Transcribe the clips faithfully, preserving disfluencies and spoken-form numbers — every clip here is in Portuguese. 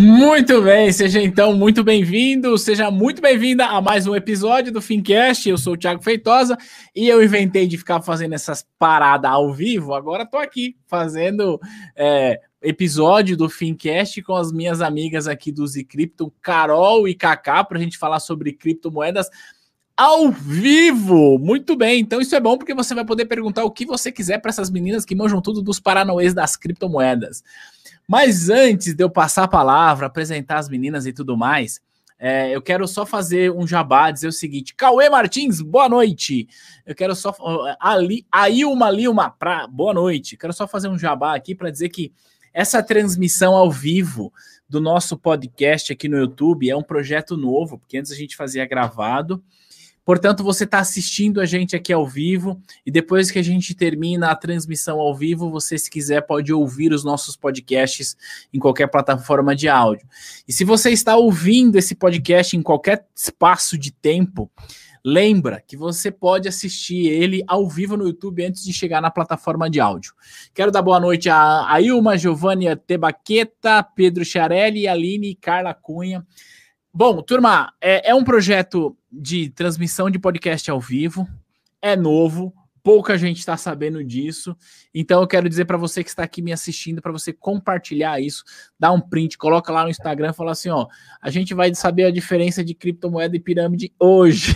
Muito bem, seja então muito bem-vindo, seja muito bem-vinda a mais um episódio do Fincast. Eu sou o Thiago Feitosa e eu inventei de ficar fazendo essas paradas ao vivo. Agora tô aqui fazendo é, episódio do Fincast com as minhas amigas aqui do Zicrypto, Carol e Kaká, para a gente falar sobre criptomoedas ao vivo. Muito bem, então isso é bom porque você vai poder perguntar o que você quiser para essas meninas que manjam tudo dos paranauês das criptomoedas. Mas antes de eu passar a palavra, apresentar as meninas e tudo mais, é, eu quero só fazer um jabá, dizer o seguinte: Cauê Martins, boa noite. Eu quero só. Ali, Ailma Lilma, pra, boa noite. Quero só fazer um jabá aqui para dizer que essa transmissão ao vivo do nosso podcast aqui no YouTube é um projeto novo, porque antes a gente fazia gravado. Portanto, você está assistindo a gente aqui ao vivo e depois que a gente termina a transmissão ao vivo, você, se quiser, pode ouvir os nossos podcasts em qualquer plataforma de áudio. E se você está ouvindo esse podcast em qualquer espaço de tempo, lembra que você pode assistir ele ao vivo no YouTube antes de chegar na plataforma de áudio. Quero dar boa noite a Ailma, Giovânia Tebaqueta, Pedro Charelli, Aline e Carla Cunha. Bom, turma, é, é um projeto de transmissão de podcast ao vivo, é novo, pouca gente está sabendo disso, então eu quero dizer para você que está aqui me assistindo, para você compartilhar isso, dá um print, coloca lá no Instagram e fala assim, ó, a gente vai saber a diferença de criptomoeda e pirâmide hoje.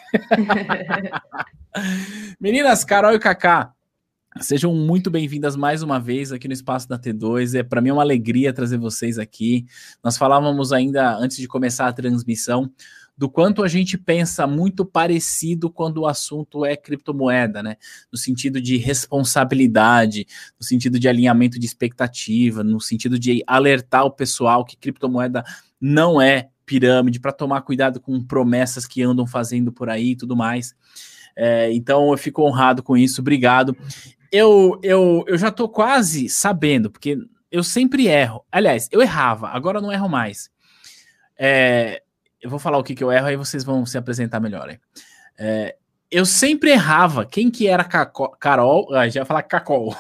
Meninas, Carol e Kaká, sejam muito bem-vindas mais uma vez aqui no Espaço da T dois. É para mim uma alegria trazer vocês aqui. Nós falávamos ainda antes de começar a transmissão do quanto a gente pensa muito parecido quando o assunto é criptomoeda, né? No sentido de responsabilidade, no sentido de alinhamento de expectativa, no sentido de alertar o pessoal que criptomoeda não é pirâmide, para tomar cuidado com promessas que andam fazendo por aí e tudo mais. É, então eu fico honrado com isso, obrigado. Eu, eu, eu já tô quase sabendo, porque eu sempre erro. Aliás, eu errava, agora eu não erro mais. É, eu vou falar o que, que eu erro, aí vocês vão se apresentar melhor. É, eu sempre errava quem que era Caco, Carol, ah, já ia falar Cacol.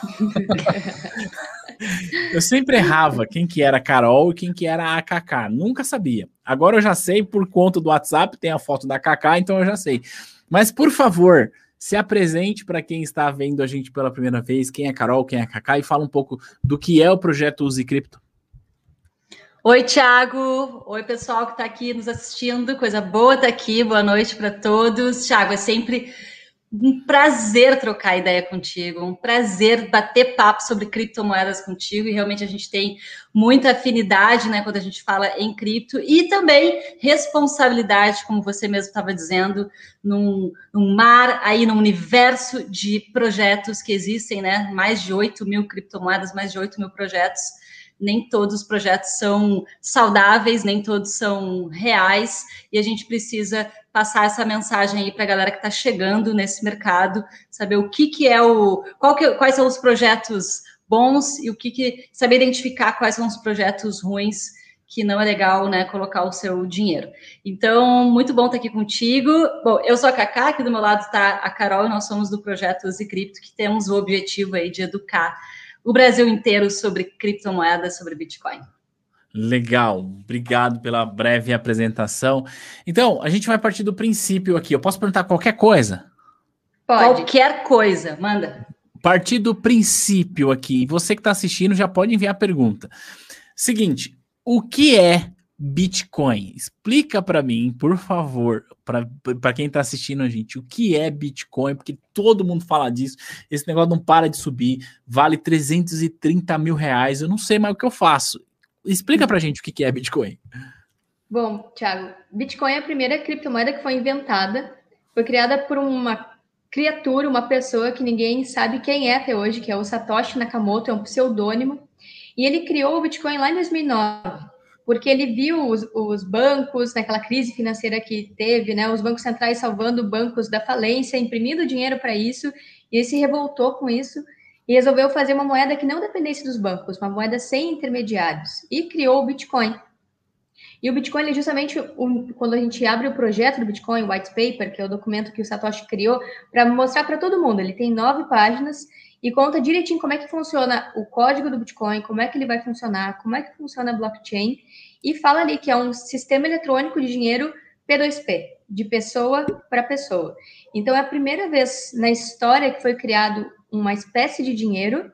Eu sempre errava quem que era Carol e quem que era a Kaká, nunca sabia. Agora eu já sei por conta do WhatsApp, tem a foto da Kaká, então eu já sei. Mas, por favor, se apresente para quem está vendo a gente pela primeira vez, quem é Carol, quem é Kaká, e fala um pouco do que é o projeto Zicrypto. Oi, Thiago. Oi, pessoal que está aqui nos assistindo. Coisa boa estar aqui. Boa noite para todos. Thiago, é sempre um prazer trocar ideia contigo, um prazer bater papo sobre criptomoedas contigo, e realmente a gente tem muita afinidade, né, quando a gente fala em cripto, e também responsabilidade, como você mesmo estava dizendo, num, num mar, aí num universo de projetos que existem, né, mais de oito mil criptomoedas, mais de oito mil projetos. Nem todos os projetos são saudáveis, nem todos são reais, e a gente precisa passar essa mensagem aí para a galera que está chegando nesse mercado, saber o que, que é o. Qual que, quais são os projetos bons e o que, que saber identificar quais são os projetos ruins, que não é legal, né, colocar o seu dinheiro. Então, muito bom estar aqui contigo. Bom, eu sou a Kaká, aqui do meu lado está a Carol, e nós somos do projeto Zicrypto, que temos o objetivo aí de educar o Brasil inteiro sobre criptomoedas, sobre Bitcoin. Legal, obrigado pela breve apresentação. Então, a gente vai partir do princípio aqui. Eu posso perguntar qualquer coisa? Pode. Qualquer coisa, manda. Partir do princípio aqui. Você que está assistindo já pode enviar a pergunta. Seguinte, o que é Bitcoin? Explica para mim, por favor, para quem está assistindo a gente, o que é Bitcoin, porque todo mundo fala disso, esse negócio não para de subir, vale trezentos e trinta mil reais, eu não sei mais o que eu faço. Explica para a gente o que é Bitcoin. Bom, Thiago, Bitcoin é a primeira criptomoeda que foi inventada, foi criada por uma criatura, uma pessoa que ninguém sabe quem é até hoje, que é o Satoshi Nakamoto, é um pseudônimo, e ele criou o Bitcoin lá em dois mil e nove, porque ele viu os, os bancos, naquela crise financeira que teve, né, os bancos centrais salvando bancos da falência, imprimindo dinheiro para isso, e ele se revoltou com isso e resolveu fazer uma moeda que não dependesse dos bancos, uma moeda sem intermediários, e criou o Bitcoin. E o Bitcoin é justamente um, quando a gente abre o projeto do Bitcoin, o White Paper, que é o documento que o Satoshi criou, para mostrar para todo mundo. Ele tem nove páginas e conta direitinho como é que funciona o código do Bitcoin, como é que ele vai funcionar, como é que funciona a blockchain. e fala ali que é um sistema eletrônico de dinheiro P dois P, de pessoa para pessoa. Então, é a primeira vez na história que foi criado uma espécie de dinheiro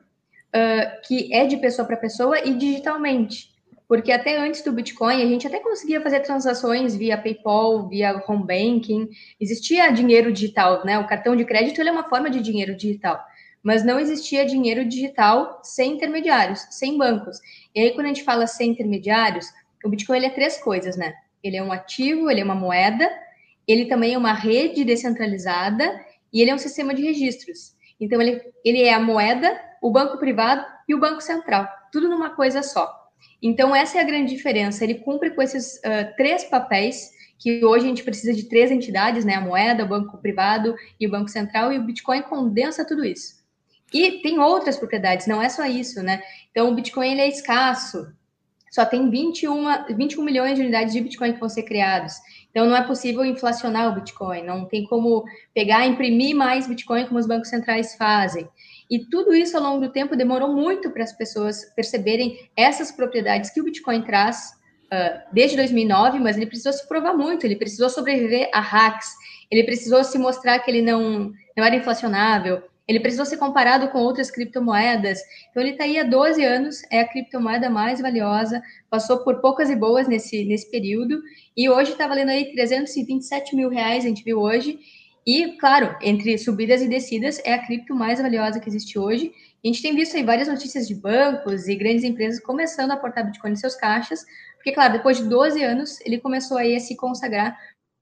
uh, que é de pessoa para pessoa e digitalmente. Porque até antes do Bitcoin, a gente até conseguia fazer transações via PayPal, via home banking, existia dinheiro digital, né? O cartão de crédito ele é uma forma de dinheiro digital, mas não existia dinheiro digital sem intermediários, sem bancos. E aí, quando a gente fala sem intermediários, o Bitcoin ele é três coisas, né? Ele é um ativo, ele é uma moeda, ele também é uma rede descentralizada e ele é um sistema de registros. Então, ele, ele é a moeda, o banco privado e o banco central, tudo numa coisa só. Então, essa é a grande diferença. Ele cumpre com esses uh, três papéis, que hoje a gente precisa de três entidades, né? A moeda, o banco privado e o banco central, e o Bitcoin condensa tudo isso. E tem outras propriedades, não é só isso, né? Então, o Bitcoin ele é escasso. Só tem vinte e um, vinte e um milhões de unidades de Bitcoin que vão ser criados. Então, não é possível inflacionar o Bitcoin. Não tem como pegar e imprimir mais Bitcoin como os bancos centrais fazem. E tudo isso, ao longo do tempo, demorou muito para as pessoas perceberem essas propriedades que o Bitcoin traz uh, desde dois mil e nove, mas ele precisou se provar muito, ele precisou sobreviver a hacks, ele precisou se mostrar que ele não, não era inflacionável, ele precisou ser comparado com outras criptomoedas. Então, ele está aí há doze anos, é a criptomoeda mais valiosa, passou por poucas e boas nesse, nesse período, e hoje está valendo aí trezentos e vinte e sete mil reais, a gente viu hoje. E, claro, entre subidas e descidas, é a cripto mais valiosa que existe hoje. A gente tem visto aí várias notícias de bancos e grandes empresas começando a aportar Bitcoin em seus caixas, porque, claro, depois de doze anos, ele começou aí a se consagrar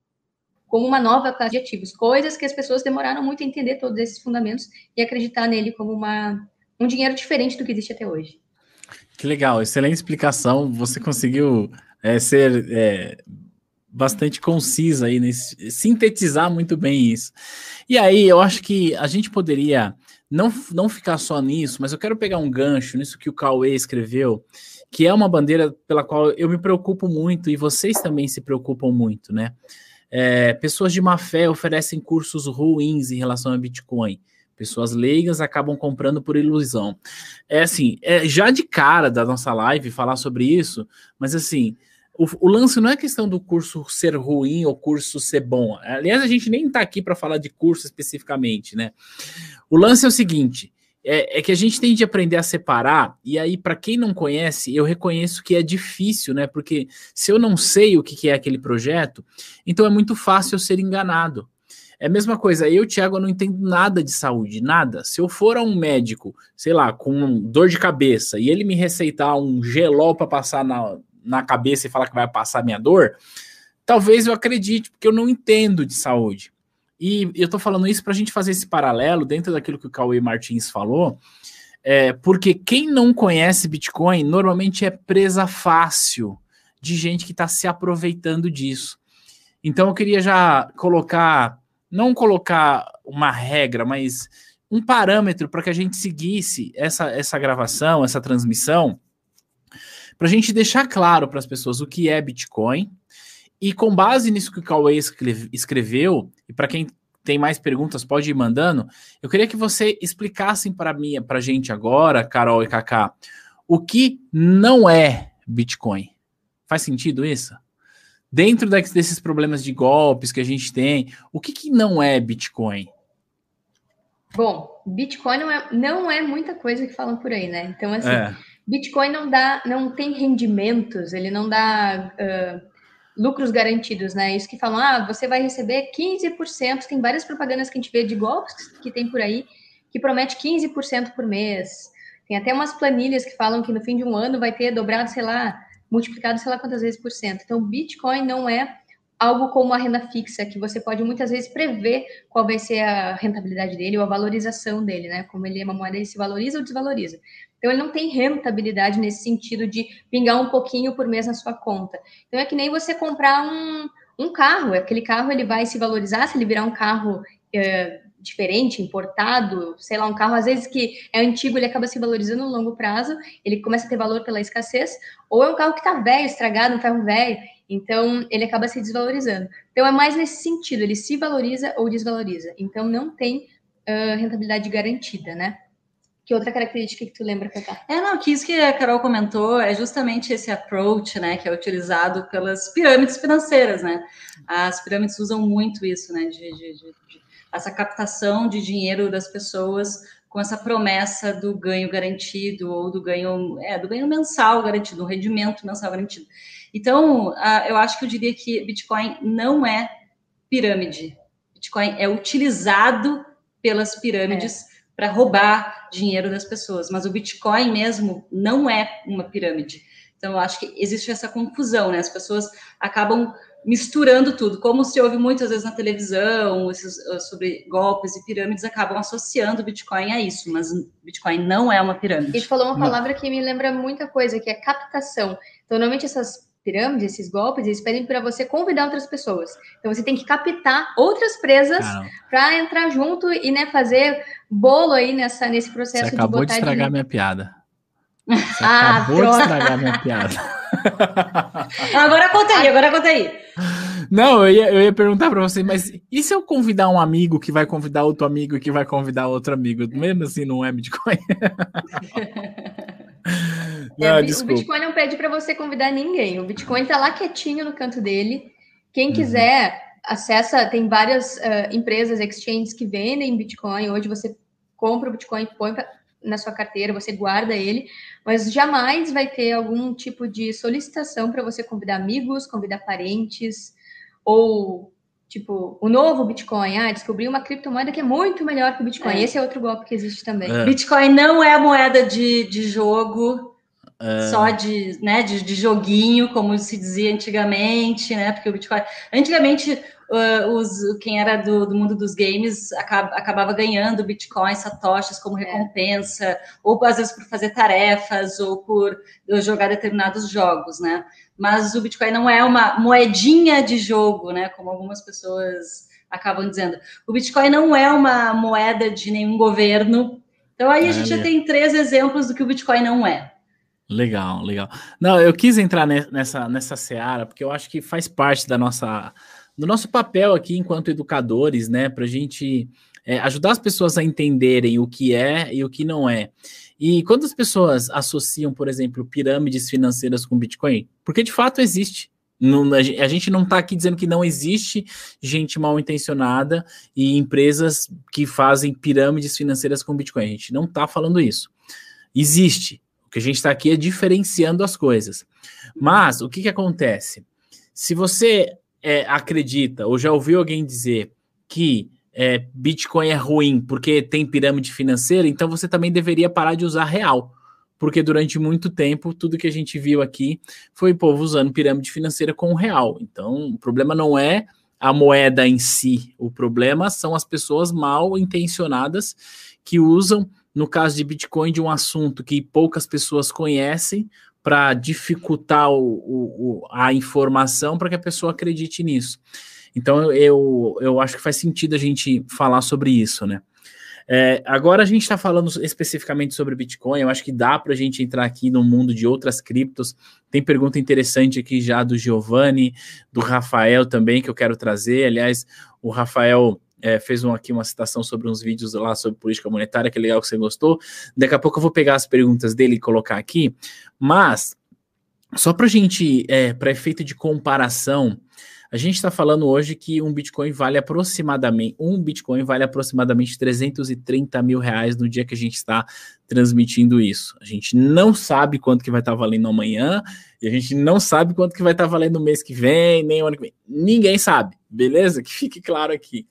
como uma nova classe de ativos, coisas que as pessoas demoraram muito a entender todos esses fundamentos e acreditar nele como uma, um dinheiro diferente do que existe até hoje. Que legal, excelente explicação. Você conseguiu é, ser é, bastante concisa aí, nesse, sintetizar muito bem isso. E aí, eu acho que a gente poderia não, não ficar só nisso, mas eu quero pegar um gancho nisso que o Cauê escreveu, que é uma bandeira pela qual eu me preocupo muito e vocês também se preocupam muito, né? É, pessoas de má fé oferecem cursos ruins em relação a Bitcoin. Pessoas leigas acabam comprando por ilusão. É assim, é já de cara da nossa live falar sobre isso, mas assim, o, o lance não é questão do curso ser ruim ou curso ser bom. Aliás, a gente nem tá aqui para falar de curso especificamente, né? O lance é o seguinte, é, é que a gente tem de aprender a separar, e aí, para quem não conhece, eu reconheço que é difícil, né? Porque se eu não sei o que, que é aquele projeto, então é muito fácil eu ser enganado. É a mesma coisa, eu, Thiago, eu não entendo nada de saúde, nada. Se eu for a um médico, sei lá, com dor de cabeça, e ele me receitar um gelol para passar na, na cabeça e falar que vai passar minha dor, talvez eu acredite, porque eu não entendo de saúde. E eu tô falando isso para a gente fazer esse paralelo dentro daquilo que o Cauê Martins falou, é, porque quem não conhece Bitcoin normalmente é presa fácil de gente que está se aproveitando disso. Então eu queria já colocar, não colocar uma regra, mas um parâmetro para que a gente seguisse essa, essa gravação, essa transmissão, para a gente deixar claro para as pessoas o que é Bitcoin. E com base nisso que o Cauê escreveu, e para quem tem mais perguntas pode ir mandando, eu queria que você explicassem para mim, para a gente agora, Carol e Kaká, o que não é Bitcoin. Faz sentido isso? Dentro desses problemas de golpes que a gente tem, o que, que não é Bitcoin? Bom, Bitcoin não é, não é muita coisa que falam por aí, né? Então, assim, É. Bitcoin não dá, não tem rendimentos, ele não dá uh, lucros garantidos, né? Isso que falam, ah, você vai receber quinze por cento, tem várias propagandas que a gente vê de golpes que tem por aí, que promete quinze por cento por mês. Tem até umas planilhas que falam que no fim de um ano vai ter dobrado, sei lá, multiplicado sei lá quantas vezes por cento. Então, Bitcoin não é algo como a renda fixa, que você pode muitas vezes prever qual vai ser a rentabilidade dele ou a valorização dele, né? Como ele é uma moeda, ele se valoriza ou desvaloriza. Então, ele não tem rentabilidade nesse sentido de pingar um pouquinho por mês na sua conta. Então, é que nem você comprar um, um carro. Aquele carro, ele vai se valorizar se ele virar um carro é, diferente, importado, sei lá, um carro, às vezes, que é antigo, ele acaba se valorizando no longo prazo, ele começa a ter valor pela escassez, ou é um carro que está velho, estragado, um carro velho, então ele acaba se desvalorizando. Então, é mais nesse sentido, ele se valoriza ou desvaloriza. Então, não tem uh, rentabilidade garantida, né? Que outra característica que tu lembra, Cacá? É, não, que isso que a Carol comentou é justamente esse approach, né, que é utilizado pelas pirâmides financeiras, né? As pirâmides usam muito isso, né, de, de, de, de essa captação de dinheiro das pessoas com essa promessa do ganho garantido ou do ganho, é, do ganho mensal garantido, do rendimento mensal garantido. Então, uh, eu acho que eu diria que Bitcoin não é pirâmide. Bitcoin é utilizado pelas pirâmides é. para roubar dinheiro das pessoas, mas o Bitcoin mesmo não é uma pirâmide. Então, eu acho que existe essa confusão, né? As pessoas acabam misturando tudo, como se ouve muitas vezes na televisão, esses, sobre golpes e pirâmides, acabam associando o Bitcoin a isso, mas Bitcoin não é uma pirâmide. E tu falou uma palavra não. que me lembra muita coisa, que é captação. Então, normalmente essas pirâmides, esses golpes, eles pedem para você convidar outras pessoas. Então, você tem que captar outras presas para entrar junto e, né, fazer bolo aí nessa, nesse processo você acabou de botar de estragar de... minha piada. Você ah, acabou troca. de estragar minha piada. Agora conta aí, agora conta aí. Não, eu ia, eu ia perguntar para você, mas e se eu convidar um amigo que vai convidar outro amigo que vai convidar outro amigo? Mesmo assim, não é Bitcoin? Não, é, o Bitcoin não pede para você convidar ninguém. O Bitcoin está lá quietinho no canto dele. Quem uhum. quiser, acessa. Tem várias uh, empresas, exchanges que vendem Bitcoin. Hoje você compra o Bitcoin, põe pra, na sua carteira, você guarda ele, mas jamais vai ter algum tipo de solicitação para você convidar amigos, convidar parentes, ou tipo, o novo Bitcoin. Ah, descobri uma criptomoeda que é muito melhor que o Bitcoin. É. Esse é outro golpe que existe também. É. Bitcoin não é moeda de, de jogo. Uh... Só de, né, de, de joguinho, como se dizia antigamente, né? Porque o Bitcoin. Antigamente, uh, os, quem era do, do mundo dos games acaba, acabava ganhando Bitcoin, satoshis como recompensa, é. ou às vezes por fazer tarefas, ou por jogar determinados jogos, né? Mas o Bitcoin não é uma moedinha de jogo, né? Como algumas pessoas acabam dizendo. O Bitcoin não é uma moeda de nenhum governo. Então aí a gente já tem três exemplos do que o Bitcoin não é. Legal, legal. Não, eu quis entrar nessa, nessa seara, porque eu acho que faz parte da nossa, do nosso papel aqui enquanto educadores, né, para a gente é, ajudar as pessoas a entenderem o que é e o que não é. E quando as pessoas associam, por exemplo, pirâmides financeiras com Bitcoin, porque de fato existe. Não, a gente não está aqui dizendo que não existe gente mal intencionada e empresas que fazem pirâmides financeiras com Bitcoin. A gente não está falando isso. Existe. O que a gente está aqui é diferenciando as coisas. Mas, o que, que acontece? Se você é, acredita ou já ouviu alguém dizer que é, Bitcoin é ruim porque tem pirâmide financeira, então você também deveria parar de usar real. Porque durante muito tempo, tudo que a gente viu aqui foi o povo usando pirâmide financeira com o real. Então, o problema não é a moeda em si. O problema são as pessoas mal intencionadas que usam, no caso de Bitcoin, de um assunto que poucas pessoas conhecem para dificultar o, o, a informação para que a pessoa acredite nisso. Então, eu, eu acho que faz sentido a gente falar sobre isso, né? É, agora a gente está falando especificamente sobre Bitcoin. Eu acho que dá para a gente entrar aqui no mundo de outras criptos. Tem pergunta interessante aqui já do Giovanni, do Rafael também, que eu quero trazer. Aliás, o Rafael é, fez um, aqui uma citação sobre uns vídeos lá sobre política monetária, que é legal que você gostou. Daqui a pouco eu vou pegar as perguntas dele e colocar aqui. Mas, só para a gente, é, para efeito de comparação, a gente está falando hoje que um Bitcoin vale aproximadamente, um Bitcoin vale aproximadamente trezentos e trinta mil reais no dia que a gente está transmitindo isso. A gente não sabe quanto que vai estar tá valendo amanhã, e a gente não sabe quanto que vai estar tá valendo no mês que vem, nem o ano que vem. Ninguém sabe, beleza? Que fique claro aqui.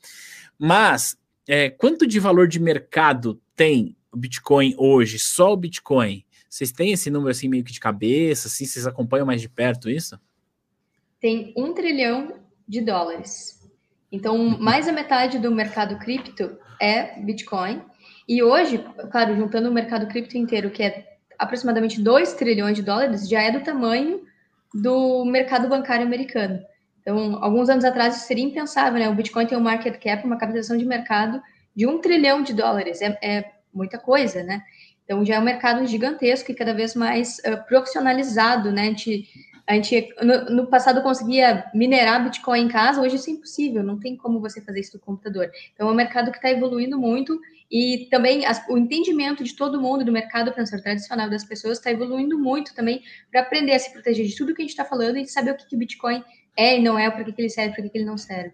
Mas, é, quanto de valor de mercado tem o Bitcoin hoje, só o Bitcoin? Vocês têm esse número assim meio que de cabeça, assim, vocês acompanham mais de perto isso? Tem um trilhão de dólares. Então, mais da metade do mercado cripto é Bitcoin. E hoje, claro, juntando o mercado cripto inteiro, que é aproximadamente dois trilhões de dólares, já é do tamanho do mercado bancário americano. Então, alguns anos atrás, isso seria impensável, né? O Bitcoin tem um market cap, uma capitalização de mercado de um trilhão de dólares. É, é muita coisa, né? Então, já é um mercado gigantesco e cada vez mais uh, profissionalizado, né? A gente A gente, no, no passado, conseguia minerar Bitcoin em casa, hoje isso é impossível, não tem como você fazer isso no computador. Então, é um mercado que está evoluindo muito e também as, o entendimento de todo mundo do mercado financeiro tradicional das pessoas está evoluindo muito também para aprender a se proteger de tudo que a gente está falando e saber o que, que o Bitcoin é e não é, para que, que ele serve, para que, que ele não serve.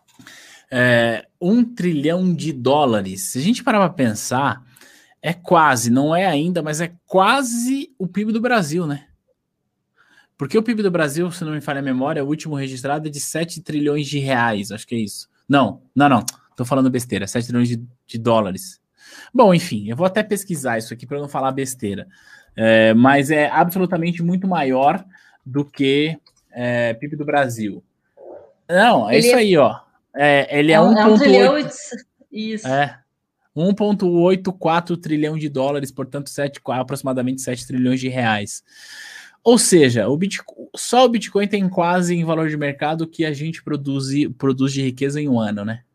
É, um trilhão de dólares. Se a gente parar para pensar, é quase, não é ainda, mas é quase o P I B do Brasil, né? Porque o P I B do Brasil, se não me falha a memória, o último registrado é de sete trilhões de reais, acho que é isso. Não, não, não, tô falando besteira, sete trilhões de, de dólares. Bom, enfim, eu vou até pesquisar isso aqui para não falar besteira. É, mas é absolutamente muito maior do que é, P I B do Brasil. Não, é ele isso aí, ó. É, ele é, é um, é um trilhão. Isso. É. um vírgula oitenta e quatro trilhão de dólares, portanto, sete, aproximadamente sete trilhões de reais. Ou seja, o Bitcoin, só o Bitcoin tem quase em valor de mercado o que a gente produz, produz de riqueza em um ano, né?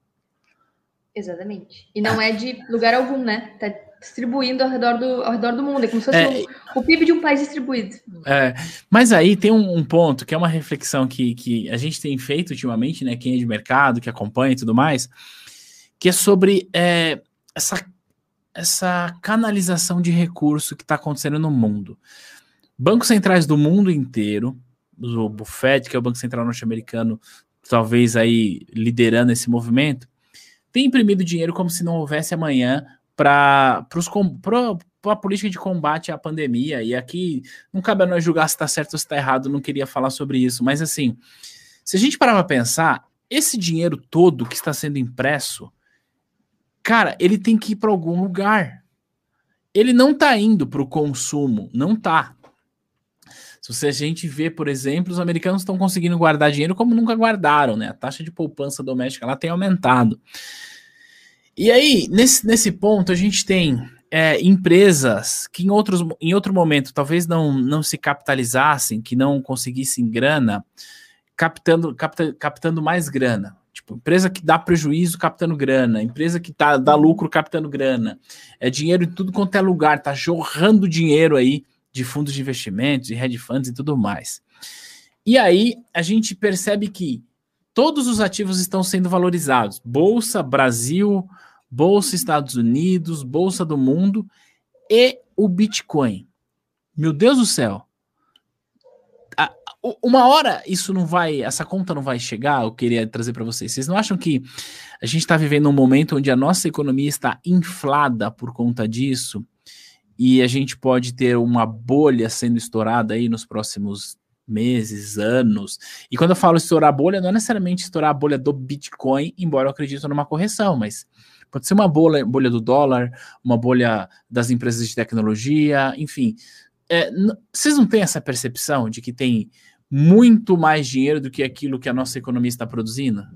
Exatamente. E não é de lugar algum, né? Tá distribuindo ao redor do, ao redor do mundo. É como se fosse é, o, o P I B de um país distribuído. É, mas aí tem um, um ponto, que é uma reflexão que, que a gente tem feito ultimamente, né? Quem é de mercado, que acompanha e tudo mais, que é sobre é, essa, essa canalização de recurso que está acontecendo no mundo. Bancos centrais do mundo inteiro, o Fed, que é o Banco Central norte-americano, talvez aí liderando esse movimento, tem imprimido dinheiro como se não houvesse amanhã para a política de combate à pandemia. E aqui não cabe a nós julgar se está certo ou se está errado, não queria falar sobre isso. Mas assim, se a gente parar para pensar, esse dinheiro todo que está sendo impresso, cara, ele tem que ir para algum lugar. Ele não está indo para o consumo, não está. Se a gente vê, por exemplo, os americanos estão conseguindo guardar dinheiro como nunca guardaram, né? A taxa de poupança doméstica lá tem aumentado. E aí, nesse, nesse ponto, a gente tem é, empresas que em, outros, em outro momento talvez não, não se capitalizassem, que não conseguissem grana, captando, capta, captando mais grana. Tipo, empresa que dá prejuízo captando grana, empresa que tá, dá lucro captando grana. É dinheiro em tudo quanto é lugar, tá jorrando dinheiro aí de fundos de investimentos, de hedge funds e tudo mais. E aí a gente percebe que todos os ativos estão sendo valorizados. Bolsa Brasil, Bolsa Estados Unidos, Bolsa do Mundo e o Bitcoin. Meu Deus do céu. A, uma hora isso não vai, essa conta não vai chegar, eu queria trazer para vocês. Vocês não acham que a gente está vivendo um momento onde a nossa economia está inflada por conta disso? E a gente pode ter uma bolha sendo estourada aí nos próximos meses, anos. E quando eu falo estourar a bolha, não é necessariamente estourar a bolha do Bitcoin, embora eu acredite numa correção, mas pode ser uma bolha, bolha do dólar, uma bolha das empresas de tecnologia, enfim. É, vocês não têm essa percepção de que tem muito mais dinheiro do que aquilo que a nossa economia está produzindo?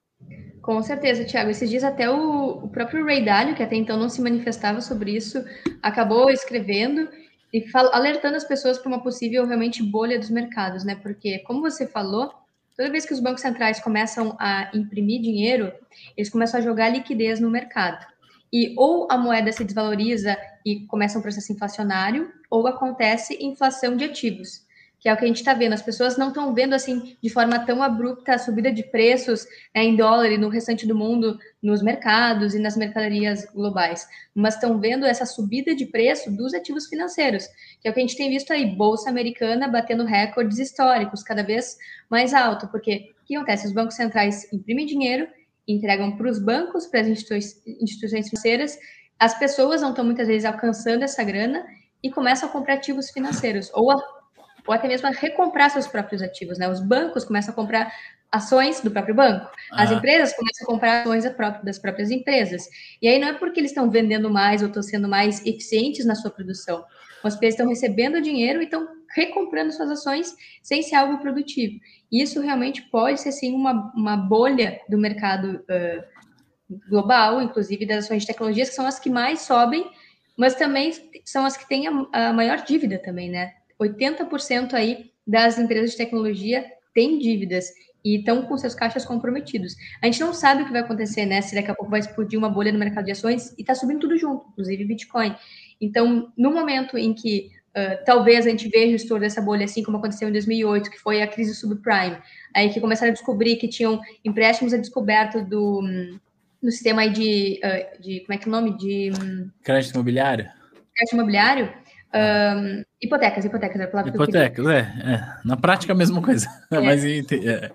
Com certeza, Thiago. Esses dias até o, o próprio Ray Dalio, que até então não se manifestava sobre isso, acabou escrevendo e fal- alertando as pessoas para uma possível realmente bolha dos mercados, né? Porque, como você falou, toda vez que os bancos centrais começam a imprimir dinheiro, eles começam a jogar liquidez no mercado. E ou a moeda se desvaloriza e começa um processo inflacionário, ou acontece inflação de ativos, que é o que a gente está vendo. As pessoas não estão vendo assim de forma tão abrupta a subida de preços, né, em dólar e no restante do mundo, nos mercados e nas mercadorias globais, mas estão vendo essa subida de preço dos ativos financeiros, que é o que a gente tem visto aí, Bolsa Americana batendo recordes históricos, cada vez mais alto, porque o que acontece? Os bancos centrais imprimem dinheiro, entregam para os bancos, para as institui- instituições financeiras, as pessoas não estão muitas vezes alcançando essa grana e começam a comprar ativos financeiros, ou a ou até mesmo a recomprar seus próprios ativos, né? Os bancos começam a comprar ações do próprio banco, as ah. empresas começam a comprar ações das próprias empresas. E aí não é porque eles estão vendendo mais ou estão sendo mais eficientes na sua produção, as empresas estão recebendo dinheiro e estão recomprando suas ações sem ser algo produtivo. E isso realmente pode ser, sim, uma, uma bolha do mercado uh, global, inclusive das ações de tecnologias, que são as que mais sobem, mas também são as que têm a, a maior dívida também, né? oitenta por cento aí das empresas de tecnologia têm dívidas e estão com seus caixas comprometidos. A gente não sabe o que vai acontecer, né? Se daqui a pouco vai explodir uma bolha no mercado de ações e está subindo tudo junto, inclusive Bitcoin. Então, no momento em que uh, talvez a gente veja o estouro dessa bolha, assim como aconteceu em dois mil e oito, que foi a crise subprime, aí que começaram a descobrir que tinham empréstimos a descoberto do, do sistema aí de, uh, de, como é que é o nome? De... Crédito imobiliário? Crédito imobiliário. Um, hipotecas, hipotecas, é a palavra hipotecas, que eu queria. É, é. Na prática a mesma coisa. É. Mas, é.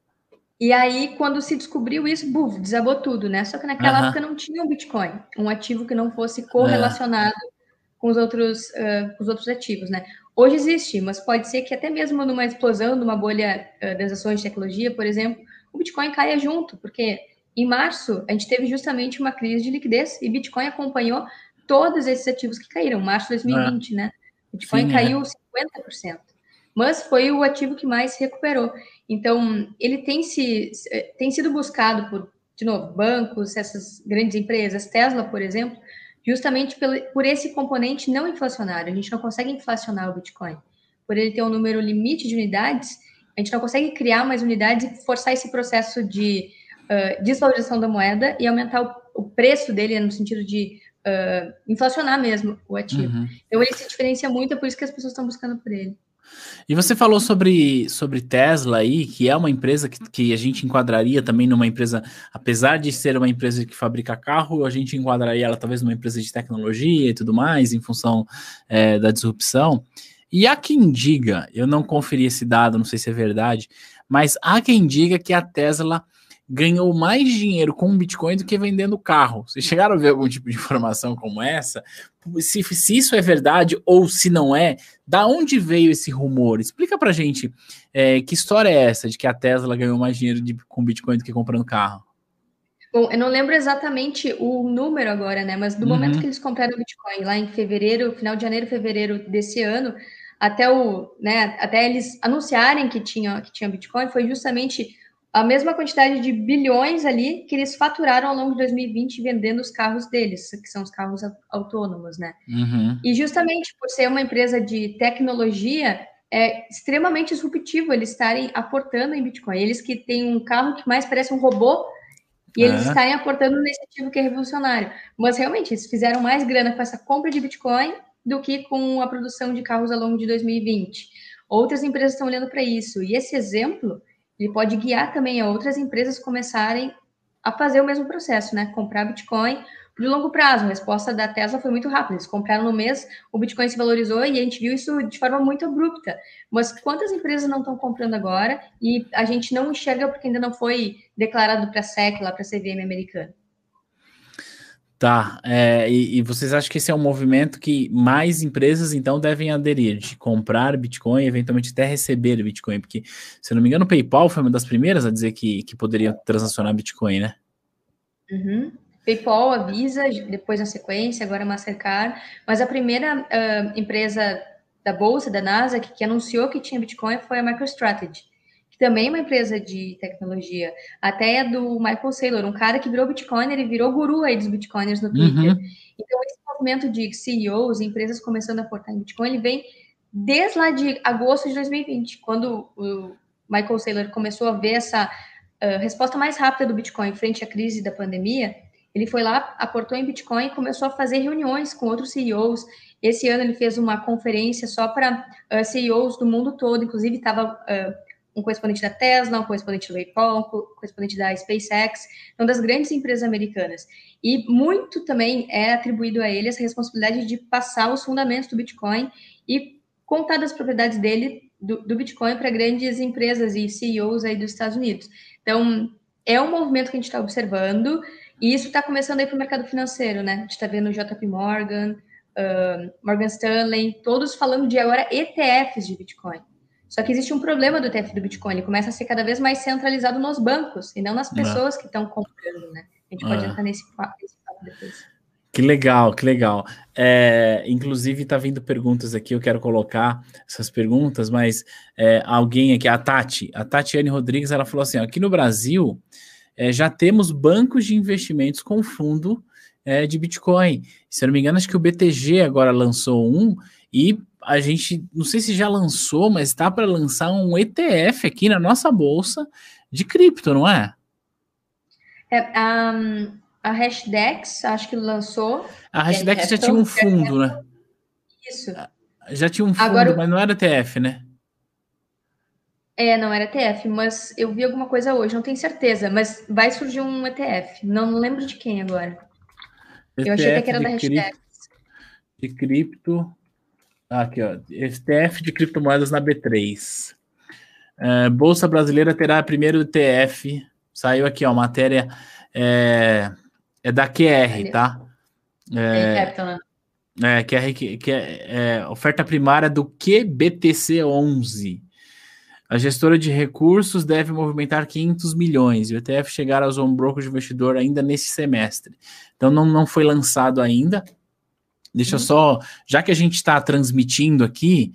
E aí, quando se descobriu isso, buf, desabou tudo, né? Só que naquela Uhum. época não tinha o Bitcoin, um ativo que não fosse correlacionado é. com os outros, uh, com os outros ativos, né? Hoje existe, mas pode ser que até mesmo numa explosão, numa bolha uh, das ações de tecnologia, por exemplo, o Bitcoin caia junto, porque em março a gente teve justamente uma crise de liquidez e Bitcoin acompanhou todos esses ativos que caíram, março de dois mil e vinte, é. né? O Bitcoin Sim, caiu é. cinquenta por cento. Mas foi o ativo que mais se recuperou. Então, ele tem, se, tem sido buscado por, de novo, bancos, essas grandes empresas, Tesla, por exemplo, justamente por, por esse componente não inflacionário. A gente não consegue inflacionar o Bitcoin. Por ele ter um número limite de unidades, a gente não consegue criar mais unidades e forçar esse processo de uh, desvalorização da moeda e aumentar o, o preço dele no sentido de uh, inflacionar mesmo o ativo. Uhum. Então, ele se diferencia muito, é por isso que as pessoas estão buscando por ele. E você falou sobre, sobre Tesla aí, que é uma empresa que, que a gente enquadraria também numa empresa, apesar de ser uma empresa que fabrica carro, a gente enquadraria ela talvez numa empresa de tecnologia e tudo mais, em função é, da disrupção. E há quem diga, eu não conferi esse dado, não sei se é verdade, mas há quem diga que a Tesla ganhou mais dinheiro com o Bitcoin do que vendendo carro. Vocês chegaram a ver algum tipo de informação como essa? Se, se isso é verdade ou se não é, da onde veio esse rumor? Explica pra gente é, que história é essa de que a Tesla ganhou mais dinheiro de, com Bitcoin do que comprando carro? Bom, eu não lembro exatamente o número agora, né? Mas do uhum. momento que eles compraram o Bitcoin, lá em fevereiro, final de janeiro, fevereiro desse ano, até o, né, até eles anunciarem que tinha, que tinha Bitcoin, foi justamente a mesma quantidade de bilhões ali que eles faturaram ao longo de dois mil e vinte vendendo os carros deles, que são os carros autônomos, né? Uhum. E justamente por ser uma empresa de tecnologia, é extremamente disruptivo eles estarem aportando em Bitcoin. Eles que têm um carro que mais parece um robô e eles é. estarem aportando nesse ativo que é revolucionário. Mas realmente, eles fizeram mais grana com essa compra de Bitcoin do que com a produção de carros ao longo de dois mil e vinte. Outras empresas estão olhando para isso. E esse exemplo, ele pode guiar também a outras empresas começarem a fazer o mesmo processo, né? Comprar Bitcoin de longo prazo. A resposta da Tesla foi muito rápida. Eles compraram no mês, o Bitcoin se valorizou e a gente viu isso de forma muito abrupta. Mas quantas empresas não estão comprando agora e a gente não enxerga porque ainda não foi declarado para a S E C, lá para a C V M americana? Tá, é, e, e vocês acham que esse é um movimento que mais empresas, então, devem aderir, de comprar Bitcoin e eventualmente até receber Bitcoin? Porque, se eu não me engano, o PayPal foi uma das primeiras a dizer que, que poderia transacionar Bitcoin, né? Uhum. PayPal, a Visa, depois na sequência, agora a Mastercard, mas a primeira uh, empresa da Bolsa, da Nasdaq, que anunciou que tinha Bitcoin foi a MicroStrategy, que também é uma empresa de tecnologia, até é do Michael Saylor, um cara que virou Bitcoiner e virou guru aí dos Bitcoiners no Twitter. Uhum. Então, esse movimento de C E Os, empresas começando a aportar em Bitcoin, ele vem desde lá de agosto de dois mil e vinte, quando o Michael Saylor começou a ver essa uh, resposta mais rápida do Bitcoin frente à crise da pandemia. Ele foi lá, aportou em Bitcoin e começou a fazer reuniões com outros C E Os. Esse ano ele fez uma conferência só para uh, C E Os do mundo todo, inclusive estava uh, um correspondente da Tesla, um correspondente do PayPal, um correspondente da SpaceX, uma das grandes empresas americanas. E muito também é atribuído a ele essa responsabilidade de passar os fundamentos do Bitcoin e contar das propriedades dele, do, do Bitcoin, para grandes empresas e C E Os aí dos Estados Unidos. Então, é um movimento que a gente está observando. E isso está começando aí para o mercado financeiro, né? A gente está vendo o J P Morgan, uh, Morgan Stanley, todos falando de agora E T Fs de Bitcoin. Só que existe um problema do E T F do Bitcoin, ele começa a ser cada vez mais centralizado nos bancos e não nas pessoas é. que estão comprando, né? A gente é. pode entrar nesse papo, nesse papo depois. Que legal, que legal. É, inclusive, está vindo perguntas aqui, eu quero colocar essas perguntas, mas é, alguém aqui, a Tati, a Tatiane Rodrigues, ela falou assim, ó, aqui no Brasil, É, já temos bancos de investimentos com fundo é, de Bitcoin. Se eu não me engano, acho que o B T G agora lançou um e a gente, não sei se já lançou, mas está para lançar um E T F aqui na nossa bolsa de cripto, não é? é um, a Hashdex, acho que lançou. A Hashdex já tinha um fundo, né? Isso. Já tinha um fundo, Agora, mas não era E T F, né? é, não era E T F, mas eu vi alguma coisa hoje, não tenho certeza, mas vai surgir um E T F. Não lembro de quem agora. Eu achei até que E T F era da de, hashtag. cri... de cripto. Ah, aqui, ó. E T F de criptomoedas na B três. É, Bolsa Brasileira terá primeiro E T F. Saiu aqui, ó, matéria é, é da Q R, Olha, tá? Tem É, Capital, né? é, Q R, que, que é, é oferta primária do Q B T C onze. A gestora de recursos deve movimentar quinhentos milhões e o E T F chegar aos home brokers de investidor ainda nesse semestre. Então não, não foi lançado ainda. Deixa Uhum. só, já que a gente está transmitindo aqui,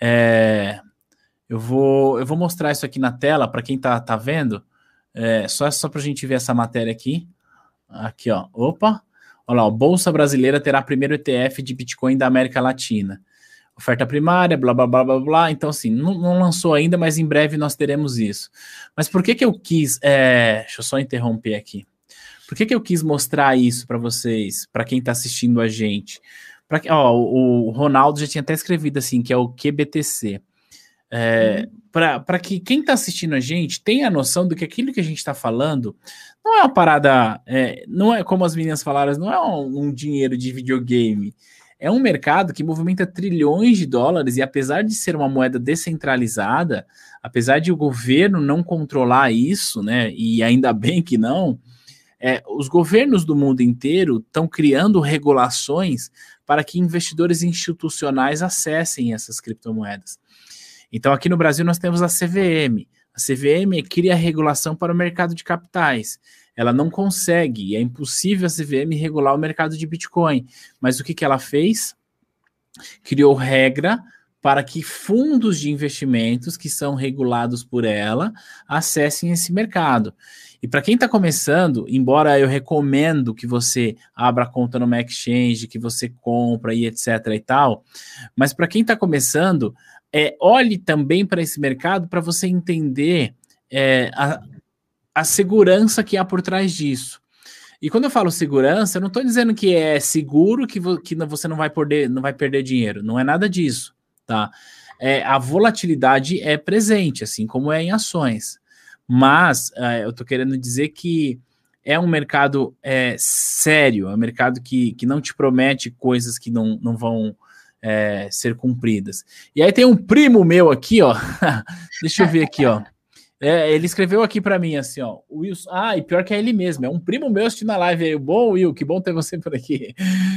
é, eu, vou, eu vou mostrar isso aqui na tela para quem está tá vendo. É, só só para a gente ver essa matéria aqui. Aqui, ó. Opa! Olha lá, a Bolsa Brasileira terá primeiro E T F de Bitcoin da América Latina. Oferta primária, blá, blá, blá, blá, blá. Então, assim, não, não lançou ainda, mas em breve nós teremos isso. Mas por que que eu quis... É, deixa eu só interromper aqui. Por que que eu quis mostrar isso para vocês, para quem está assistindo a gente? Pra, ó, o, o Ronaldo já tinha até escrevido assim, que é o Q B T C. É, Uhum. para que quem está assistindo a gente tenha a noção do que aquilo que a gente está falando não é uma parada, é, não é como as meninas falaram, não é um, um dinheiro de videogame. É um mercado que movimenta trilhões de dólares e apesar de ser uma moeda descentralizada, apesar de o governo não controlar isso, né, e ainda bem que não, é, os governos do mundo inteiro estão criando regulações para que investidores institucionais acessem essas criptomoedas. Então, aqui no Brasil, nós temos a C V M. A C V M cria regulação para o mercado de capitais. Ela não consegue, é impossível a C V M regular o mercado de Bitcoin. Mas o que, que ela fez? Criou regra para que fundos de investimentos que são regulados por ela acessem esse mercado. E para quem está começando, embora eu recomendo que você abra conta numa exchange, que você compra e etc e tal, mas para quem está começando, é, olhe também para esse mercado para você entender é, a, a segurança que há por trás disso. E quando eu falo segurança, eu não estou dizendo que é seguro que, vo, que você não vai, perder, não vai perder dinheiro. Não é nada disso, tá? É, a volatilidade é presente, assim como é em ações. Mas é, eu estou querendo dizer que é um mercado é, sério, é um mercado que, que não te promete coisas que não, não vão é, ser cumpridas. E aí tem um primo meu aqui, ó. Deixa eu ver aqui, ó. É, ele escreveu aqui para mim assim, ó, o Wilson, ah, e pior que é ele mesmo, é um primo meu assistindo a live aí, bom Will, que bom ter você por aqui.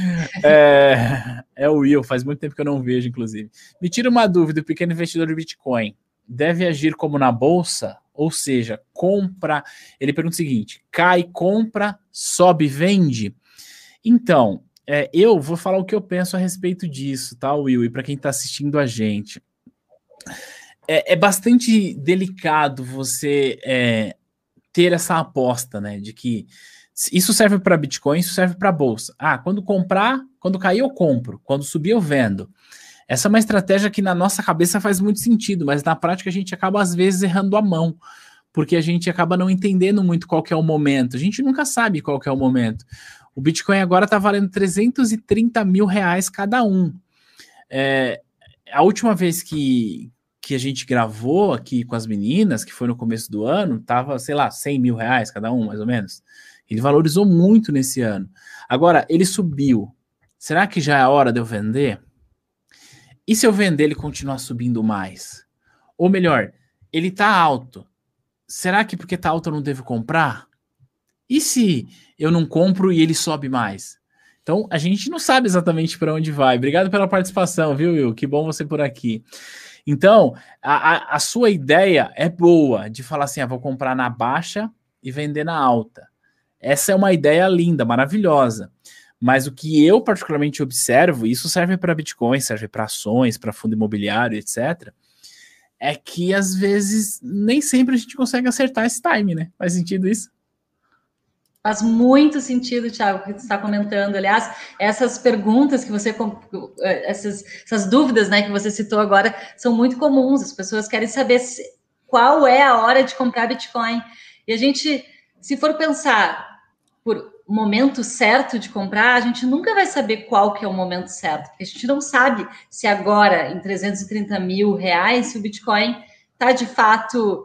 É, é o Will, faz muito tempo que eu não vejo, inclusive. Me tira uma dúvida, o pequeno investidor de Bitcoin deve agir como na bolsa? Ou seja, compra, ele pergunta o seguinte, cai, compra, sobe, vende? Então, é, eu vou falar o que eu penso a respeito disso, tá, Will, e para quem está assistindo a gente. É, é bastante delicado você é, ter essa aposta, né? De que isso serve para Bitcoin, isso serve para bolsa. Ah, quando comprar, quando cair eu compro, quando subir eu vendo. Essa é uma estratégia que na nossa cabeça faz muito sentido, mas na prática a gente acaba às vezes errando a mão, porque a gente acaba não entendendo muito qual que é o momento. A gente nunca sabe qual que é o momento. O Bitcoin agora está valendo trezentos e trinta mil reais cada um. É, a última vez que que a gente gravou aqui com as meninas, que foi no começo do ano, tava, sei lá, cem mil reais cada um, mais ou menos. Ele valorizou muito nesse ano. Agora, ele subiu. Será que já é a hora de eu vender? E se eu vender, ele continuar subindo mais? Ou melhor, ele tá alto. Será que porque tá alto eu não devo comprar? E se eu não compro e ele sobe mais? Então, a gente não sabe exatamente para onde vai. Obrigado pela participação, viu, Will? Que bom você por aqui. Então, a, a, a sua ideia é boa, de falar assim, ah, vou comprar na baixa e vender na alta. Essa é uma ideia linda, maravilhosa. Mas o que eu particularmente observo, e isso serve para Bitcoin, serve para ações, para fundo imobiliário, etcétera, é que às vezes nem sempre a gente consegue acertar esse time, né? Faz sentido isso? Faz muito sentido, Thiago, o que você está comentando. Aliás, essas perguntas que você, essas, essas dúvidas, né, que você citou agora, são muito comuns. As pessoas querem saber se, qual é a hora de comprar Bitcoin. E a gente, se for pensar por momento certo de comprar, a gente nunca vai saber qual que é o momento certo, porque a gente não sabe se agora, em trezentos e trinta mil reais, se o Bitcoin está de fato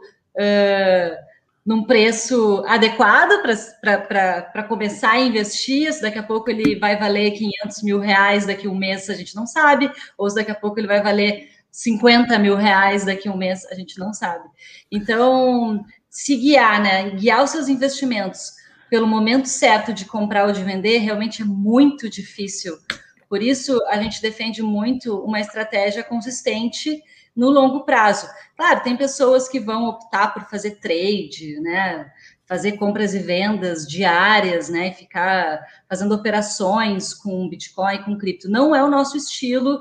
uh, num preço adequado para começar a investir, se daqui a pouco ele vai valer quinhentos mil reais daqui a um mês, a gente não sabe, ou se daqui a pouco ele vai valer cinquenta mil reais daqui a um mês, a gente não sabe. Então, se guiar, né, guiar os seus investimentos pelo momento certo de comprar ou de vender, realmente é muito difícil. Por isso, a gente defende muito uma estratégia consistente no longo prazo. Claro, tem pessoas que vão optar por fazer trade, né, fazer compras e vendas diárias, né, e ficar fazendo operações com Bitcoin, com cripto. Não é o nosso estilo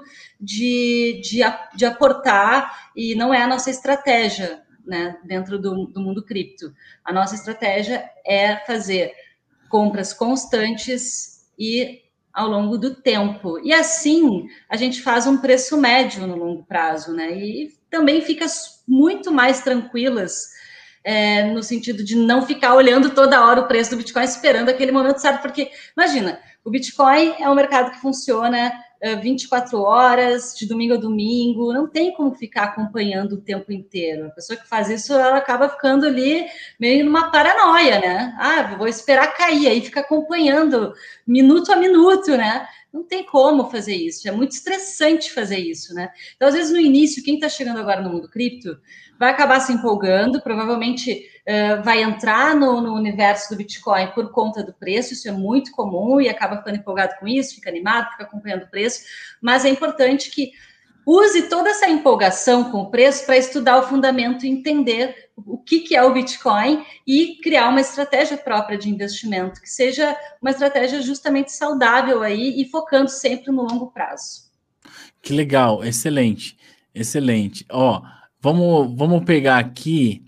de, de, de aportar e não é a nossa estratégia, né, dentro do, do mundo cripto. A nossa estratégia é fazer compras constantes e ao longo do tempo. E assim, a gente faz um preço médio no longo prazo, né? E também fica muito mais tranquilas, é, no sentido de não ficar olhando toda hora o preço do Bitcoin, esperando aquele momento certo, porque, imagina, o Bitcoin é um mercado que funciona vinte e quatro horas, de domingo a domingo, não tem como ficar acompanhando o tempo inteiro. A pessoa que faz isso, ela acaba ficando ali meio numa paranoia, né? Ah, vou esperar cair, aí fica acompanhando minuto a minuto, né? Não tem como fazer isso, é muito estressante fazer isso, né? Então, às vezes, no início, quem está chegando agora no mundo cripto vai acabar se empolgando, provavelmente uh, vai entrar no, no universo do Bitcoin por conta do preço, isso é muito comum, e acaba ficando empolgado com isso, fica animado, fica acompanhando o preço, mas é importante que use toda essa empolgação com o preço para estudar o fundamento e entender o que, que é o Bitcoin e criar uma estratégia própria de investimento, que seja uma estratégia justamente saudável aí e focando sempre no longo prazo. Que legal, excelente, excelente. Ó, vamos, vamos pegar aqui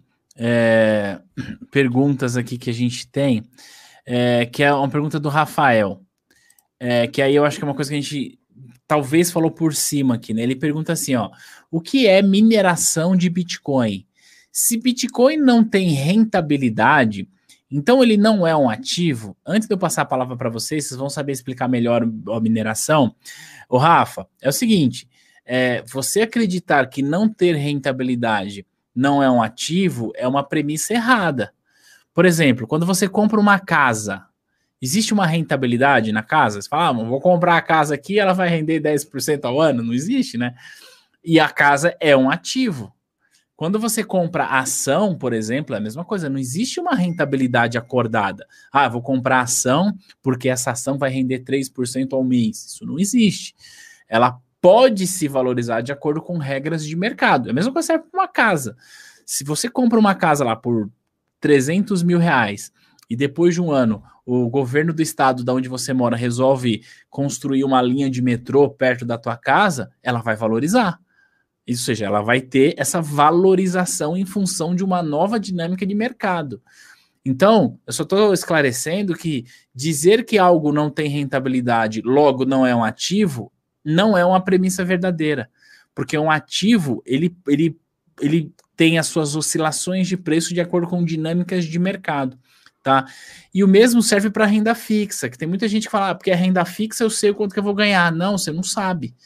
é, perguntas aqui que a gente tem, é, que é uma pergunta do Rafael, é, que aí eu acho que é uma coisa que a gente talvez falou por cima aqui, né? Ele pergunta assim, ó, o que é mineração de Bitcoin? Se Bitcoin não tem rentabilidade, então ele não é um ativo? Antes de eu passar a palavra para vocês, vocês vão saber explicar melhor a mineração. Ô Rafa, é o seguinte, é, você acreditar que não ter rentabilidade não é um ativo é uma premissa errada. Por exemplo, quando você compra uma casa, existe uma rentabilidade na casa? Você fala, ah, vou comprar a casa aqui, ela vai render dez por cento ao ano? Não existe, né? E a casa é um ativo. Quando você compra ação, por exemplo, é a mesma coisa, não existe uma rentabilidade acordada. Ah, vou comprar ação porque essa ação vai render três por cento ao mês. Isso não existe. Ela pode se valorizar de acordo com regras de mercado. É a mesma coisa serve para uma casa. Se você compra uma casa lá por trezentos mil reais e depois de um ano o governo do estado de onde você mora resolve construir uma linha de metrô perto da tua casa, ela vai valorizar. Ou seja, ela vai ter essa valorização em função de uma nova dinâmica de mercado. Então, eu só estou esclarecendo que dizer que algo não tem rentabilidade, logo não é um ativo, não é uma premissa verdadeira. Porque um ativo, ele, ele, ele tem as suas oscilações de preço de acordo com dinâmicas de mercado. Tá? E o mesmo serve para renda fixa, que tem muita gente que fala, ah, porque a renda fixa eu sei o quanto que eu vou ganhar. Não, você não sabe.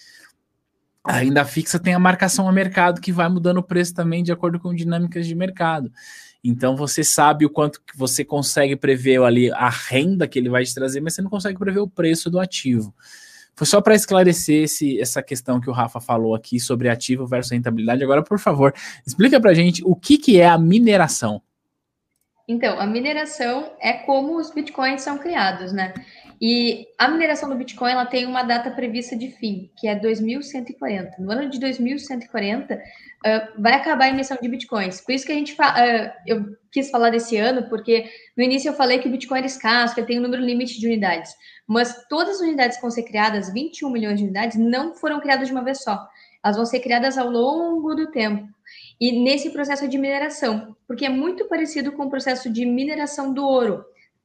A renda fixa tem a marcação a mercado que vai mudando o preço também de acordo com dinâmicas de mercado. Então você sabe o quanto que você consegue prever ali a renda que ele vai te trazer, mas você não consegue prever o preço do ativo. Foi só para esclarecer esse, essa questão que o Rafa falou aqui sobre ativo versus rentabilidade. Agora, por favor, explica para a gente o que, que é a mineração. Então, a mineração é como os bitcoins são criados, né? E a mineração do Bitcoin, ela tem uma data prevista de fim, que é dois mil cento e quarenta. No ano de dois mil cento e quarenta, uh, vai acabar a emissão de Bitcoins. Por isso que a gente fa- uh, eu quis falar desse ano, porque no início eu falei que o Bitcoin era escasso, que ele tem um número limite de unidades. Mas todas as unidades que vão ser criadas, vinte e um milhões de unidades, não foram criadas de uma vez só. Elas vão ser criadas ao longo do tempo. E nesse processo de mineração, porque é muito parecido com o processo de mineração do ouro.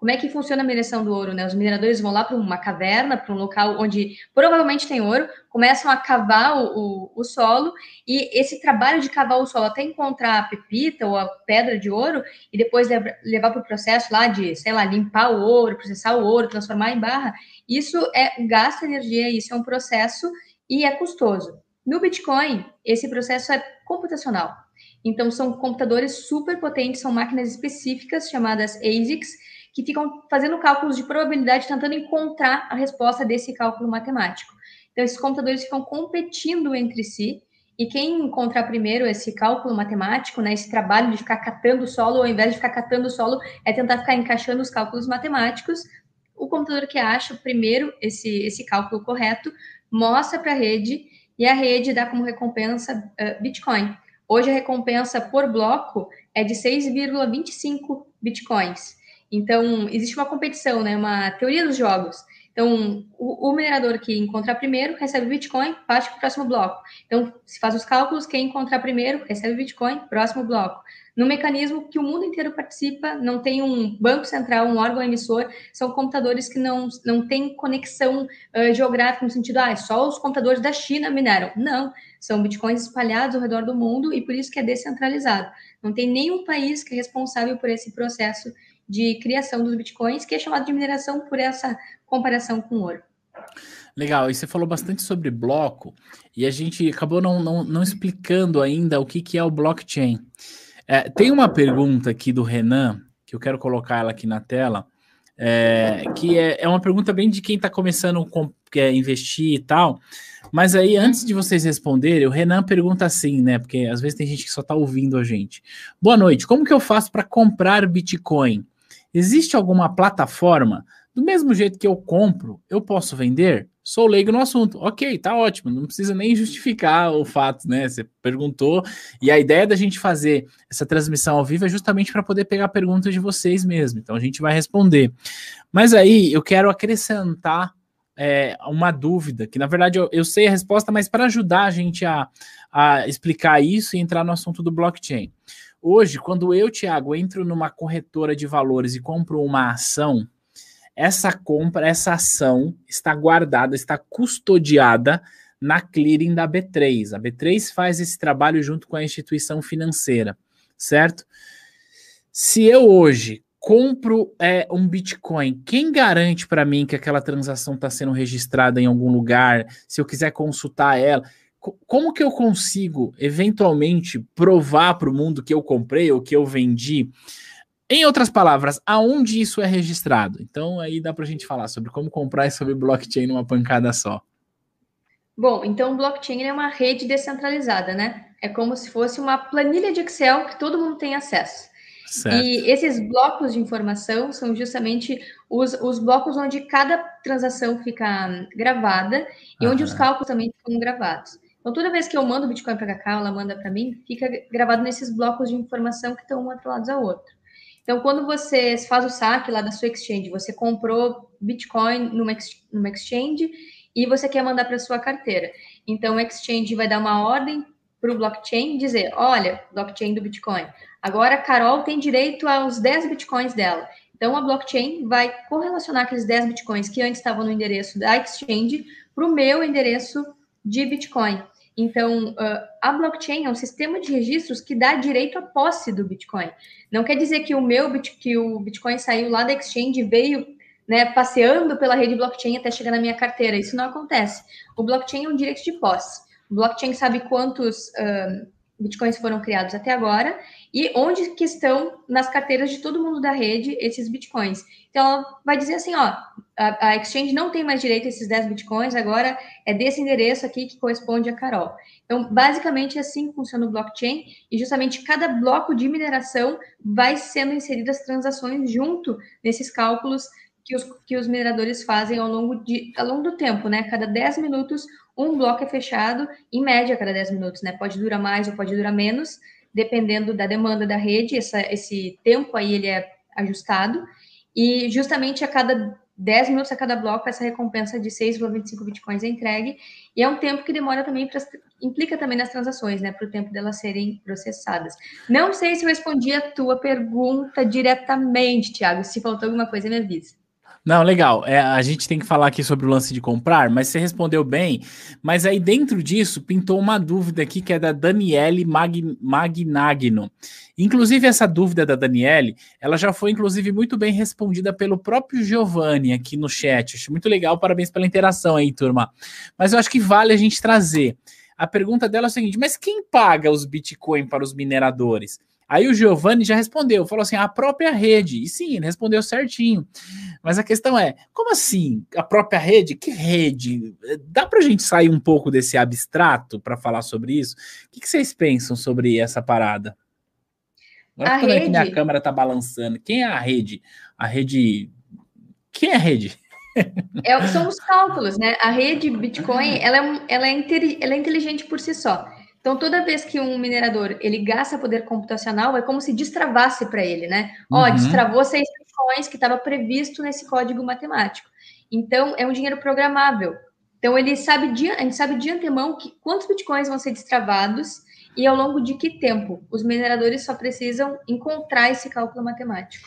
como é que funciona a mineração do ouro, né? Os mineradores vão lá para uma caverna, para um local onde provavelmente tem ouro, começam a cavar o, o, o solo, e esse trabalho de cavar o solo até encontrar a pepita ou a pedra de ouro, e depois levar para o processo lá de, sei lá, limpar o ouro, processar o ouro, transformar em barra, isso é gasta energia, isso é um processo e é custoso. No Bitcoin, esse processo é computacional. Então, são computadores super potentes, são máquinas específicas chamadas A S I Cs, que ficam fazendo cálculos de probabilidade, tentando encontrar a resposta desse cálculo matemático. Então, esses computadores ficam competindo entre si, e quem encontrar primeiro esse cálculo matemático, né, esse trabalho de ficar catando o solo, ao invés de ficar catando o solo, é tentar ficar encaixando os cálculos matemáticos, o computador que acha primeiro esse, esse cálculo correto, mostra para a rede, e a rede dá como recompensa uh, Bitcoin. Hoje a recompensa por bloco é de seis vírgula vinte e cinco bitcoins. Então, existe uma competição, né? Uma teoria dos jogos. Então, o, o minerador que encontrar primeiro recebe Bitcoin, parte para o próximo bloco. Então, se faz os cálculos, quem encontrar primeiro recebe Bitcoin, próximo bloco. No mecanismo que o mundo inteiro participa, não tem um banco central, um órgão emissor, são computadores que não, não têm conexão uh, geográfica, no sentido, ah, só os computadores da China mineram. Não, são bitcoins espalhados ao redor do mundo, e por isso que é descentralizado. Não tem nenhum país que é responsável por esse processo de criação dos bitcoins, que é chamado de mineração por essa comparação com ouro. Legal, e você falou bastante sobre bloco, e a gente acabou não, não, não explicando ainda o que, que é o blockchain. É, tem uma pergunta aqui do Renan, que eu quero colocar ela aqui na tela, é, que é, é uma pergunta bem de quem está começando a investir e tal, mas aí antes de vocês responderem, o Renan pergunta assim, né, porque às vezes tem gente que só está ouvindo a gente. Boa noite, como que eu faço para comprar Bitcoin? Existe alguma plataforma? Do mesmo jeito que eu compro, eu posso vender? Sou leigo no assunto. Ok, tá ótimo, não precisa nem justificar o fato, né? Você perguntou, e a ideia da gente fazer essa transmissão ao vivo é justamente para poder pegar perguntas de vocês mesmo. Então a gente vai responder. Mas aí eu quero acrescentar é, uma dúvida, que na verdade eu, eu sei a resposta, mas para ajudar a gente a, a explicar isso e entrar no assunto do blockchain. Hoje, quando eu, Thiago, entro numa corretora de valores e compro uma ação, essa compra, essa ação está guardada, está custodiada na clearing da B três. A B três faz esse trabalho junto com a instituição financeira, certo? Se eu hoje compro é, um Bitcoin, quem garante para mim que aquela transação está sendo registrada em algum lugar? Se eu quiser consultar ela, como que eu consigo, eventualmente, provar para o mundo que eu comprei ou que eu vendi? Em outras palavras, aonde isso é registrado? Então, aí dá para a gente falar sobre como comprar e sobre blockchain numa pancada só. Bom, então o blockchain é uma rede descentralizada, né? É como se fosse uma planilha de Excel que todo mundo tem acesso. Certo. E esses blocos de informação são justamente os, os blocos onde cada transação fica gravada e onde Aham. Os cálculos também ficam gravados. Então, toda vez que eu mando Bitcoin para a Cacau, ela manda para mim, fica gravado nesses blocos de informação que estão um atrelados ao outro. Então, quando você faz o saque lá da sua exchange, você comprou Bitcoin numa, numa exchange e você quer mandar para sua carteira. Então, o exchange vai dar uma ordem para o blockchain dizer, olha, blockchain do Bitcoin, agora a Carol tem direito aos dez Bitcoins dela. Então, a blockchain vai correlacionar aqueles dez Bitcoins que antes estavam no endereço da exchange para o meu endereço de Bitcoin. Então, uh, a blockchain é um sistema de registros que dá direito à posse do Bitcoin. Não quer dizer que o meu que o Bitcoin saiu lá da exchange e veio, né, passeando pela rede blockchain até chegar na minha carteira. Isso não acontece. O blockchain é um direito de posse. O blockchain sabe quantos uh, Bitcoins foram criados até agora e onde que estão nas carteiras de todo mundo da rede esses Bitcoins. Então, ela vai dizer assim, ó, a, a exchange não tem mais direito a esses dez Bitcoins, agora é desse endereço aqui que corresponde a Carol. Então, basicamente, assim funciona o blockchain e justamente cada bloco de mineração vai sendo inseridas transações junto nesses cálculos que os, que os mineradores fazem ao longo, de, ao longo do tempo, né? Cada dez minutos, um bloco é fechado, em média, a cada dez minutos, né? Pode durar mais ou pode durar menos, dependendo da demanda da rede, essa, esse tempo aí ele é ajustado, e justamente a cada dez minutos a cada bloco, essa recompensa de seis vírgula vinte e cinco bitcoins é entregue, e é um tempo que demora também, pra, implica também nas transações, né, para o tempo delas serem processadas. Não sei se eu respondi a tua pergunta diretamente, Thiago, se faltou alguma coisa, me avisa. Não, legal. É, a gente tem que falar aqui sobre o lance de comprar, mas você respondeu bem. Mas aí dentro disso pintou uma dúvida aqui que é da Daniele Mag, Magnagno. Inclusive essa dúvida da Daniele, ela já foi inclusive muito bem respondida pelo próprio Giovanni aqui no chat. Acho muito legal, parabéns pela interação aí, turma. Mas eu acho que vale a gente trazer. A pergunta dela é o seguinte, mas quem paga os Bitcoin para os mineradores? Aí o Giovanni já respondeu, falou assim, a própria rede. E sim, ele respondeu certinho. Mas a questão é, como assim? A própria rede? Que rede? Dá pra gente sair um pouco desse abstrato para falar sobre isso? O que, que vocês pensam sobre essa parada? Agora tô vendo que minha câmera tá balançando. Quem é a rede? A rede... Quem é a rede? É, são os cálculos, né? A rede Bitcoin, ela é, ela, é ela é inteligente por si só. Então, toda vez que um minerador ele gasta poder computacional, é como se destravasse para ele, né? Ó, Uhum. destravou seis bitcoins que estava previsto nesse código matemático. Então, é um dinheiro programável. Então, ele sabe de, a gente sabe de antemão que, quantos bitcoins vão ser destravados e ao longo de que tempo. Os mineradores só precisam encontrar esse cálculo matemático.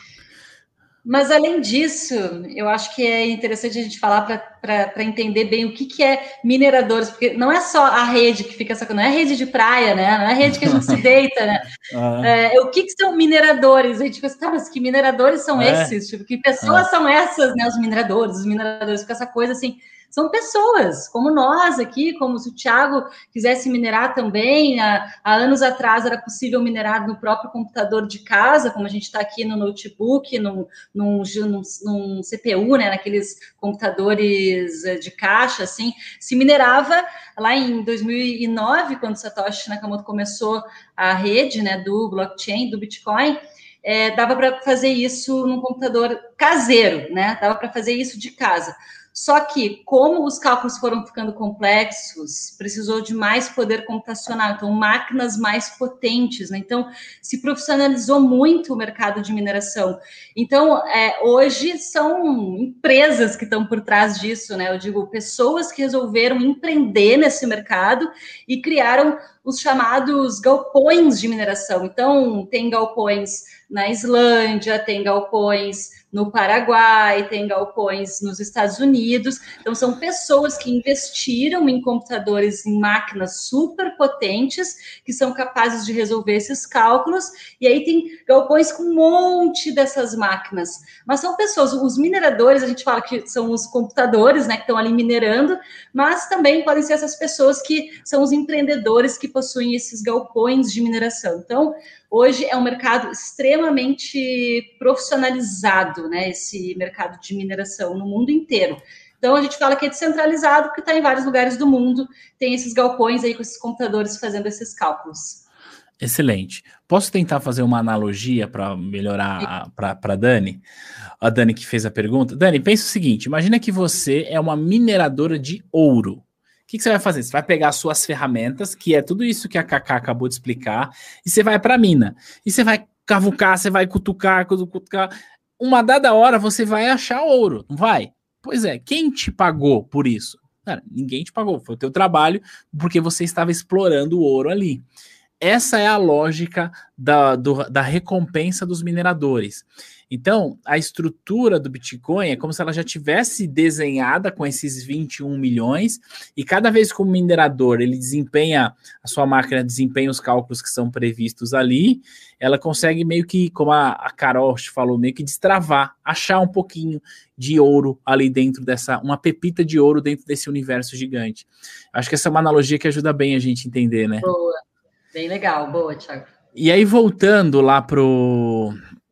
Mas, além disso, eu acho que é interessante a gente falar para entender bem o que, que é mineradores, porque não é só a rede que fica essa coisa, não é rede de praia, né? Não é a rede que a gente se deita, né? Ah. É, o que, que são mineradores? A gente pensa, tá, mas que mineradores são é. esses? Tipo, que pessoas ah. são essas, né? Os mineradores, os mineradores, com essa coisa assim. São pessoas, como nós aqui, como se o Thiago quisesse minerar também. Há, há anos atrás era possível minerar no próprio computador de casa, como a gente está aqui no notebook, num, num, num, num C P U, né, naqueles computadores de caixa, assim. Se minerava lá em dois mil e nove, quando Satoshi Nakamoto começou a rede, né, do blockchain, do Bitcoin, é, dava para fazer isso num computador caseiro, né? Dava para fazer isso de casa. Só que, como os cálculos foram ficando complexos, precisou de mais poder computacional, então máquinas mais potentes, né? Então, se profissionalizou muito o mercado de mineração. Então, é, hoje são empresas que estão por trás disso, né? Eu digo, pessoas que resolveram empreender nesse mercado e criaram os chamados galpões de mineração. Então, tem galpões na Islândia, tem galpões no Paraguai, tem galpões nos Estados Unidos. Então, são pessoas que investiram em computadores, em máquinas super potentes, que são capazes de resolver esses cálculos, e aí tem galpões com um monte dessas máquinas. Mas são pessoas, os mineradores, a gente fala que são os computadores, né, que estão ali minerando, mas também podem ser essas pessoas que são os empreendedores que possuem esses galpões de mineração. Então, hoje é um mercado extremamente profissionalizado, né? Esse mercado de mineração no mundo inteiro. Então, a gente fala que é descentralizado, porque está em vários lugares do mundo, tem esses galpões aí com esses computadores fazendo esses cálculos. Excelente. Posso tentar fazer uma analogia para melhorar para a Dani? A Dani que fez a pergunta. Dani, pensa o seguinte, imagina que você é uma mineradora de ouro. O que, que você vai fazer? Você vai pegar as suas ferramentas, que é tudo isso que a Cacá acabou de explicar, e você vai para a mina. E você vai cavucar, você vai cutucar, cutucar. Uma dada hora você vai achar ouro, não vai? Pois é, quem te pagou por isso? Cara, ninguém te pagou, foi o teu trabalho, porque você estava explorando o ouro ali. Essa é a lógica da, do, da recompensa dos mineradores. Então, a estrutura do Bitcoin é como se ela já tivesse desenhada com esses vinte e um milhões, e cada vez que o minerador ele desempenha, a sua máquina desempenha os cálculos que são previstos ali, ela consegue meio que, como a, a Carol falou, meio que destravar, achar um pouquinho de ouro ali dentro dessa, uma pepita de ouro dentro desse universo gigante. Acho que essa é uma analogia que ajuda bem a gente entender, né? Boa, bem legal, boa, Thiago. E aí, voltando lá pro...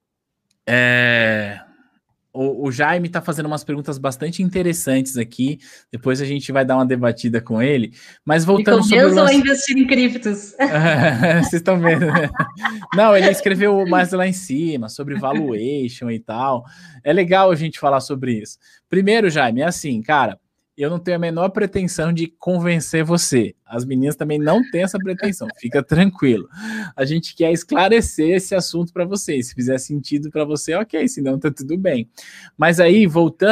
É, o, o Jaime está fazendo umas perguntas bastante interessantes aqui. Depois a gente vai dar uma debatida com ele. Mas voltando sobre o lance... a investir em criptos. Vocês estão vendo, né? Não, ele escreveu mais lá em cima sobre valuation e tal. É legal a gente falar sobre isso. Primeiro, Jaime, é assim, cara. Eu não tenho a menor pretensão de convencer você. As meninas também não têm essa pretensão. Fica tranquilo. A gente quer esclarecer esse assunto para você. Se fizer sentido para você, ok. Senão tá tudo bem. Mas aí, voltando,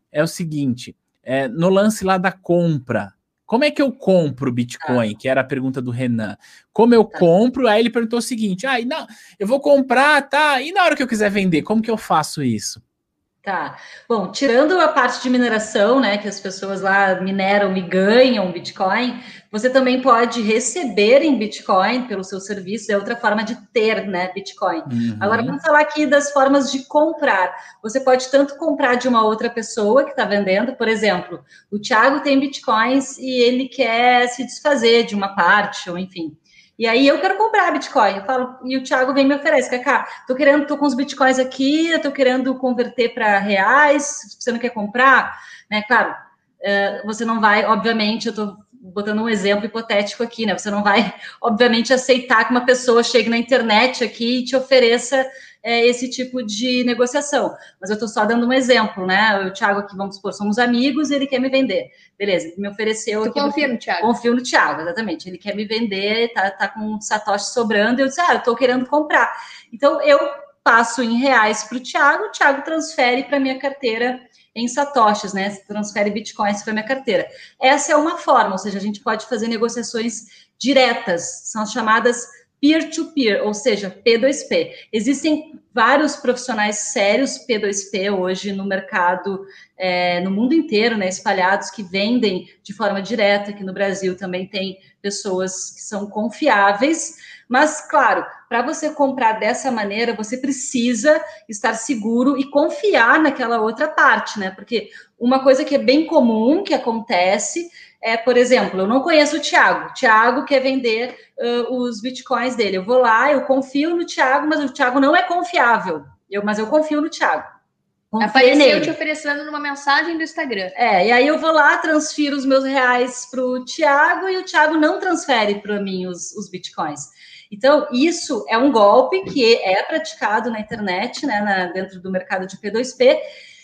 é o seguinte, é, no lance lá da compra, como é que eu compro Bitcoin? Ah. Que era a pergunta do Renan. Como eu tá. compro? Aí ele perguntou o seguinte, ah, não, eu vou comprar, tá, e na hora que eu quiser vender, como que eu faço isso? Tá. Bom, tirando a parte de mineração, né, que as pessoas lá mineram e ganham Bitcoin, você também pode receber em Bitcoin pelo seu serviço, é outra forma de ter, né, Bitcoin. Uhum. Agora, vamos falar aqui das formas de comprar. Você pode tanto comprar de uma outra pessoa que está vendendo, por exemplo, o Thiago tem Bitcoins e ele quer se desfazer de uma parte, ou enfim. E aí eu quero comprar Bitcoin, eu falo, e o Thiago vem e me oferece, Cacá, tô querendo, tô com os Bitcoins aqui, eu tô querendo converter para reais, você não quer comprar? Né, claro, você não vai, obviamente, eu tô botando um exemplo hipotético aqui, né, você não vai, obviamente, aceitar que uma pessoa chegue na internet aqui e te ofereça é, esse tipo de negociação, mas eu estou só dando um exemplo, né, o Thiago aqui, vamos supor, somos amigos e ele quer me vender, beleza, me ofereceu... Tu aqui, confia no Thiago? Confio no Thiago, exatamente, ele quer me vender, tá, tá com um satoshi sobrando, e eu disse, ah, eu estou querendo comprar, então eu passo em reais para o Thiago, o Thiago transfere para minha carteira em satoshis, né, transfere bitcoins para minha carteira. Essa é uma forma, ou seja, a gente pode fazer negociações diretas, são as chamadas peer-to-peer, ou seja, P dois P. Existem vários profissionais sérios P dois P hoje no mercado, é, no mundo inteiro, né, espalhados, que vendem de forma direta. Aqui no Brasil também tem pessoas que são confiáveis, mas, claro, para você comprar dessa maneira, você precisa estar seguro e confiar naquela outra parte, né? Porque uma coisa que é bem comum, que acontece, é, por exemplo, eu não conheço o Thiago. O Thiago quer vender uh, os bitcoins dele. Eu vou lá, eu confio no Thiago, mas o Thiago não é confiável. Eu, mas eu confio no Thiago. Confio Apareceu nele. Te oferecendo numa mensagem do Instagram. É, e aí eu vou lá, transfiro os meus reais para o Thiago e o Thiago não transfere para mim os, os bitcoins. Então, isso é um golpe que é praticado na internet, né, na, dentro do mercado de P dois P,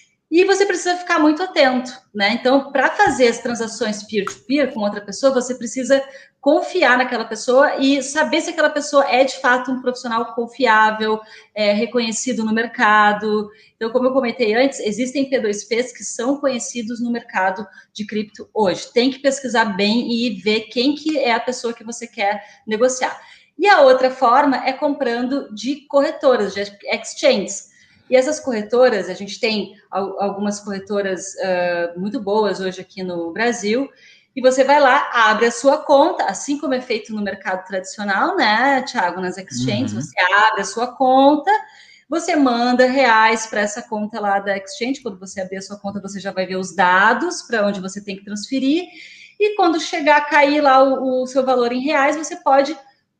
e você precisa ficar muito atento, né? Então, para fazer as transações peer-to-peer com outra pessoa, você precisa confiar naquela pessoa e saber se aquela pessoa é, de fato, um profissional confiável, é, reconhecido no mercado. Então, como eu comentei antes, existem P dois Ps que são conhecidos no mercado de cripto hoje. Tem que pesquisar bem e ver quem que é a pessoa que você quer negociar. E a outra forma é comprando de corretoras, de exchanges. E essas corretoras, a gente tem algumas corretoras uh, muito boas hoje aqui no Brasil, e você vai lá, abre a sua conta, assim como é feito no mercado tradicional, né, Thiago, nas exchanges, uhum. Você abre a sua conta, você manda reais para essa conta lá da exchange, quando você abrir a sua conta, você já vai ver os dados para onde você tem que transferir, e quando chegar a cair lá o, o seu valor em reais, você pode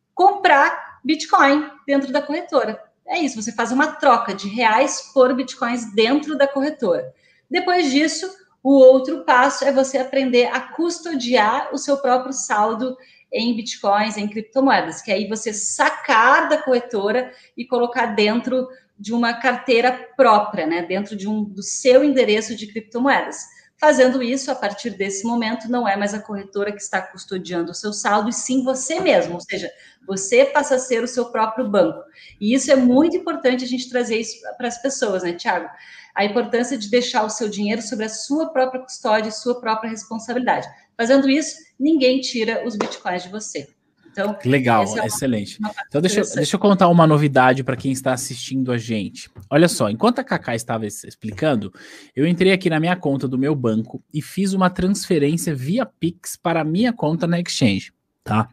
comprar Bitcoin dentro da corretora. É isso, você faz uma troca de reais por Bitcoins dentro da corretora. Depois disso, o outro passo é você aprender a custodiar o seu próprio saldo em Bitcoins, em criptomoedas, que aí você sacar da corretora e colocar dentro de uma carteira própria, né? Dentro de um, do seu endereço de criptomoedas. Fazendo isso, a partir desse momento, não é mais a corretora que está custodiando o seu saldo, e sim você mesmo, ou seja, você passa a ser o seu próprio banco. E isso é muito importante a gente trazer isso para as pessoas, né, Thiago? A importância de deixar o seu dinheiro sobre a sua própria custódia e sua própria responsabilidade. Fazendo isso, ninguém tira os bitcoins de você. Então, legal, é excelente. Então, deixa eu, deixa eu contar uma novidade para quem está assistindo a gente. Olha só, enquanto a Cacá estava explicando, eu entrei aqui na minha conta do meu banco e fiz uma transferência via Pix para a minha conta na Exchange, tá?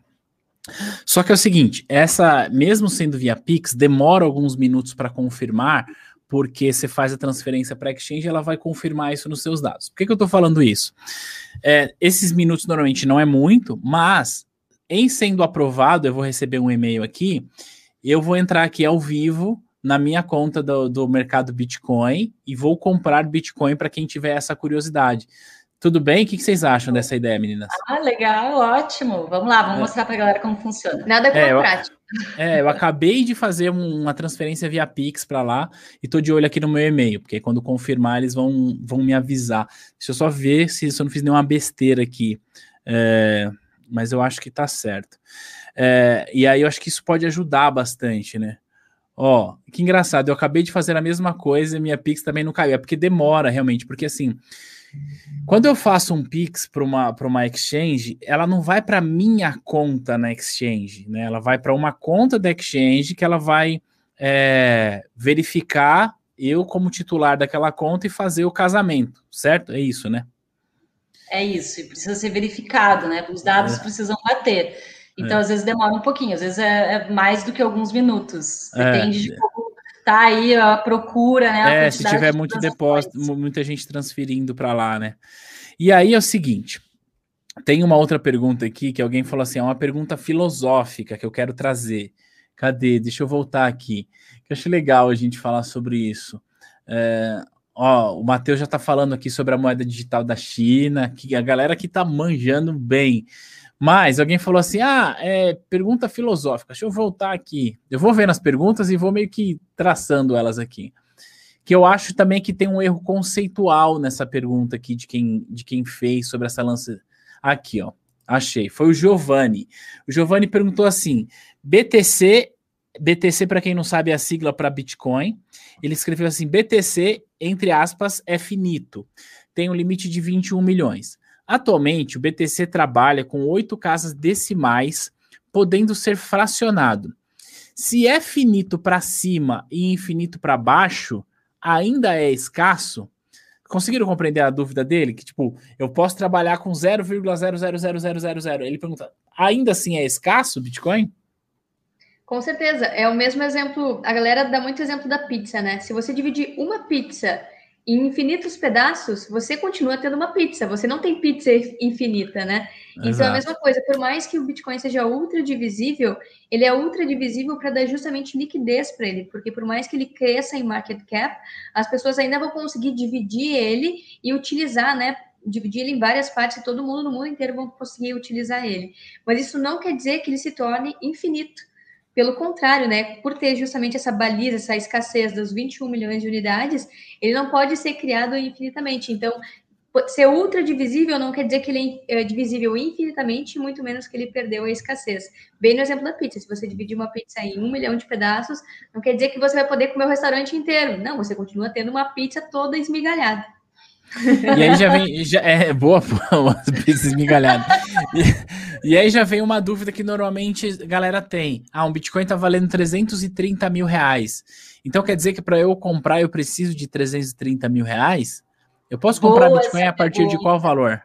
Só que é o seguinte, essa, mesmo sendo via Pix, demora alguns minutos para confirmar, porque você faz a transferência para a Exchange e ela vai confirmar isso nos seus dados. Por que, que eu estou falando isso? É, esses minutos normalmente não é muito, mas em sendo aprovado, eu vou receber um e-mail aqui, eu vou entrar aqui ao vivo na minha conta do, do mercado Bitcoin e vou comprar Bitcoin para quem tiver essa curiosidade. Tudo bem? O que vocês acham dessa ideia, meninas? Ah, legal, ótimo. Vamos lá, vamos é. mostrar para a galera como funciona. Nada como é, prático. É, eu acabei de fazer um, uma transferência via Pix para lá e tô de olho aqui no meu e-mail, porque quando confirmar eles vão, vão me avisar. Deixa eu só ver se, se eu não fiz nenhuma besteira aqui. É, mas eu acho que tá certo. É, e aí eu acho que isso pode ajudar bastante, né? Ó, que engraçado, eu acabei de fazer a mesma coisa e minha Pix também não caiu. É porque demora realmente, porque assim, quando eu faço um Pix para uma, para uma exchange, ela não vai para minha conta na exchange, né? Ela vai para uma conta da exchange que ela vai é, verificar eu como titular daquela conta e fazer o casamento, certo? É isso, né? É isso, e precisa ser verificado, né? Os dados É. precisam bater. Então, É. às vezes demora um pouquinho, às vezes é, é mais do que alguns minutos. É. Depende de como tá aí a procura, né? A É, se quantidade tiver de muito transações. depósito, muita gente transferindo para lá, né? E aí é o seguinte, tem uma outra pergunta aqui que alguém falou assim, é uma pergunta filosófica que eu quero trazer. Cadê? Deixa eu voltar aqui. Que eu acho legal a gente falar sobre isso. É, ó, o Matheus já está falando aqui sobre a moeda digital da China, que a galera aqui tá manjando bem. Mas alguém falou assim, ah, é pergunta filosófica. Deixa eu voltar aqui. Eu vou vendo as perguntas e vou meio que traçando elas aqui. Que eu acho também que tem um erro conceitual nessa pergunta aqui de quem, de quem fez sobre essa lança. Aqui, ó. Achei. Foi o Giovanni. O Giovanni perguntou assim: B T C, B T C, para quem não sabe, é a sigla para Bitcoin. Ele escreveu assim: B T C, entre aspas, é finito. Tem um limite de vinte e um milhões. Atualmente, o B T C trabalha com oito casas decimais, podendo ser fracionado. Se é finito para cima e infinito para baixo, ainda é escasso? Conseguiram compreender a dúvida dele? Que, tipo, eu posso trabalhar com zero vírgula zero zero zero zero zero zero. Ele pergunta, ainda assim é escasso o Bitcoin? Com certeza, é o mesmo exemplo, a galera dá muito exemplo da pizza, né? Se você dividir uma pizza em infinitos pedaços, você continua tendo uma pizza, você não tem pizza infinita, né? Então Exato. é a mesma coisa, por mais que o Bitcoin seja ultra divisível, ele é ultra divisível para dar justamente liquidez para ele, porque por mais que ele cresça em market cap, as pessoas ainda vão conseguir dividir ele e utilizar, né? Dividir ele em várias partes e todo mundo no mundo inteiro vão conseguir utilizar ele. Mas isso não quer dizer que ele se torne infinito. Pelo contrário, né, por ter justamente essa baliza, essa escassez dos vinte e um milhões de unidades, ele não pode ser criado infinitamente. Então, ser ultra divisível não quer dizer que ele é divisível infinitamente, muito menos que ele perdeu a escassez. Bem no exemplo da pizza, se você dividir uma pizza em um milhão de pedaços, não quer dizer que você vai poder comer o restaurante inteiro. Não, você continua tendo uma pizza toda esmigalhada. E aí já vem, já, é boa, umas pizzas esmigalhadas. E, e aí já vem uma dúvida que normalmente a galera tem. Ah, um Bitcoin tá valendo trezentos e trinta mil reais. Então quer dizer que para eu comprar eu preciso de trezentos e trinta mil reais? Eu posso comprar Boa Bitcoin a partir pergunta. de qual valor?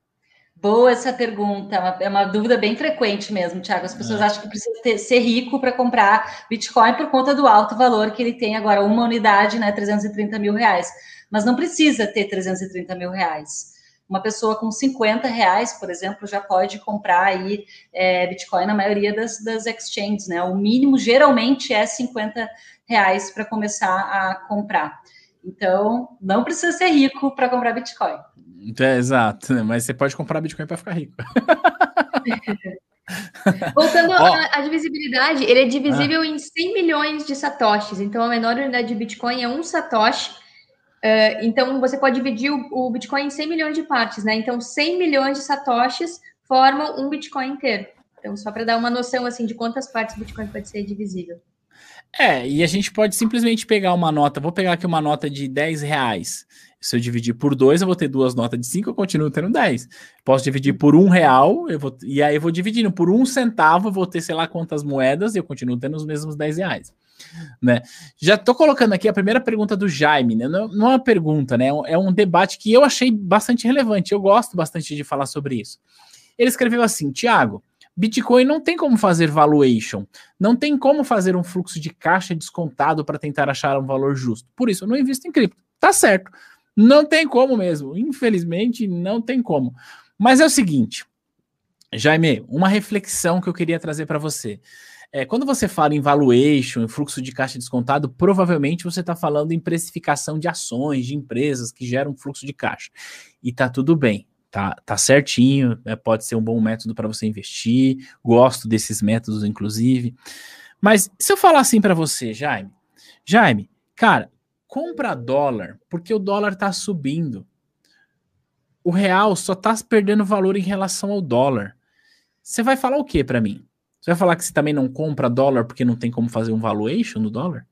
Boa essa pergunta, é uma, é uma dúvida bem frequente mesmo, Thiago. As pessoas é. acham que precisa ter, ser rico para comprar Bitcoin por conta do alto valor que ele tem agora, uma unidade, né, trezentos e trinta mil reais. Mas não precisa ter trezentos e trinta mil reais. Uma pessoa com cinquenta reais, por exemplo, já pode comprar aí é, Bitcoin na maioria das, das exchanges, né? O mínimo geralmente é cinquenta reais para começar a comprar. Então, não precisa ser rico para comprar Bitcoin. É, exato, mas você pode comprar Bitcoin para ficar rico. Voltando à oh. divisibilidade, ele é divisível ah. em cem milhões de satoshis. Então, a menor unidade de Bitcoin é um satoshi. Uh, então, você pode dividir o, o Bitcoin em cem milhões de partes, né? Então, cem milhões de satoshis formam um Bitcoin inteiro. Então, só para dar uma noção, assim, de quantas partes o Bitcoin pode ser divisível. É, e a gente pode simplesmente pegar uma nota, vou pegar aqui uma nota de dez reais. Se eu dividir por dois, eu vou ter duas notas de cinco, eu continuo tendo dez. Posso dividir por um real, eu vou, e aí eu vou dividindo por um centavo, eu vou ter sei lá quantas moedas, e eu continuo tendo os mesmos dez reais. Né? Já tô colocando aqui a primeira pergunta do Jaime, né? não, não é uma pergunta, né? É um debate que eu achei bastante relevante, eu gosto bastante de falar sobre isso. Ele escreveu assim, Thiago, Bitcoin não tem como fazer valuation, não tem como fazer um fluxo de caixa descontado para tentar achar um valor justo, por isso eu não invisto em cripto, tá certo, não tem como mesmo, infelizmente não tem como, mas é o seguinte, Jaime, uma reflexão que eu queria trazer para você. É, quando você fala em valuation, em fluxo de caixa descontado, provavelmente você está falando em precificação de ações, de empresas que geram fluxo de caixa. E tá tudo bem, tá, tá certinho, né, pode ser um bom método para você investir, gosto desses métodos, inclusive. Mas se eu falar assim para você, Jaime, Jaime, cara, compra dólar, porque o dólar tá subindo. O real só tá perdendo valor em relação ao dólar. Você vai falar o que para mim? Você vai falar que você também não compra dólar porque não tem como fazer um valuation no dólar?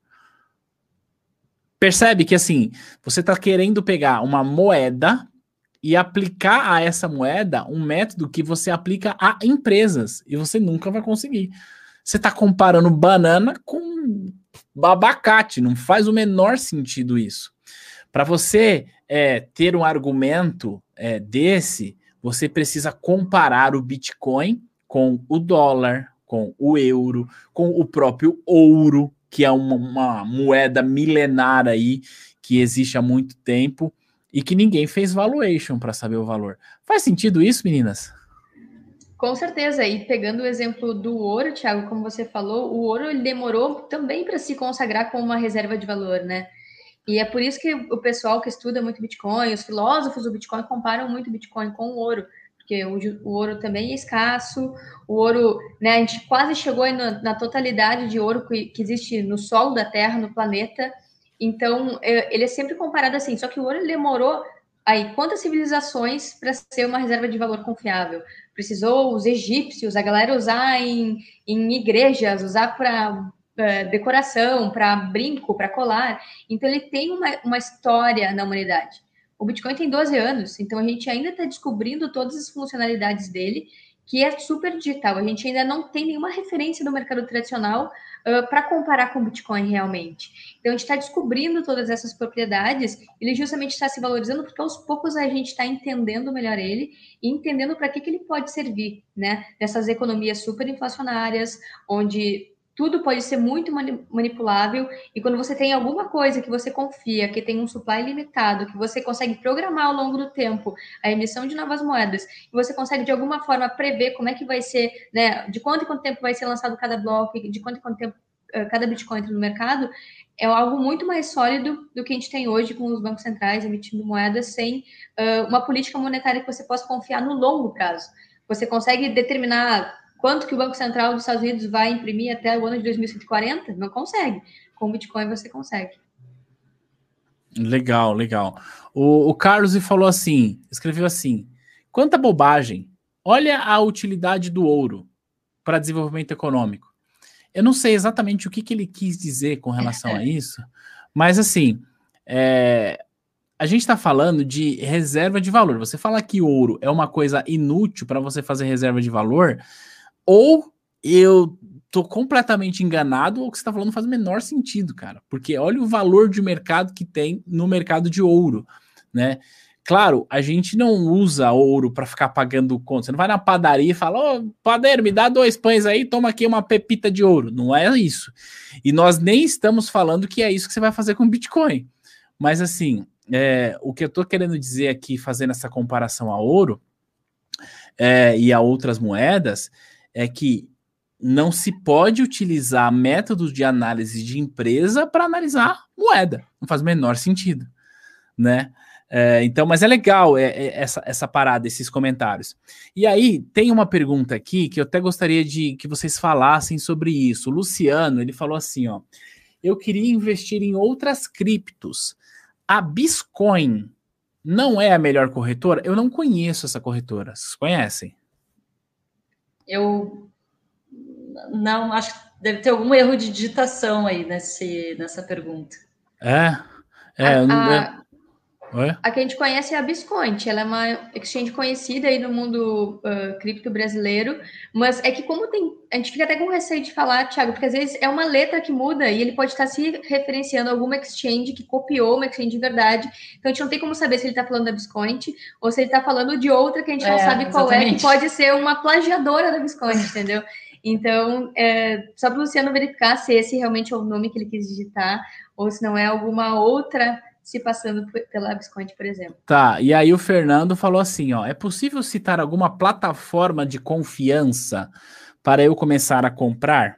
Percebe que, assim, você está querendo pegar uma moeda e aplicar a essa moeda um método que você aplica a empresas, e você nunca vai conseguir. Você está comparando banana com abacate, não faz o menor sentido isso. Para você é, ter um argumento é, desse, você precisa comparar o Bitcoin com o dólar, com o euro, com o próprio ouro, que é uma, uma moeda milenar aí, que existe há muito tempo, e que ninguém fez valuation para saber o valor. Faz sentido isso, meninas? Com certeza, e pegando o exemplo do ouro, Thiago, como você falou, o ouro ele demorou também para se consagrar como uma reserva de valor, né? E é por isso que o pessoal que estuda muito Bitcoin, os filósofos do Bitcoin comparam muito Bitcoin com o ouro, porque o, o ouro também é escasso, o ouro, né, a gente quase chegou aí na, na totalidade de ouro que, que existe no solo da Terra, no planeta, então é, ele é sempre comparado assim, só que o ouro ele demorou aí quantas civilizações para ser uma reserva de valor confiável? Precisou os egípcios, a galera usar em, em igrejas, usar para uh, decoração, para brinco, para colar. Então, ele tem uma, uma história na humanidade. O Bitcoin tem doze anos, então a gente ainda está descobrindo todas as funcionalidades dele, que é super digital. A gente ainda não tem nenhuma referência do mercado tradicional uh, para comparar com o Bitcoin realmente. Então, a gente está descobrindo todas essas propriedades, ele justamente está se valorizando porque aos poucos a gente está entendendo melhor ele e entendendo para que, que ele pode servir, né? Nessas economias super inflacionárias, onde tudo pode ser muito manipulável, e quando você tem alguma coisa que você confia, que tem um supply limitado, que você consegue programar ao longo do tempo a emissão de novas moedas, e você consegue de alguma forma prever como é que vai ser, né, de quanto em quanto tempo vai ser lançado cada bloco, de quanto em quanto tempo uh, cada Bitcoin entra no mercado, é algo muito mais sólido do que a gente tem hoje com os bancos centrais emitindo moedas sem uh, uma política monetária que você possa confiar no longo prazo. Você consegue determinar quanto que o Banco Central dos Estados Unidos vai imprimir até o ano de dois mil cento e quarenta? Não consegue. Com o Bitcoin você consegue. Legal, legal. O, o Carlos falou assim, escreveu assim, quanta bobagem. Olha a utilidade do ouro para desenvolvimento econômico. Eu não sei exatamente o que, que ele quis dizer com relação a isso, mas assim, é, a gente está falando de reserva de valor. Você fala que ouro é uma coisa inútil para você fazer reserva de valor, ou eu tô completamente enganado, ou o que você tá falando não faz o menor sentido, cara. Porque olha o valor de mercado que tem no mercado de ouro, né? Claro, a gente não usa ouro para ficar pagando conta. Você não vai na padaria e fala, ô, oh, padeiro, me dá dois pães aí, toma aqui uma pepita de ouro. Não é isso. E nós nem estamos falando que é isso que você vai fazer com Bitcoin. Mas assim, é, o que eu tô querendo dizer aqui, fazendo essa comparação a ouro é, e a outras moedas, é que não se pode utilizar métodos de análise de empresa para analisar moeda. Não faz o menor sentido, né? É, então, mas é legal é, é, essa, essa parada, esses comentários. E aí, tem uma pergunta aqui que eu até gostaria de que vocês falassem sobre isso. O Luciano, ele falou assim, ó, eu queria investir em outras criptos. A Biscoin não é a melhor corretora? Eu não conheço essa corretora. Vocês conhecem? Eu não, acho que deve ter algum erro de digitação aí nesse, nessa pergunta. É, é, a, não, a, é. a que a gente conhece é a Biscoint, ela é uma exchange conhecida aí no mundo uh, cripto brasileiro, mas é que como tem, a gente fica até com receio de falar, Thiago, porque às vezes é uma letra que muda e ele pode estar se referenciando a alguma exchange que copiou uma exchange de verdade, então a gente não tem como saber se ele está falando da Biscoint ou se ele está falando de outra que a gente é, não sabe qual exatamente. É, que pode ser uma plagiadora da Biscoint, entendeu? Então, é, só para o Luciano verificar se esse realmente é o nome que ele quis digitar ou se não é alguma outra se passando pela Biscoint, por exemplo. Tá, e aí o Fernando falou assim, ó, é possível citar alguma plataforma de confiança para eu começar a comprar?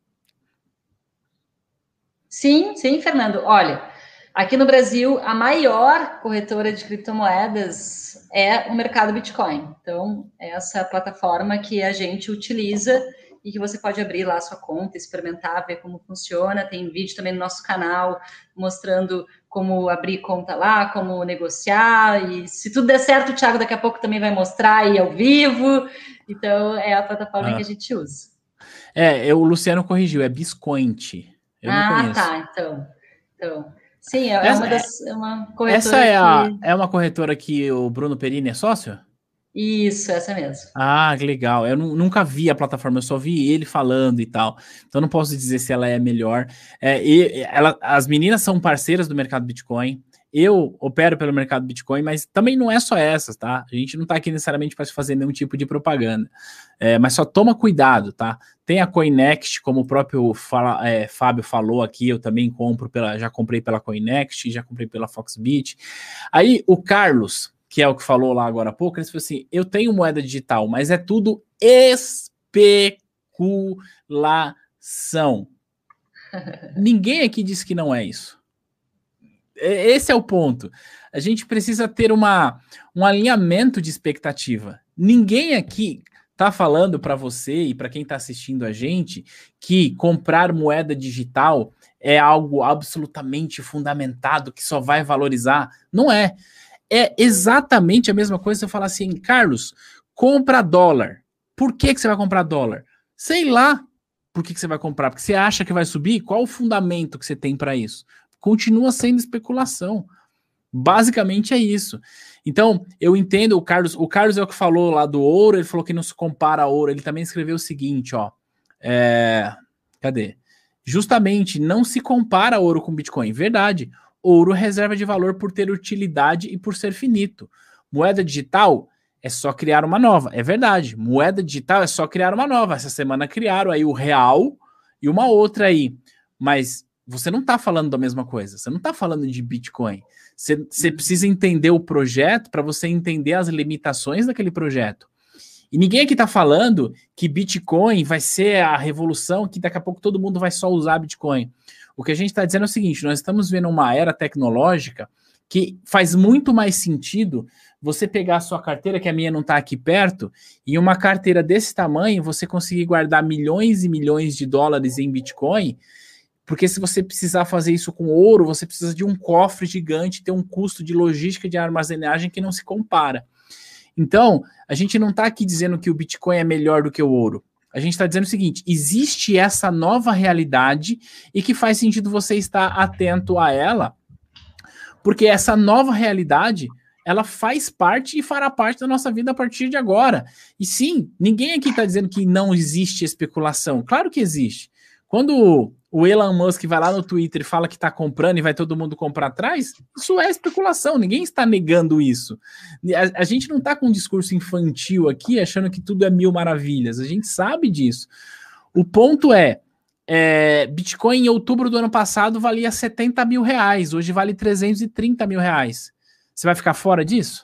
Sim, sim, Fernando. Olha, aqui no Brasil, a maior corretora de criptomoedas é o mercado Bitcoin. Então, é essa plataforma que a gente utiliza e que você pode abrir lá a sua conta, experimentar, ver como funciona. Tem vídeo também no nosso canal mostrando como abrir conta lá, como negociar. E se tudo der certo, o Thiago daqui a pouco também vai mostrar aí ao vivo. Então, é a plataforma ah. que a gente usa. É, eu, o Luciano corrigiu, é Biscoint. Eu ah, não conheço. tá, então. então. Sim, é, essa, uma, das, é uma corretora essa é, a, que... é uma corretora que o Bruno Perini é sócio? Isso, essa mesmo. Ah, que legal. Eu nunca vi a plataforma, eu só vi ele falando e tal. Então não posso dizer se ela é melhor. É, e ela, as meninas são parceiras do mercado Bitcoin. Eu opero pelo mercado Bitcoin, mas também não é só essas, tá? A gente não tá aqui necessariamente para fazer nenhum tipo de propaganda. É, mas só toma cuidado, tá? Tem a Coinext, como o próprio fala, é, Fábio falou aqui, eu também compro pela, já comprei pela Coinext, já comprei pela Foxbit. Aí o Carlos, que é o que falou lá agora há pouco, ele falou assim, eu tenho moeda digital, mas é tudo especulação. Ninguém aqui disse que não é isso. Esse é o ponto. A gente precisa ter uma, um alinhamento de expectativa. Ninguém aqui tá falando para você e para quem está assistindo a gente que comprar moeda digital é algo absolutamente fundamentado, que só vai valorizar. Não é. É exatamente a mesma coisa se eu falar assim, Carlos, compra dólar. Por que, que você vai comprar dólar? Sei lá por que, que você vai comprar. Porque você acha que vai subir? Qual o fundamento que você tem para isso? Continua sendo especulação. Basicamente é isso. Então, eu entendo o Carlos. O Carlos é o que falou lá do ouro, ele falou que não se compara a ouro. Ele também escreveu o seguinte, ó. É, cadê? Justamente, não se compara ouro com Bitcoin. Verdade. Ouro reserva de valor por ter utilidade e por ser finito. Moeda digital é só criar uma nova. É verdade. Moeda digital é só criar uma nova. Essa semana criaram aí o real e uma outra aí. Mas você não está falando da mesma coisa. Você não está falando de Bitcoin. Você, você precisa entender o projeto para você entender as limitações daquele projeto. E ninguém aqui está falando que Bitcoin vai ser a revolução, que daqui a pouco todo mundo vai só usar Bitcoin. O que a gente está dizendo é o seguinte, nós estamos vendo uma era tecnológica que faz muito mais sentido você pegar a sua carteira, que a minha não está aqui perto, e uma carteira desse tamanho, você conseguir guardar milhões e milhões de dólares em Bitcoin, porque se você precisar fazer isso com ouro, você precisa de um cofre gigante, ter um custo de logística de armazenagem que não se compara. Então, a gente não está aqui dizendo que o Bitcoin é melhor do que o ouro. A gente está dizendo o seguinte, existe essa nova realidade e que faz sentido você estar atento a ela, porque essa nova realidade, ela faz parte e fará parte da nossa vida a partir de agora. E sim, ninguém aqui está dizendo que não existe especulação. Claro que existe. Quando o Elon Musk vai lá no Twitter e fala que está comprando e vai todo mundo comprar atrás, isso é especulação, ninguém está negando isso. A, a gente não está com um discurso infantil aqui, achando que tudo é mil maravilhas, a gente sabe disso. O ponto é, é Bitcoin em outubro do ano passado valia setenta mil reais, hoje vale trezentos e trinta mil reais. Você vai ficar fora disso?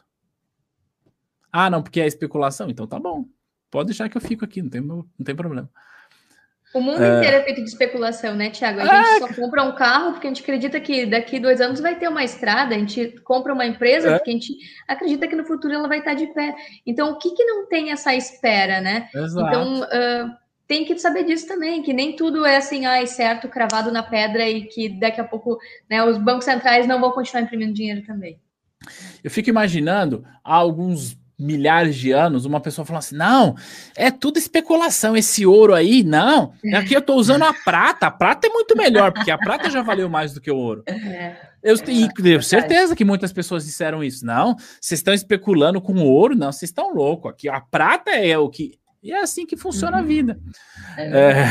Ah, não, porque é especulação? Então tá bom, pode deixar que eu fico aqui, não tem, não tem problema. O mundo é... inteiro é feito de especulação, né, Thiago? A gente é... só compra um carro porque a gente acredita que daqui dois anos vai ter uma estrada, a gente compra uma empresa é... porque a gente acredita que no futuro ela vai estar de pé. Então, o que, que não tem essa espera, né? Exato. Então, uh, tem que saber disso também, que nem tudo é assim, ah, certo, cravado na pedra e que daqui a pouco, né, os bancos centrais não vão continuar imprimindo dinheiro também. Eu fico imaginando há alguns milhares de anos, uma pessoa falando assim, não, é tudo especulação, esse ouro aí, não, aqui eu tô usando a prata, a prata é muito melhor, porque a prata já valeu mais do que o ouro. É, eu é, tenho certeza que muitas pessoas disseram isso, não, vocês estão especulando com ouro, não, vocês estão loucos, aqui a prata é o que... E é assim que funciona a vida. É. É...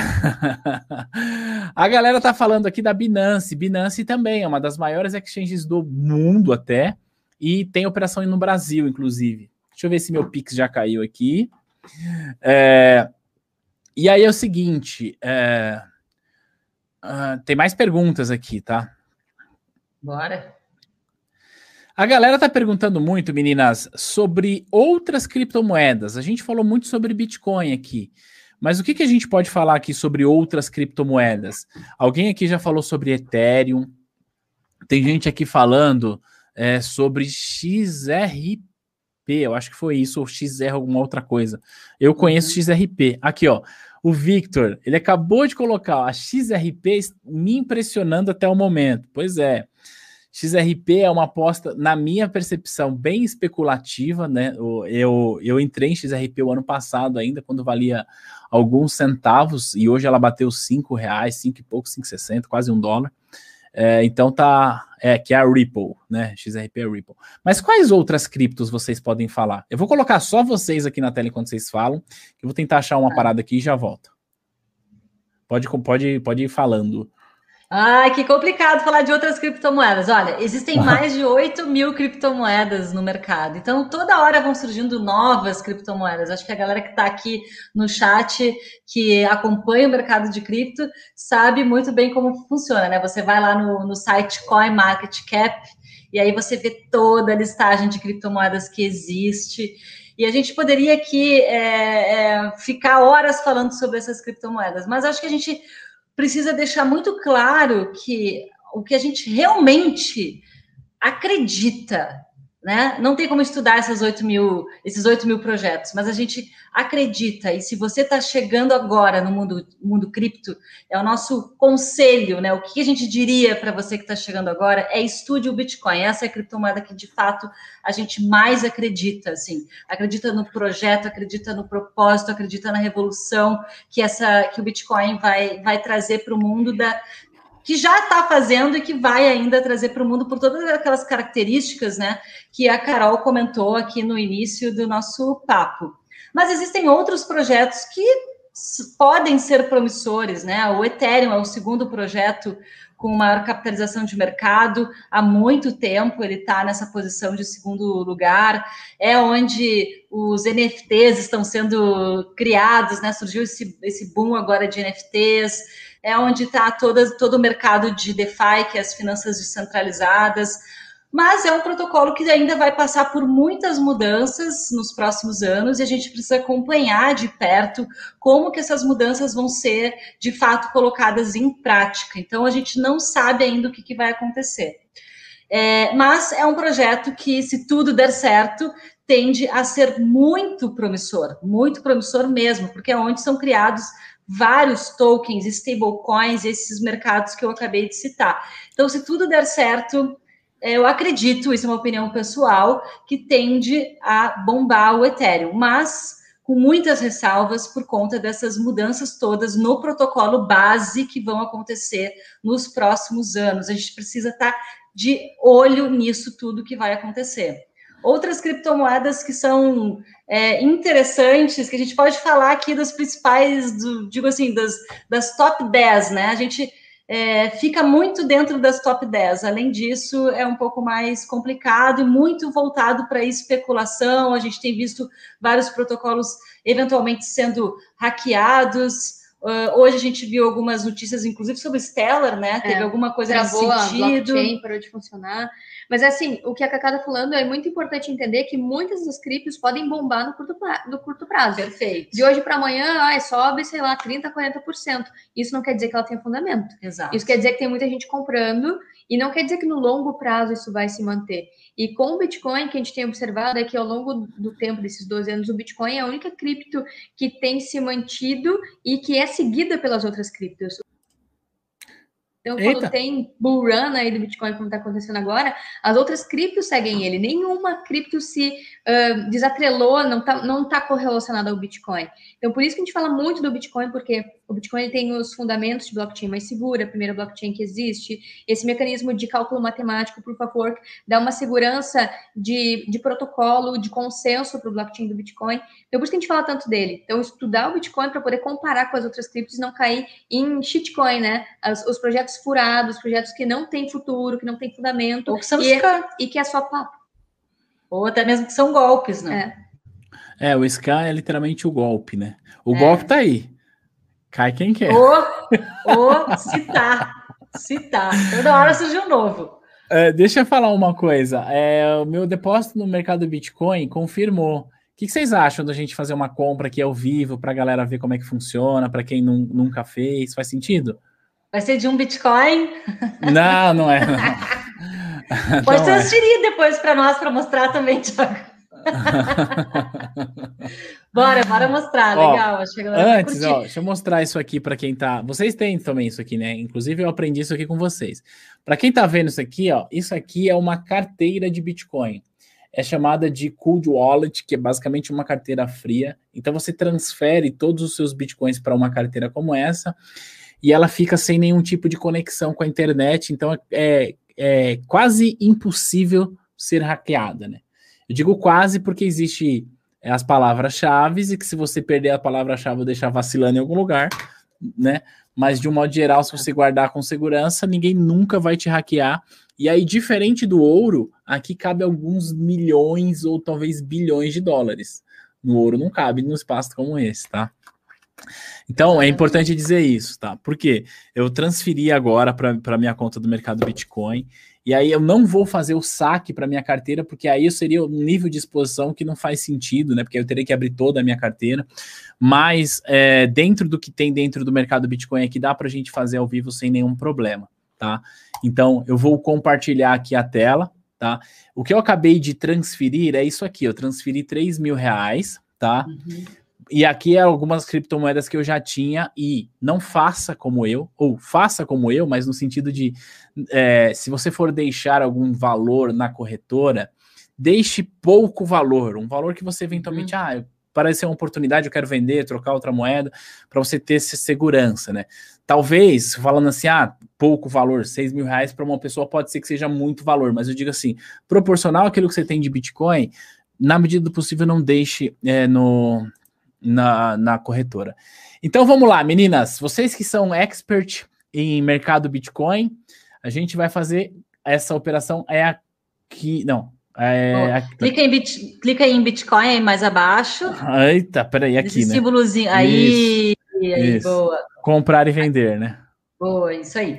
A galera tá falando aqui da Binance, Binance também é uma das maiores exchanges do mundo até, e tem operação no Brasil, inclusive. Deixa eu ver se meu Pix já caiu aqui. É, e aí é o seguinte, é, uh, tem mais perguntas aqui, tá? Bora. A galera tá perguntando muito, meninas, sobre outras criptomoedas. A gente falou muito sobre Bitcoin aqui, mas o que, que a gente pode falar aqui sobre outras criptomoedas? Alguém aqui já falou sobre Ethereum, tem gente aqui falando é, sobre X R P, eu acho que foi isso, ou X R, alguma outra coisa. Eu conheço X R P. Aqui, ó, o Victor, ele acabou de colocar ó, a X R P me impressionando até o momento. Pois é, X R P é uma aposta, na minha percepção, bem especulativa, né? Eu, eu entrei em X R P o ano passado ainda, quando valia alguns centavos, e hoje ela bateu cinco reais, cinco e pouco, cinco e sessenta, quase um dólar. É, então tá, é, que é a Ripple, né? X R P é Ripple. Mas quais outras criptos vocês podem falar? Eu vou colocar só vocês aqui na tela enquanto vocês falam, que eu vou tentar achar uma parada aqui e já volto. Pode, pode, pode ir falando. Ai, que complicado falar de outras criptomoedas. Olha, existem mais de oito mil criptomoedas no mercado. Então, toda hora vão surgindo novas criptomoedas. Acho que a galera que está aqui no chat, que acompanha o mercado de cripto, sabe muito bem como funciona, né? Você vai lá no, no site CoinMarketCap e aí você vê toda a listagem de criptomoedas que existe. E a gente poderia aqui é, é, ficar horas falando sobre essas criptomoedas, mas acho que a gente precisa deixar muito claro que o que a gente realmente acredita, né? Não tem como estudar essas oito mil, esses oito mil projetos, mas a gente acredita, e se você está chegando agora no mundo, mundo cripto, é o nosso conselho, né? O que a gente diria para você que está chegando agora é estude o Bitcoin. Essa é a criptomoeda que, de fato, a gente mais acredita, assim. Acredita no projeto, acredita no propósito, acredita na revolução que, essa, que o Bitcoin vai, vai trazer para o mundo da... que já está fazendo e que vai ainda trazer para o mundo por todas aquelas características, né, que a Carol comentou aqui no início do nosso papo. Mas existem outros projetos que podem ser promissores, né? O Ethereum é o segundo projeto com maior capitalização de mercado há muito tempo, ele está nessa posição de segundo lugar, é onde os N F Ts estão sendo criados, né? Surgiu esse, esse boom agora de N F Ts, é onde está todo o mercado de DeFi, que é as finanças descentralizadas, mas é um protocolo que ainda vai passar por muitas mudanças nos próximos anos e a gente precisa acompanhar de perto como que essas mudanças vão ser, de fato, colocadas em prática. Então, a gente não sabe ainda o que, que vai acontecer. É, mas é um projeto que, se tudo der certo, tende a ser muito promissor, muito promissor mesmo, porque é onde são criados vários tokens, stablecoins, esses mercados que eu acabei de citar. Então, se tudo der certo, eu acredito, isso é uma opinião pessoal, que tende a bombar o Ethereum, mas com muitas ressalvas por conta dessas mudanças todas no protocolo base que vão acontecer nos próximos anos. A gente precisa estar de olho nisso tudo que vai acontecer. Outras criptomoedas que são é, interessantes, que a gente pode falar aqui das principais, do, digo assim, das, das top dez, né? A gente é, fica muito dentro das top dez. Além disso, é um pouco mais complicado e muito voltado para especulação. A gente tem visto vários protocolos eventualmente sendo hackeados. Uh, hoje a gente viu algumas notícias, inclusive sobre Stellar, né? Teve é, alguma coisa nesse sentido. A blockchain parou de funcionar. Mas, assim, o que a Cacá está falando é muito importante entender que muitas das criptos podem bombar no curto, pra... no curto prazo. Perfeito. De hoje para amanhã, ai, sobe, sei lá, trinta, quarenta por cento. Isso não quer dizer que ela tenha fundamento. Exato. Isso quer dizer que tem muita gente comprando e não quer dizer que no longo prazo isso vai se manter. E com o Bitcoin, que a gente tem observado é que ao longo do tempo desses doze anos, o Bitcoin é a única cripto que tem se mantido e que é seguida pelas outras criptos. Então, Eita. Quando tem bull run aí do Bitcoin, como está acontecendo agora, as outras criptos seguem ele. Nenhuma cripto se uh, desatrelou, não está não tá correlacionada ao Bitcoin. Então, por isso que a gente fala muito do Bitcoin, porque o Bitcoin tem os fundamentos de blockchain mais segura, a primeira blockchain que existe. Esse mecanismo de cálculo matemático, Proof of Work, dá uma segurança de, de protocolo, de consenso para o blockchain do Bitcoin. Então, por isso que a gente fala tanto dele. Então, estudar o Bitcoin para poder comparar com as outras criptos e não cair em shitcoin, né? As, os projetos furados, projetos que não têm futuro, que não têm fundamento. Ou que são e, é, e que é só papo. Ou até mesmo que são golpes, né? É, é o scam é literalmente o golpe, né? O é. golpe tá aí. Cai quem quer. Ou, ou citar. Citar. Toda hora surge um novo. É, deixa eu falar uma coisa. É, o meu depósito no mercado Bitcoin confirmou. O que, que vocês acham da gente fazer uma compra aqui ao vivo para a galera ver como é que funciona, para quem não, nunca fez? Faz sentido? Vai ser de um Bitcoin? Não, não é. Não. Pode não transferir é. depois para nós para mostrar também, Thiago. Bora, bora mostrar, ó, legal. Acho que antes, ó, deixa eu mostrar isso aqui para quem tá. Vocês têm também isso aqui, né? Inclusive eu aprendi isso aqui com vocês. Para quem tá vendo isso aqui, ó, isso aqui é uma carteira de Bitcoin. é chamada de cold wallet, que é basicamente uma carteira fria. Então você transfere todos os seus bitcoins para uma carteira como essa e ela fica sem nenhum tipo de conexão com a internet. Então é, é quase impossível ser hackeada, né? Eu digo quase porque existe as palavras-chave e que se você perder a palavra-chave ou deixar vacilando em algum lugar, né? Mas de um modo geral, se você guardar com segurança, ninguém nunca vai te hackear. E aí, diferente do ouro, aqui cabe alguns milhões ou talvez bilhões de dólares. No ouro não cabe num espaço como esse, tá? Então, é importante dizer isso, tá? Porque eu transferi agora para a minha conta do mercado Bitcoin, e aí eu não vou fazer o saque para minha carteira, porque aí eu seria um nível de exposição que não faz sentido, né? Porque eu teria que abrir toda a minha carteira. Mas é, dentro do que tem dentro do mercado Bitcoin aqui, dá para a gente fazer ao vivo sem nenhum problema, tá? Então, eu vou compartilhar aqui a tela, tá? O que eu acabei de transferir é isso aqui, eu transferi três mil reais, tá? Uhum. E aqui é algumas criptomoedas que eu já tinha e não faça como eu, ou faça como eu, mas no sentido de, é, se você for deixar algum valor na corretora, deixe pouco valor, um valor que você eventualmente, uhum. ah, parece uma oportunidade, eu quero vender, trocar outra moeda, para você ter essa segurança, né? Talvez, falando assim, ah, pouco valor, seis mil reais para uma pessoa pode ser que seja muito valor, mas eu digo assim, proporcional àquilo que você tem de Bitcoin, na medida do possível não deixe é, no... Na, na corretora. Então vamos lá, meninas, vocês que são expert em mercado Bitcoin, a gente vai fazer essa operação é aqui, não, é oh, aqui. Clica, em bit, clica aí em Bitcoin aí mais abaixo. Eita, peraí, aqui, esse né? símbolozinho, aí, isso, aí isso. boa. Comprar e vender, né? Boa, isso aí.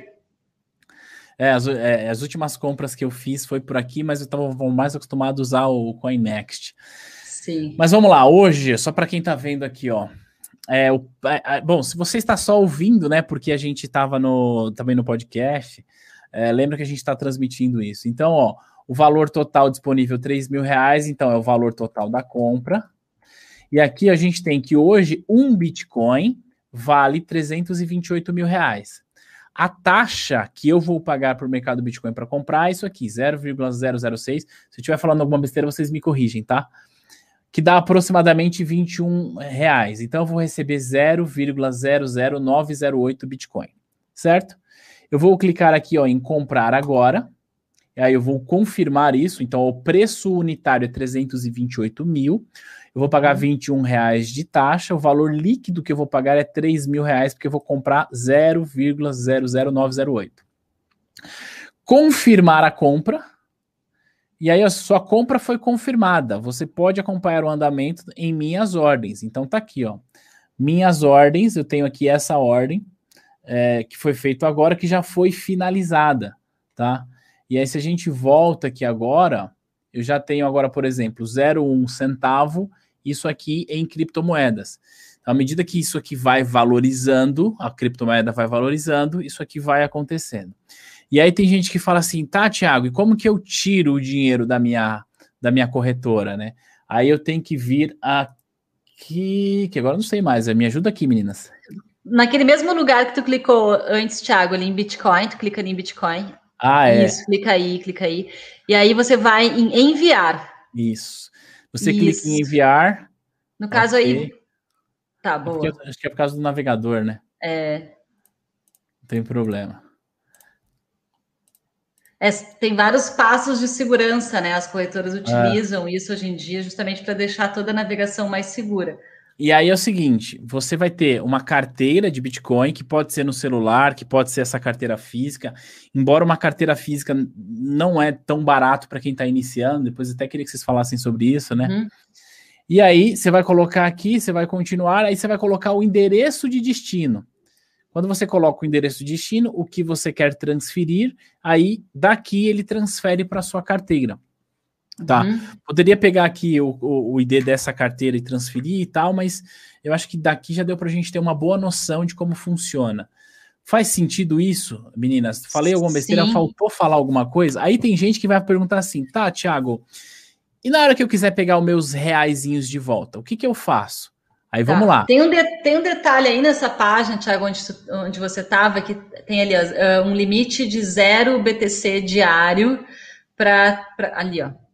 É as, é, as últimas compras que eu fiz foi por aqui, mas eu estava mais acostumado a usar o CoinNext. Sim. Mas vamos lá, hoje, só para quem está vendo aqui, ó. É, o, é, bom, se você está só ouvindo, né, porque a gente estava no, também no podcast, é, lembra que a gente está transmitindo isso. Então, ó, o valor total disponível três mil reais, então é o valor total da compra. E aqui a gente tem que hoje um Bitcoin vale trezentos e vinte e oito mil reais. A taxa que eu vou pagar para o mercado Bitcoin para comprar é isso aqui, zero vírgula zero zero seis. Se eu estiver falando alguma besteira, vocês me corrigem, tá? Que dá aproximadamente vinte e um reais. Então, eu vou receber zero vírgula zero zero nove zero oito Bitcoin, certo? Eu vou clicar aqui, ó, em comprar agora, e aí eu vou confirmar isso. Então, o preço unitário é trezentos e vinte e oito mil, eu vou pagar vinte e um reais de taxa, o valor líquido que eu vou pagar é três mil reais, porque eu vou comprar zero vírgula zero zero nove zero oito. Confirmar a compra. E aí a sua compra foi confirmada. Você pode acompanhar o andamento em minhas ordens. Então tá aqui, ó. Minhas ordens, eu tenho aqui essa ordem é, que foi feita agora, que já foi finalizada, tá? E aí se a gente volta aqui agora, eu já tenho agora, por exemplo, zero vírgula um centavo, isso aqui em criptomoedas. Então, à medida que isso aqui vai valorizando, a criptomoeda vai valorizando, isso aqui vai acontecendo. E aí tem gente que fala assim, tá, Thiago, e como que eu tiro o dinheiro da minha, da minha corretora, né? Aí eu tenho que vir aqui, que agora eu não sei mais, me ajuda aqui, meninas. Naquele mesmo lugar que tu clicou antes, Thiago, ali em Bitcoin, tu clica ali em Bitcoin. Ah, é. Isso, clica aí, clica aí. E aí você vai em enviar. Isso. Você Isso. clica em enviar. No caso okay. aí... Tá, é boa. porque, acho que é por causa do navegador, né? É. Não tem problema. É, tem vários passos de segurança, né? As corretoras utilizam é. isso hoje em dia justamente para deixar toda a navegação mais segura. E aí é o seguinte, você vai ter uma carteira de Bitcoin, que pode ser no celular, que pode ser essa carteira física, embora uma carteira física não é tão barato para quem está iniciando, depois até queria que vocês falassem sobre isso, né? Uhum. E aí você vai colocar aqui, você vai continuar, aí você vai colocar o endereço de destino. Quando você coloca o endereço de destino, o que você quer transferir, aí daqui ele transfere para a sua carteira. Tá? Uhum. Poderia pegar aqui o, o, o I D dessa carteira e transferir e tal, mas eu acho que daqui já deu para a gente ter uma boa noção de como funciona. Faz sentido isso, meninas? Falei alguma besteira? Sim. Faltou falar alguma coisa? Aí tem gente que vai perguntar assim, tá, Thiago, e na hora que eu quiser pegar os meus reaisinhos de volta, o que que eu faço? Aí tá. Vamos lá. Tem um, de, tem um detalhe aí nessa página, Thiago, onde, onde você estava, que tem ali ó, um limite de zero B T C diário para ali, ó.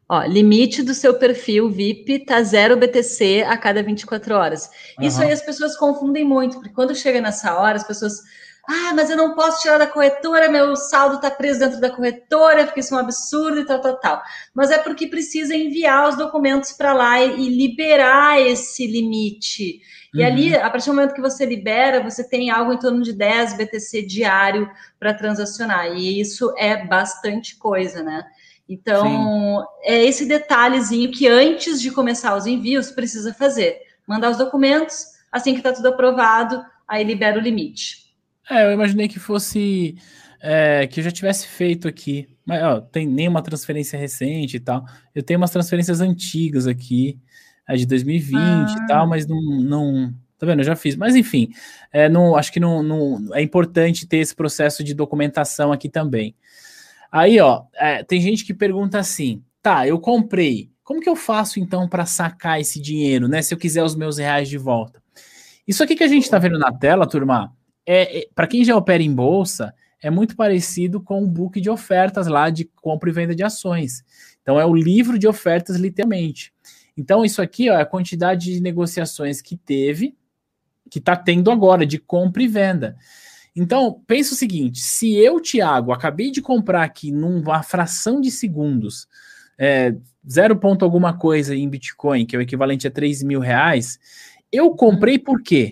Ó, limite do seu perfil V I P tá zero B T C a cada vinte e quatro horas. Uhum. Isso aí as pessoas confundem muito, porque quando chega nessa hora, as pessoas... Ah, mas eu não posso tirar da corretora, meu saldo está preso dentro da corretora, porque isso é um absurdo e tal, tal, tal. Mas é porque precisa enviar os documentos para lá e, e liberar esse limite. E uhum. ali, a partir do momento que você libera, você tem algo em torno de dez B T C diário para transacionar. E isso é bastante coisa, né? Então, Sim. é esse detalhezinho que antes de começar os envios precisa fazer. Mandar os documentos, assim que está tudo aprovado, aí libera o limite. É, eu imaginei que fosse, é, que eu já tivesse feito aqui, mas ó, tem nenhuma transferência recente e tal, eu tenho umas transferências antigas aqui, a de dois mil e vinte ah. e tal, mas não, não, tá vendo, eu já fiz, mas enfim, é, não, acho que não, não, é importante ter esse processo de documentação aqui também. Aí, ó, é, tem gente que pergunta assim, tá, eu comprei, como que eu faço então para sacar esse dinheiro, né, se eu quiser os meus reais de volta? Isso aqui que a gente tá vendo na tela, turma, É, é, para quem já opera em bolsa, é muito parecido com o book de ofertas lá de compra e venda de ações. Então, é o livro de ofertas, literalmente. Então, isso aqui ó, é a quantidade de negociações que teve, que está tendo agora, de compra e venda. Então, pensa o seguinte, se eu, Thiago, acabei de comprar aqui numa fração de segundos, é, zero ponto alguma coisa em Bitcoin, que é o equivalente a três mil reais, eu comprei por quê?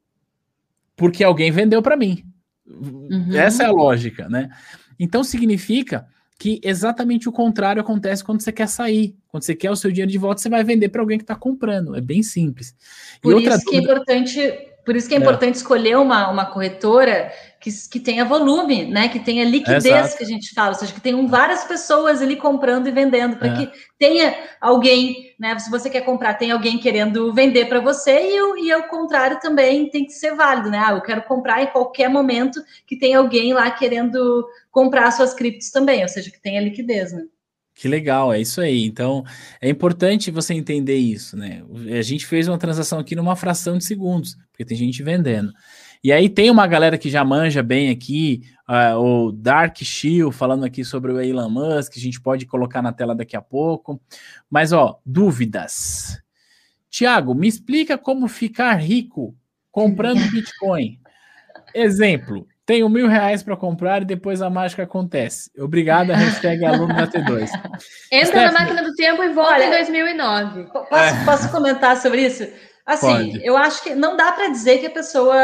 Porque alguém vendeu para mim. Uhum. Essa é a lógica, né? Então significa que exatamente o contrário acontece quando você quer sair. Quando você quer o seu dinheiro de volta, você vai vender para alguém que está comprando. É bem simples. Por, e outra isso, que dúvida... é importante, por isso que é, é. importante escolher uma, uma corretora que, que tenha volume, né? Que tenha liquidez, Exato. que a gente fala, ou seja, que tenham várias pessoas ali comprando e vendendo, para é. que tenha alguém, né? Se você quer comprar, tem alguém querendo vender para você, e o, e o contrário também tem que ser válido, né? Ah, eu quero comprar em qualquer momento que tem alguém lá querendo comprar suas criptos também, ou seja, que tenha liquidez, né? Que legal, é isso aí. Então, é importante você entender isso, né? A gente fez uma transação aqui numa fração de segundos, porque tem gente vendendo. E aí tem uma galera que já manja bem aqui, uh, o Dark Shield falando aqui sobre o Elon Musk, que a gente pode colocar na tela daqui a pouco. Mas, ó, dúvidas. Tiago, me explica como ficar rico comprando Bitcoin. Exemplo. Tenho mil reais para comprar e depois a mágica acontece. Obrigada, hashtag aluno da T dois. Entra Stephanie, na máquina do tempo e volta Olha, em dois mil e nove. Posso, é. posso comentar sobre isso? Assim, Pode. Eu acho que não dá para dizer que a pessoa...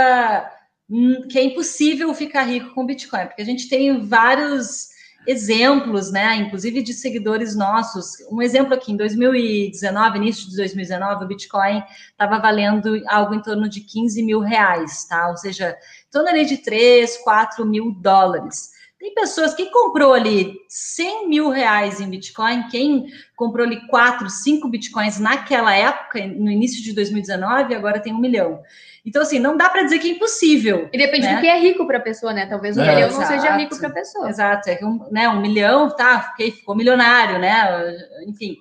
que é impossível ficar rico com Bitcoin, porque a gente tem vários exemplos, né? Inclusive de seguidores nossos. Um exemplo aqui, em dois mil e dezenove, início de dois mil e dezenove, o Bitcoin estava valendo algo em torno de quinze mil reais, tá? Ou seja, em torno ali de três, quatro mil dólares. Tem pessoas que comprou ali cem mil reais em Bitcoin, quem comprou ali quatro, cinco Bitcoins naquela época, no início de dois mil e dezenove, agora tem um milhão. Então, assim, não dá para dizer que é impossível. E depende né? do que é rico para a pessoa, né? Talvez um é, milhão não seja rico para a pessoa. Exato, é que um, né, um milhão, tá, fiquei, ficou milionário, né? Enfim.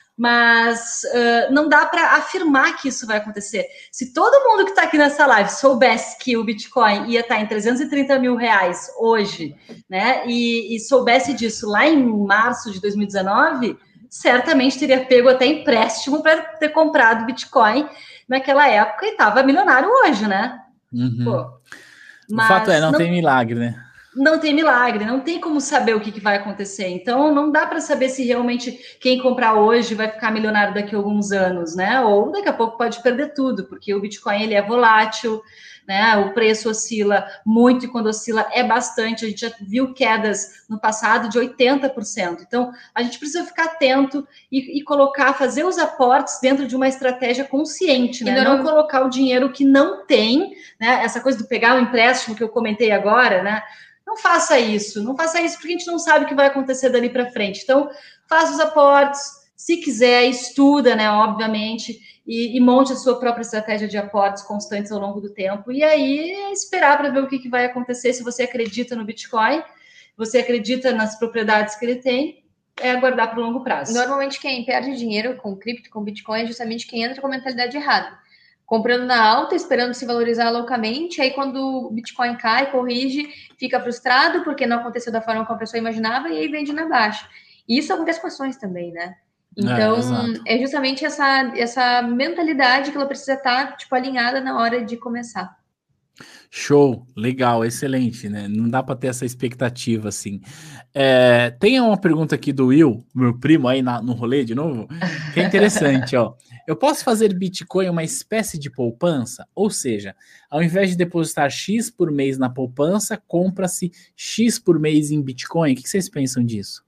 Mas uh, não dá para afirmar que isso vai acontecer. Se todo mundo que está aqui nessa live soubesse que o Bitcoin ia estar em trezentos e trinta mil reais hoje, né? E, e soubesse disso lá em março de dois mil e dezenove, certamente teria pego até empréstimo para ter comprado Bitcoin naquela época e estava milionário hoje, né? Uhum. Pô, o fato é, não, não tem milagre, né? Não tem milagre, não tem como saber o que, que vai acontecer. Então, não dá para saber se realmente quem comprar hoje vai ficar milionário daqui a alguns anos, né? Ou daqui a pouco pode perder tudo, porque o Bitcoin ele é volátil, né? O preço oscila muito e quando oscila é bastante. A gente já viu quedas no passado de oitenta por cento. Então, a gente precisa ficar atento e, e colocar, fazer os aportes dentro de uma estratégia consciente, né? Não, não colocar o dinheiro que não tem, né? Essa coisa do pegar o empréstimo que eu comentei agora, né? Não faça isso, não faça isso porque a gente não sabe o que vai acontecer dali para frente. Então, faça os aportes, se quiser, estuda, né, obviamente, e, e monte a sua própria estratégia de aportes constantes ao longo do tempo. E aí, esperar para ver o que, que vai acontecer. Se você acredita no Bitcoin, você acredita nas propriedades que ele tem, é aguardar para o longo prazo. Normalmente, quem perde dinheiro com cripto, com Bitcoin, é justamente quem entra com a mentalidade errada. Comprando na alta, esperando se valorizar loucamente, aí quando o Bitcoin cai, corrige, fica frustrado porque não aconteceu da forma como a pessoa imaginava e aí vende na baixa. E isso acontece com ações também, né? Então, é, é justamente essa, essa mentalidade que ela precisa estar, tipo, alinhada na hora de começar. Show, legal, excelente, né? Não dá para ter essa expectativa assim. É, tem uma pergunta aqui do Will, meu primo aí na, no rolê de novo, que é interessante, ó. Eu posso fazer Bitcoin uma espécie de poupança? Ou seja, ao invés de depositar X por mês na poupança, compra-se X por mês em Bitcoin? O que vocês pensam disso?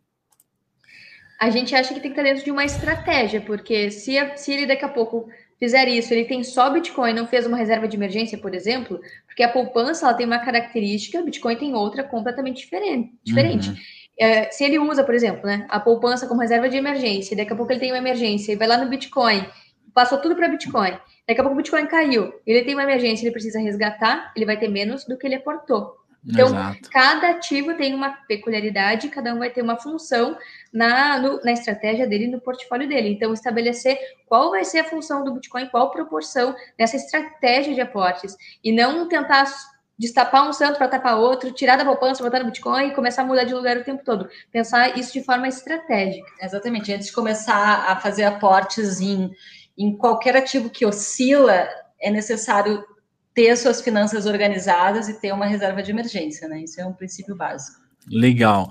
A gente acha que tem que estar dentro de uma estratégia, porque se, se ele daqui a pouco fizer isso, ele tem só Bitcoin, não fez uma reserva de emergência, por exemplo, porque a poupança ela tem uma característica, o Bitcoin tem outra completamente diferente. diferente. Uhum. É, se ele usa, por exemplo, né, a poupança como reserva de emergência, daqui a pouco ele tem uma emergência, ele vai lá no Bitcoin, passou tudo para Bitcoin, daqui a pouco o Bitcoin caiu, ele tem uma emergência, ele precisa resgatar, ele vai ter menos do que ele aportou. Então, Exato. Cada ativo tem uma peculiaridade, cada um vai ter uma função na, no, na estratégia dele, no portfólio dele. Então, estabelecer qual vai ser a função do Bitcoin, qual proporção nessa estratégia de aportes. E não tentar destapar um santo para tapar outro, tirar da poupança, botar no Bitcoin e começar a mudar de lugar o tempo todo. Pensar isso de forma estratégica. Exatamente. Antes de começar a fazer aportes em, em qualquer ativo que oscila, é necessário ter suas finanças organizadas e ter uma reserva de emergência, né? Isso é um princípio básico. Legal.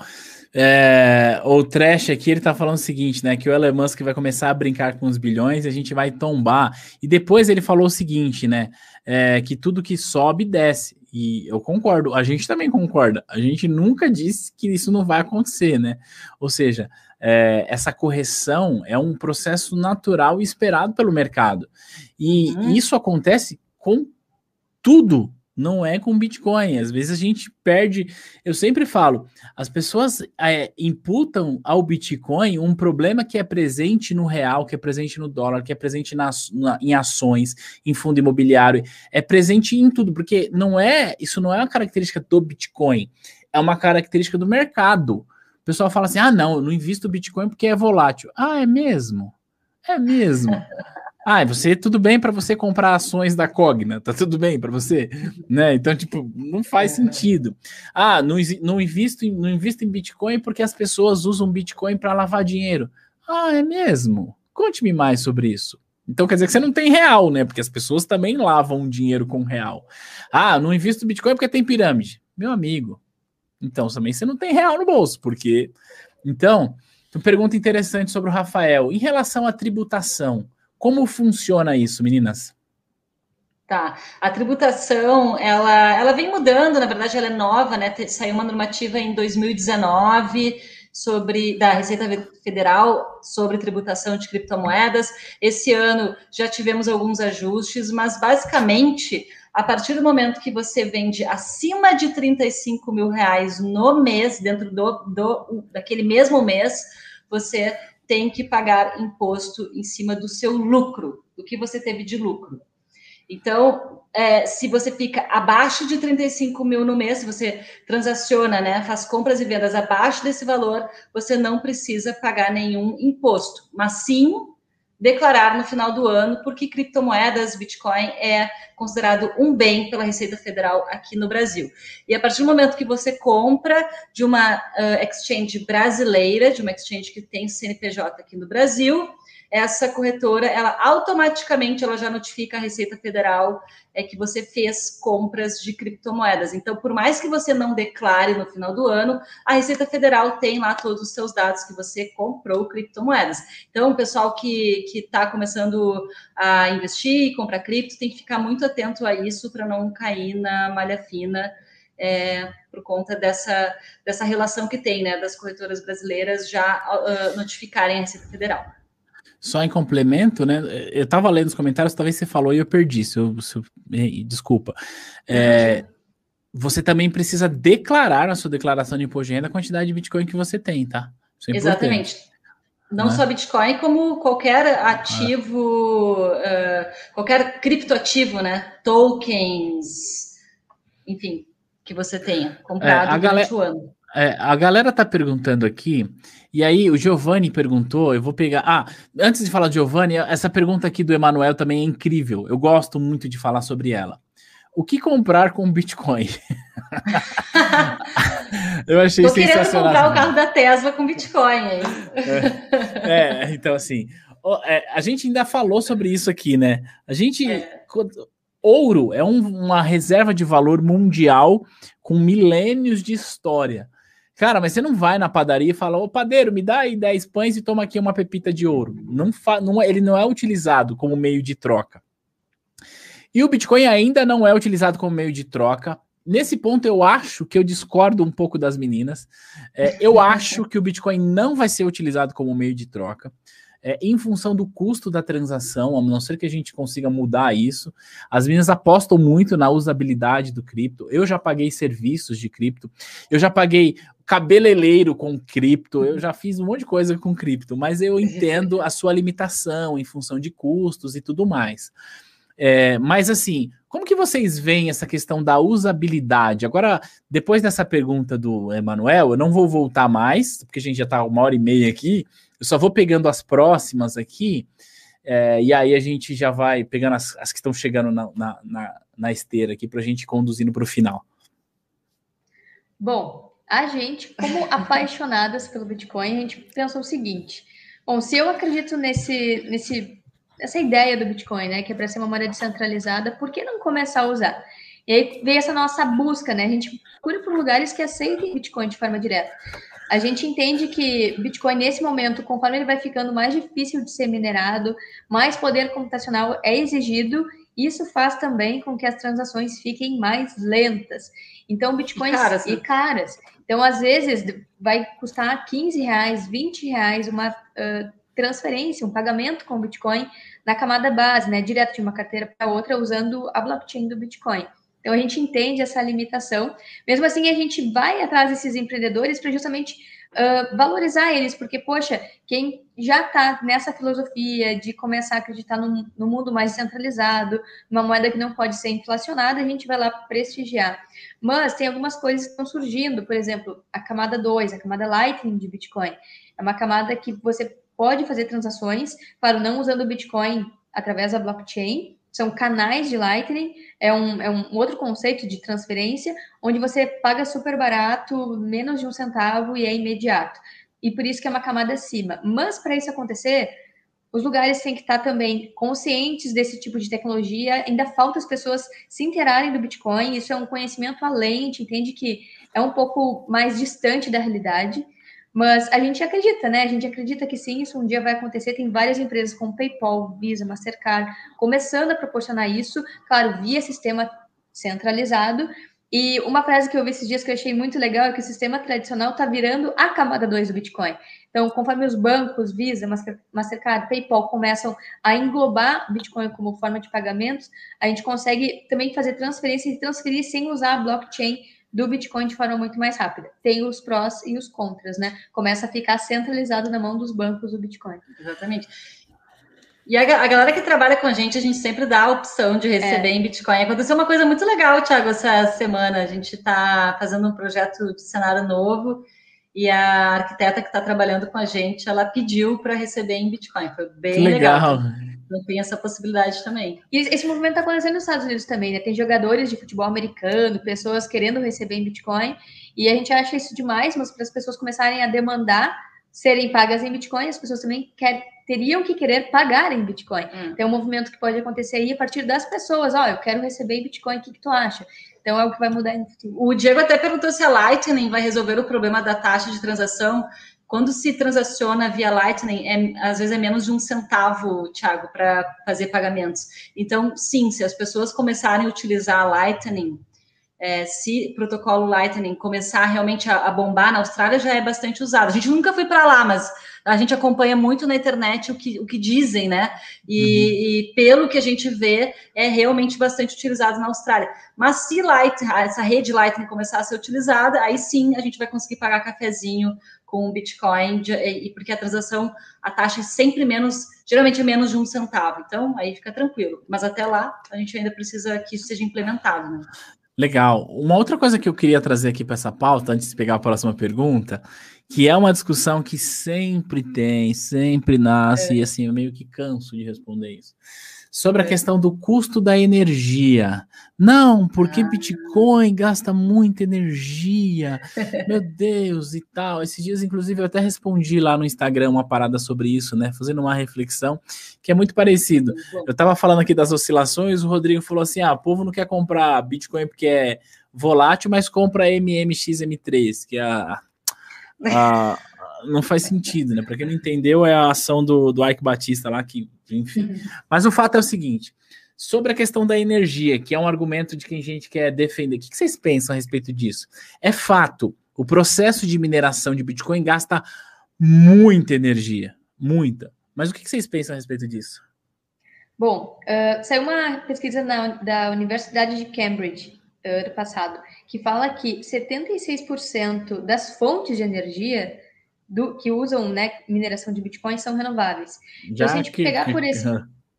É, o Trash aqui, ele tá falando o seguinte, né? Que o Elon Musk vai começar a brincar com os bilhões e a gente vai tombar. E depois ele falou o seguinte, né? É, que tudo que sobe, desce. E eu concordo, a gente também concorda. A gente nunca disse que isso não vai acontecer, né? Ou seja, é, essa correção é um processo natural e esperado pelo mercado. E uhum. isso acontece com tudo, não é com Bitcoin. Às vezes a gente perde, eu sempre falo, as pessoas é, imputam ao Bitcoin um problema que é presente no real, que é presente no dólar, que é presente na, na, em ações, em fundo imobiliário, é presente em tudo, porque não é, isso não é uma característica do Bitcoin, é uma característica do mercado. O pessoal fala assim, ah não, eu não invisto Bitcoin porque é volátil. Ah, é mesmo? É mesmo? Ah, você, tudo bem para você comprar ações da Cogna, tá tudo bem para você, né? Então, tipo, não faz sentido. Ah, não, não, invisto em, não invisto em Bitcoin porque as pessoas usam Bitcoin para lavar dinheiro. Ah, é mesmo? Conte-me mais sobre isso. Então, quer dizer que você não tem real, né? Porque as pessoas também lavam dinheiro com real. Ah, não invisto em Bitcoin porque tem pirâmide. Meu amigo, então também você não tem real no bolso, porque... Então, uma pergunta interessante sobre o Rafael. Em relação à tributação, como funciona isso, meninas? Tá, a tributação, ela, ela vem mudando, na verdade ela é nova, né, saiu uma normativa em dois mil e dezenove sobre, da Receita Federal sobre tributação de criptomoedas. Esse ano já tivemos alguns ajustes, mas basicamente, a partir do momento que você vende acima de trinta e cinco mil reais no mês, dentro do, do, daquele mesmo mês, você tem que pagar imposto em cima do seu lucro, do que você teve de lucro. Então, é, se você fica abaixo de trinta e cinco mil no mês, se você transaciona, né, faz compras e vendas abaixo desse valor, você não precisa pagar nenhum imposto, mas sim declarar no final do ano, porque criptomoedas, Bitcoin, é considerado um bem pela Receita Federal aqui no Brasil. E a partir do momento que você compra de uma uh, exchange brasileira, de uma exchange que tem C N P J aqui no Brasil, essa corretora, ela automaticamente ela já notifica a Receita Federal é, que você fez compras de criptomoedas. Então, por mais que você não declare no final do ano, a Receita Federal tem lá todos os seus dados que você comprou criptomoedas. Então, o pessoal que está começando a investir e comprar cripto tem que ficar muito atento a isso para não cair na malha fina, é, por conta dessa, dessa relação que tem, né, das corretoras brasileiras já uh, notificarem a Receita Federal. Só em complemento, né? Eu estava lendo os comentários, talvez você falou e eu perdi. Se eu, se eu, desculpa. É, você também precisa declarar na sua declaração de imposto de renda a quantidade de Bitcoin que você tem, tá? Isso é Exatamente. Importante. Não, Não só é? Bitcoin, como qualquer ativo, ah. uh, qualquer criptoativo, né? Tokens, enfim, que você tenha comprado é, durante galera... o ano. É, a galera tá perguntando aqui, e aí o Giovanni perguntou, eu vou pegar... Ah, antes de falar de Giovanni, essa pergunta aqui do Emanuel também é incrível, eu gosto muito de falar sobre ela. O que comprar com Bitcoin? Eu achei Tô querendo sensacional. comprar o carro da Tesla com Bitcoin aí. É, é, então assim, é, a gente ainda falou sobre isso aqui, né? A gente... É. Ouro é um, uma reserva de valor mundial com milênios de história. Cara, mas você não vai na padaria e fala, ô padeiro, me dá aí dez pães e toma aqui uma pepita de ouro. Não fa, não, ele não é utilizado como meio de troca. E o Bitcoin ainda não é utilizado como meio de troca. Nesse ponto, eu acho que eu discordo um pouco das meninas. É, eu acho que o Bitcoin não vai ser utilizado como meio de troca. É, em função do custo da transação, a não ser que a gente consiga mudar isso. As meninas apostam muito na usabilidade do cripto. Eu já paguei serviços de cripto, eu já paguei cabeleireiro com cripto, eu já fiz um monte de coisa com cripto, mas eu entendo a sua limitação em função de custos e tudo mais. É, mas assim, como que vocês veem essa questão da usabilidade? Agora, depois dessa pergunta do Emanuel, eu não vou voltar mais, porque a gente já está uma hora e meia aqui, eu só vou pegando as próximas aqui, é, e aí a gente já vai pegando as, as que estão chegando na, na, na, na esteira aqui para a gente conduzindo para o final. Bom, a gente, como apaixonadas pelo Bitcoin, a gente pensou o seguinte: bom, se eu acredito nesse, nesse, nessa ideia do Bitcoin, né, que é para ser uma moeda descentralizada, por que não começar a usar? E aí veio essa nossa busca, né? A gente procura por lugares que aceitem Bitcoin de forma direta. A gente entende que Bitcoin, nesse momento, conforme ele vai ficando mais difícil de ser minerado, mais poder computacional é exigido, isso faz também com que as transações fiquem mais lentas. Então, Bitcoins e caras. E caras. Então, às vezes, vai custar quinze reais, vinte reais uma uh, transferência, um pagamento com Bitcoin na camada base, né? Direto de uma carteira para outra, usando a blockchain do Bitcoin. Então, a gente entende essa limitação. Mesmo assim, a gente vai atrás desses empreendedores para justamente uh, valorizar eles, porque, poxa, quem já está nessa filosofia de começar a acreditar no, no mundo mais centralizado, numa moeda que não pode ser inflacionada, a gente vai lá prestigiar. Mas tem algumas coisas que estão surgindo, por exemplo, a camada dois, a camada Lightning de Bitcoin. É uma camada que você pode fazer transações, claro, não usando o Bitcoin através da blockchain, são canais de Lightning, é um, é um outro conceito de transferência, onde você paga super barato, menos de um centavo e é imediato. E por isso que é uma camada acima. Mas para isso acontecer, os lugares têm que estar também conscientes desse tipo de tecnologia. Ainda falta as pessoas se inteirarem do Bitcoin. Isso é um conhecimento além, a gente entende que é um pouco mais distante da realidade. Mas a gente acredita, né? A gente acredita que sim, isso um dia vai acontecer. Tem várias empresas como PayPal, Visa, Mastercard, começando a proporcionar isso, claro, via sistema centralizado. E uma frase que eu vi esses dias que eu achei muito legal é que o sistema tradicional está virando a camada dois do Bitcoin. Então, conforme os bancos, Visa, Mastercard, PayPal começam a englobar Bitcoin como forma de pagamentos, a gente consegue também fazer transferência e transferir sem usar a blockchain do Bitcoin de forma muito mais rápida. Tem os prós e os contras, né? Começa a ficar centralizado na mão dos bancos do Bitcoin. Exatamente. E a, a galera que trabalha com a gente, a gente sempre dá a opção de receber é. em Bitcoin. Aconteceu uma coisa muito legal, Thiago, essa semana. A gente está fazendo um projeto de cenário novo e a arquiteta que está trabalhando com a gente, ela pediu para receber em Bitcoin. Foi bem legal. legal. Não tem essa possibilidade também. E esse movimento está acontecendo nos Estados Unidos também, né? Tem jogadores de futebol americano, pessoas querendo receber em Bitcoin, e a gente acha isso demais, mas para as pessoas começarem a demandar serem pagas em Bitcoin, as pessoas também quer, teriam que querer pagar em Bitcoin. Hum. Tem um movimento que pode acontecer aí a partir das pessoas. Ó, oh, eu quero receber em Bitcoin, o que, que tu acha? Então é o que vai mudar no futuro. O Diego até perguntou se a Lightning vai resolver o problema da taxa de transação. Quando se transaciona via Lightning, é, às vezes é menos de um centavo, Thiago, para fazer pagamentos. Então, sim, se as pessoas começarem a utilizar a Lightning, é, se o protocolo Lightning começar realmente a, a bombar, na Austrália já é bastante usado. A gente nunca foi para lá, mas a gente acompanha muito na internet o que, o que dizem, né? E, uhum. e pelo que a gente vê, é realmente bastante utilizado na Austrália. Mas se Light, essa rede Lightning começar a ser utilizada, aí sim a gente vai conseguir pagar cafezinho com o Bitcoin, e porque a transação, a taxa é sempre menos, geralmente é menos de um centavo. Então, aí fica tranquilo. Mas até lá, a gente ainda precisa que isso seja implementado, né? Legal. Uma outra coisa que eu queria trazer aqui para essa pauta, antes de pegar a próxima pergunta, que é uma discussão que sempre tem, sempre nasce, é. e assim, eu meio que canso de responder isso. sobre a questão do custo da energia. Não, porque ah. Bitcoin gasta muita energia, meu Deus, e tal. Esses dias, inclusive, eu até respondi lá no Instagram uma parada sobre isso, né? Fazendo uma reflexão que é muito parecido. Eu tava falando aqui das oscilações, o Rodrigo falou assim, ah, o povo não quer comprar Bitcoin porque é volátil, mas compra M M X M três, que é a... a não faz sentido, né? Para quem não entendeu, é a ação do, do Ike Batista lá, que, enfim. Uhum. Mas o fato é o seguinte, sobre a questão da energia, que é um argumento de quem a gente quer defender, o que vocês pensam a respeito disso? É fato, o processo de mineração de Bitcoin gasta muita energia, muita. Mas o que vocês pensam a respeito disso? Bom, uh, saiu uma pesquisa na, da Universidade de Cambridge, uh, ano passado, que fala que setenta e seis por cento das fontes de energia do, que usam, né, mineração de Bitcoin são renováveis. Já então, se a gente que, pegar por esse...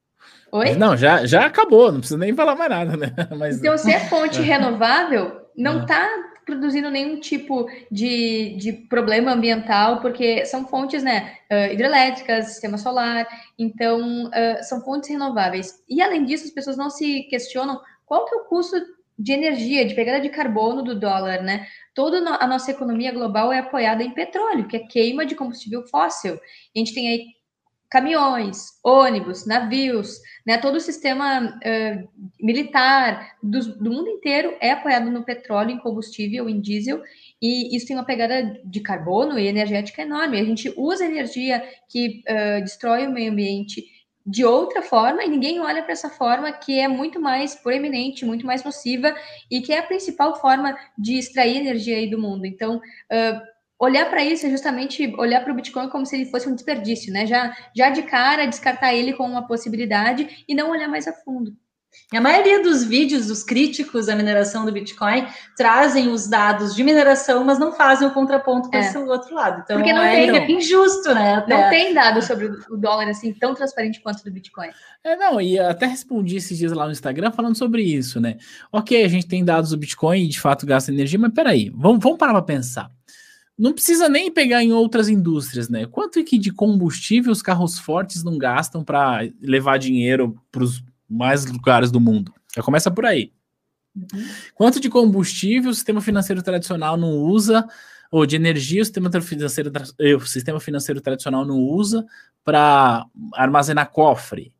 Oi? Não, já, já acabou, não precisa nem falar mais nada, né? Mas... Então, se é fonte renovável, não está produzindo nenhum tipo de, de problema ambiental, porque são fontes, né, uh, hidrelétricas, sistema solar, então uh, são fontes renováveis. E, além disso, as pessoas não se questionam qual que é o custo de energia, de pegada de carbono do dólar, né? Toda a nossa economia global é apoiada em petróleo, que é queima de combustível fóssil. A gente tem aí caminhões, ônibus, navios, né? Todo o sistema uh, militar do, do mundo inteiro é apoiado no petróleo, em combustível, em diesel, e isso tem uma pegada de carbono e energética enorme. A gente usa energia que uh, destrói o meio ambiente de outra forma, e ninguém olha para essa forma que é muito mais proeminente, muito mais nociva, e que é a principal forma de extrair energia aí do mundo. Então, uh, olhar para isso é justamente olhar para o Bitcoin como se ele fosse um desperdício, né? Já, já de cara, descartar ele como uma possibilidade e não olhar mais a fundo. A maioria dos vídeos dos críticos à mineração do Bitcoin trazem os dados de mineração, mas não fazem o contraponto com é. esse outro lado. Então, porque não é tem, injusto, né? Até. Não tem dados sobre o dólar assim tão transparente quanto o do Bitcoin. É, não, e até respondi esses dias lá no Instagram falando sobre isso, né? Ok, a gente tem dados do Bitcoin e de fato gasta energia, mas peraí, vamos, vamos parar para pensar. Não precisa nem pegar em outras indústrias, né? Quanto que de combustível os carros fortes não gastam para levar dinheiro para os mais lugares do mundo? Já começa por aí. Uhum. Quanto de combustível o sistema financeiro tradicional não usa, ou de energia o sistema financeiro, o sistema financeiro tradicional não usa para armazenar cofre?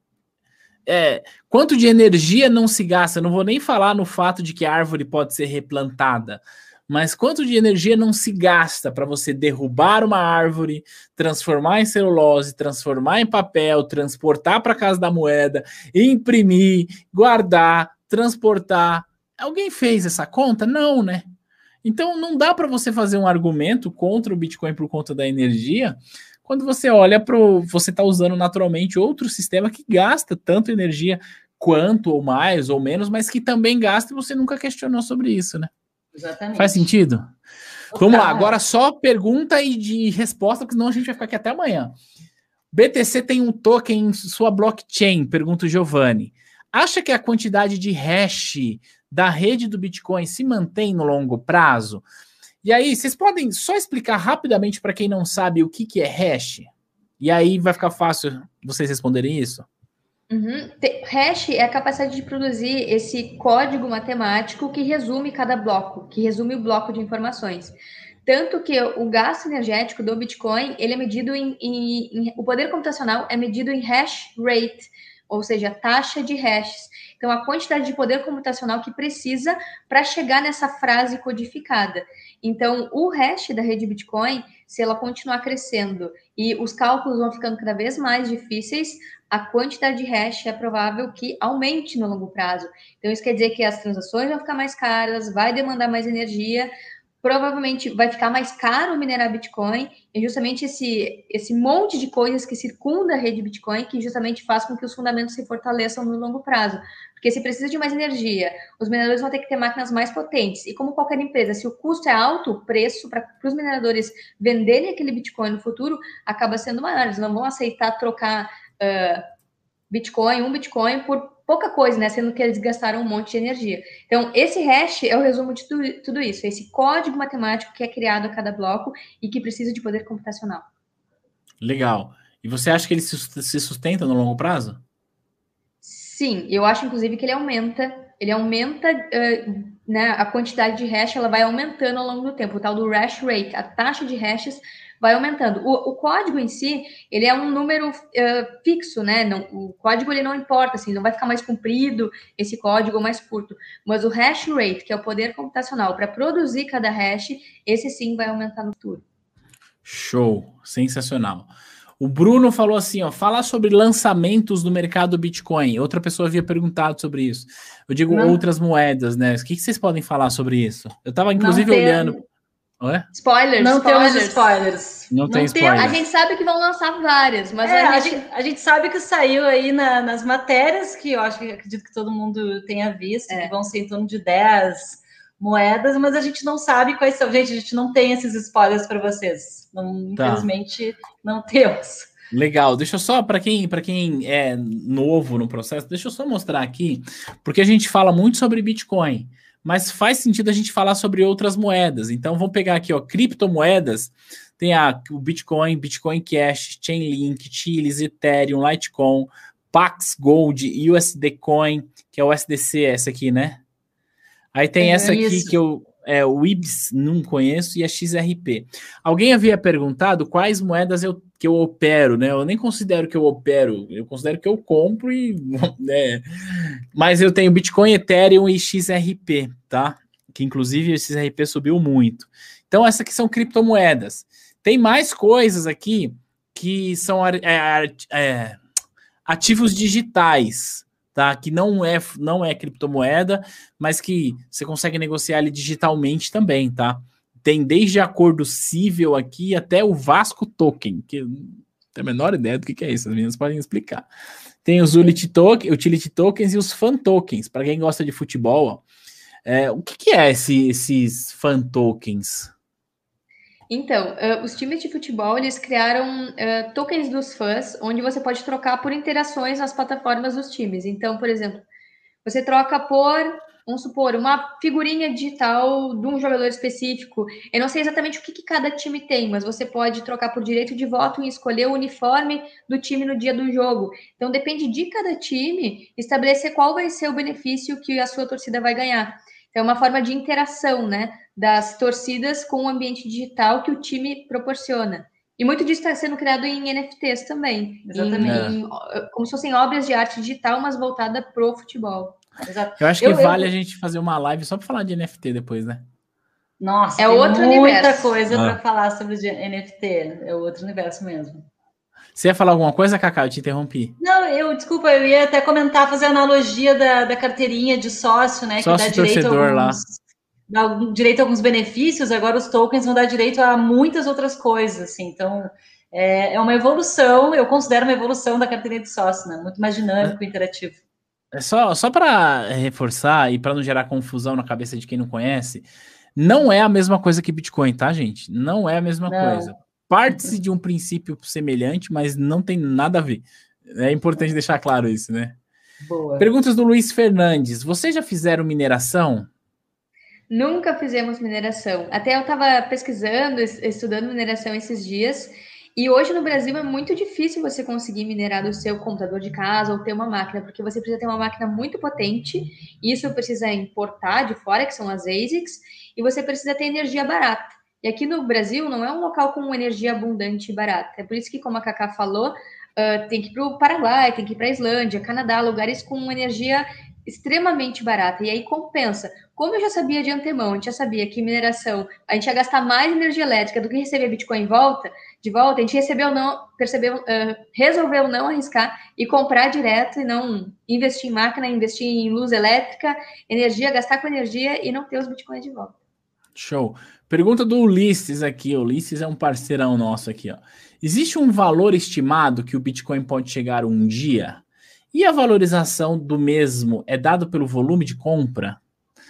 É, quanto de energia não se gasta? Eu não vou nem falar no fato de que a árvore pode ser replantada, mas quanto de energia não se gasta para você derrubar uma árvore, transformar em celulose, transformar em papel, transportar para a Casa da Moeda, imprimir, guardar, transportar? Alguém fez essa conta? Não, né? Então não dá para você fazer um argumento contra o Bitcoin por conta da energia quando você olha para você está usando naturalmente outro sistema que gasta tanto energia quanto ou mais ou menos, mas que também gasta e você nunca questionou sobre isso, né? Exatamente. Faz sentido? Opa. Vamos lá, agora só pergunta e de resposta, porque senão a gente vai ficar aqui até amanhã. B T C tem um token em sua blockchain, pergunta o Giovanni. Acha que a quantidade de hash da rede do Bitcoin se mantém no longo prazo? E aí, vocês podem só explicar rapidamente para quem não sabe o que, que é hash? E aí vai ficar fácil vocês responderem isso? Uhum. Hash é a capacidade de produzir esse código matemático que resume cada bloco, que resume o bloco de informações. Tanto que o gasto energético do Bitcoin, ele é medido em, em, em o poder computacional é medido em hash rate, ou seja, a taxa de hashes. Então, a quantidade de poder computacional que precisa para chegar nessa frase codificada. Então, o hash da rede Bitcoin, se ela continuar crescendo e os cálculos vão ficando cada vez mais difíceis, a quantidade de hash é provável que aumente no longo prazo. Então, isso quer dizer que as transações vão ficar mais caras, vai demandar mais energia, provavelmente vai ficar mais caro minerar Bitcoin, e justamente esse, esse monte de coisas que circunda a rede Bitcoin que justamente faz com que os fundamentos se fortaleçam no longo prazo. Porque se precisa de mais energia, os mineradores vão ter que ter máquinas mais potentes. E como qualquer empresa, se o custo é alto, o preço para os mineradores venderem aquele Bitcoin no futuro acaba sendo maior. Eles não vão aceitar trocar uh, Bitcoin, um Bitcoin por pouca coisa, né? Sendo que eles gastaram um monte de energia. Então, esse hash é o resumo de tudo, tudo isso. Esse código matemático que é criado a cada bloco e que precisa de poder computacional. Legal. E você acha que ele se sustenta no longo prazo? Sim, eu acho, inclusive, que ele aumenta, ele aumenta, uh, né, a quantidade de hash, ela vai aumentando ao longo do tempo, o tal do hash rate, a taxa de hashes vai aumentando. O, o código em si, ele é um número uh, fixo, né? Não, o código ele não importa, assim, não vai ficar mais comprido esse código ou mais curto. Mas o hash rate, que é o poder computacional para produzir cada hash, esse sim vai aumentar no futuro. Show, sensacional. O Bruno falou assim, ó, falar sobre lançamentos no mercado Bitcoin. Outra pessoa havia perguntado sobre isso. Eu digo não. outras moedas, né? O que, que vocês podem falar sobre isso? Eu estava inclusive tem... olhando. Ué? Spoilers. Não spoilers. temos spoilers. Não, não tem spoilers. A gente sabe que vão lançar várias, mas é, a, gente... gente... a gente sabe que saiu aí na, nas matérias, que eu acho que acredito que todo mundo tenha visto, é. que vão ser em torno de dez moedas, mas a gente não sabe quais são. Gente, a gente não tem esses spoilers para vocês. Não, tá. Infelizmente, não temos. Legal, deixa eu só, para quem, para quem é novo no processo, deixa eu só mostrar aqui, porque a gente fala muito sobre Bitcoin, mas faz sentido a gente falar sobre outras moedas. Então, vamos pegar aqui, ó, criptomoedas, tem a, o Bitcoin, Bitcoin Cash, Chainlink, Chilis, Ethereum, Litecoin, Pax Gold, U S D Coin, que é o U S D C, essa aqui, né? Aí tem é essa aqui isso. que eu... É, o I B S não conheço e a X R P. Alguém havia perguntado quais moedas eu, que eu opero, né? Eu nem considero que eu opero, eu considero que eu compro e... Né? Mas eu tenho Bitcoin, Ethereum e X R P, tá? Que inclusive o X R P subiu muito. Então essas aqui são criptomoedas. Tem mais coisas aqui que são é, é, ativos digitais, tá? Que não é, não é criptomoeda, mas que você consegue negociar ali digitalmente também, tá? Tem desde acordo civil aqui até o Vasco Token, que eu não tenho a menor ideia do que, que é isso, as meninas podem explicar. Tem os utility, token, utility tokens e os fan tokens, para quem gosta de futebol. Ó. É, o que, que é esse, esses fan tokens? Então, uh, os times de futebol, eles criaram uh, tokens dos fãs, onde você pode trocar por interações nas plataformas dos times. Então, por exemplo, você troca por, vamos supor, uma figurinha digital de um jogador específico. Eu não sei exatamente o que, que cada time tem, mas você pode trocar por direito de voto e escolher o uniforme do time no dia do jogo. Então, depende de cada time estabelecer qual vai ser o benefício que a sua torcida vai ganhar. Então, é uma forma de interação, né, das torcidas com o ambiente digital que o time proporciona. E muito disso está sendo criado em N F Ts também. Exatamente. Em, é. Como se fossem obras de arte digital, mas voltada para o futebol. Exato. Eu acho que eu, vale eu... a gente fazer uma live só para falar de N F T depois, né? Nossa, é outro muita universo. coisa ah. para falar sobre N F T. É outro universo mesmo. Você ia falar alguma coisa, Cacá? Eu te interrompi. Não, eu, desculpa, eu ia até comentar, fazer a analogia da, da carteirinha de sócio, né? Sócio que dá direito torcedor a alguns, lá. Dá direito a alguns benefícios, agora os tokens vão dar direito a muitas outras coisas, assim. Então, é, é uma evolução, eu considero uma evolução da carteirinha de sócio, né? Muito mais dinâmico e é. interativo. É só, só para reforçar e para não gerar confusão na cabeça de quem não conhece, não é a mesma coisa que Bitcoin, tá, gente? Não é a mesma não. coisa. Parte-se de um princípio semelhante, mas não tem nada a ver. É importante deixar claro isso, né? Boa. Perguntas do Luiz Fernandes. Vocês já fizeram mineração? Nunca fizemos mineração. Até eu estava pesquisando, estudando mineração esses dias, e hoje no Brasil é muito difícil você conseguir minerar do seu computador de casa ou ter uma máquina, porque você precisa ter uma máquina muito potente, isso precisa importar de fora, que são as A S I Cs, e você precisa ter energia barata. E aqui no Brasil não é um local com energia abundante e barata. É por isso que, como a Cacá falou, uh, tem que ir para o Paraguai, tem que ir para a Islândia, Canadá, lugares com energia extremamente barata. E aí compensa. Como eu já sabia de antemão, a gente já sabia que mineração, a gente ia gastar mais energia elétrica do que receber Bitcoin em volta, de volta, a gente recebeu não, percebeu, uh, resolveu não arriscar e comprar direto e não investir em máquina, investir em luz elétrica, energia, gastar com energia e não ter os Bitcoins de volta. Show. Pergunta do Ulisses aqui. O Ulisses é um parceirão nosso aqui, ó. Existe um valor estimado que o Bitcoin pode chegar um dia? E a valorização do mesmo é dado pelo volume de compra?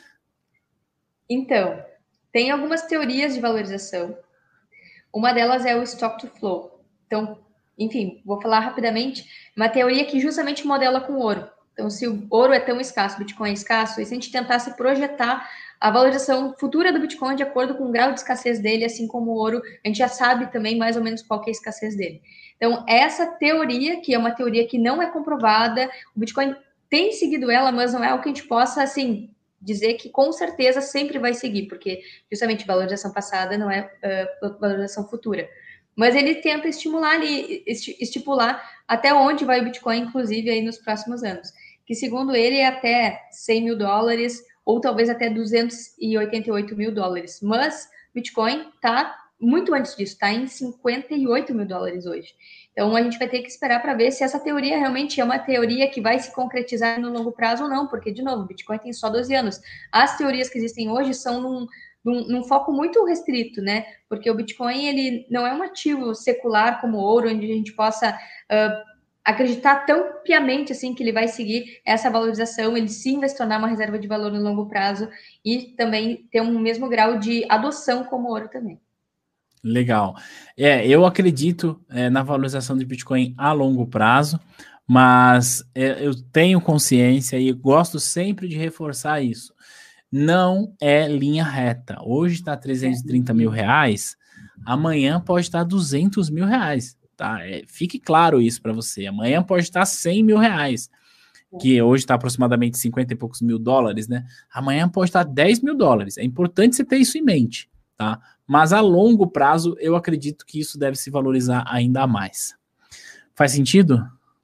Então, tem algumas teorias de valorização. Uma delas é o stock to flow. Então, enfim, vou falar rapidamente. Uma teoria que justamente modela com ouro. Então, se o ouro é tão escasso, o Bitcoin é escasso, e se a gente tentasse projetar a valorização futura do Bitcoin de acordo com o grau de escassez dele, assim como o ouro, a gente já sabe também mais ou menos qual que é a escassez dele. Então, essa teoria, que é uma teoria que não é comprovada, o Bitcoin tem seguido ela, mas não é algo que a gente possa, assim, dizer que com certeza sempre vai seguir, porque justamente valorização passada não é uh, valorização futura. Mas ele tenta estimular ali, estipular até onde vai o Bitcoin, inclusive, aí nos próximos anos. Que, segundo ele, é até cem mil dólares, ou talvez até duzentos e oitenta e oito mil dólares. Mas Bitcoin está muito antes disso, está em cinquenta e oito mil dólares hoje. Então, a gente vai ter que esperar para ver se essa teoria realmente é uma teoria que vai se concretizar no longo prazo ou não, porque, de novo, o Bitcoin tem só doze anos. As teorias que existem hoje são num, num, num foco muito restrito, né? Porque o Bitcoin, ele não é um ativo secular como ouro, onde a gente possa uh, acreditar tão piamente assim que ele vai seguir essa valorização, ele sim vai se tornar uma reserva de valor no longo prazo e também ter um mesmo grau de adoção como ouro também. Legal. É, eu acredito é, na valorização de Bitcoin a longo prazo, mas é, eu tenho consciência e gosto sempre de reforçar isso. Não é linha reta. Hoje está trezentos e trinta mil reais, amanhã pode estar duzentos mil reais. Tá? É, fique claro isso para você. Amanhã pode estar cem mil reais, que hoje está aproximadamente cinquenta e poucos mil dólares, né? Amanhã pode estar dez mil dólares. É importante você ter isso em mente, tá? Mas a longo prazo, eu acredito que isso deve se valorizar ainda mais. Faz sentido?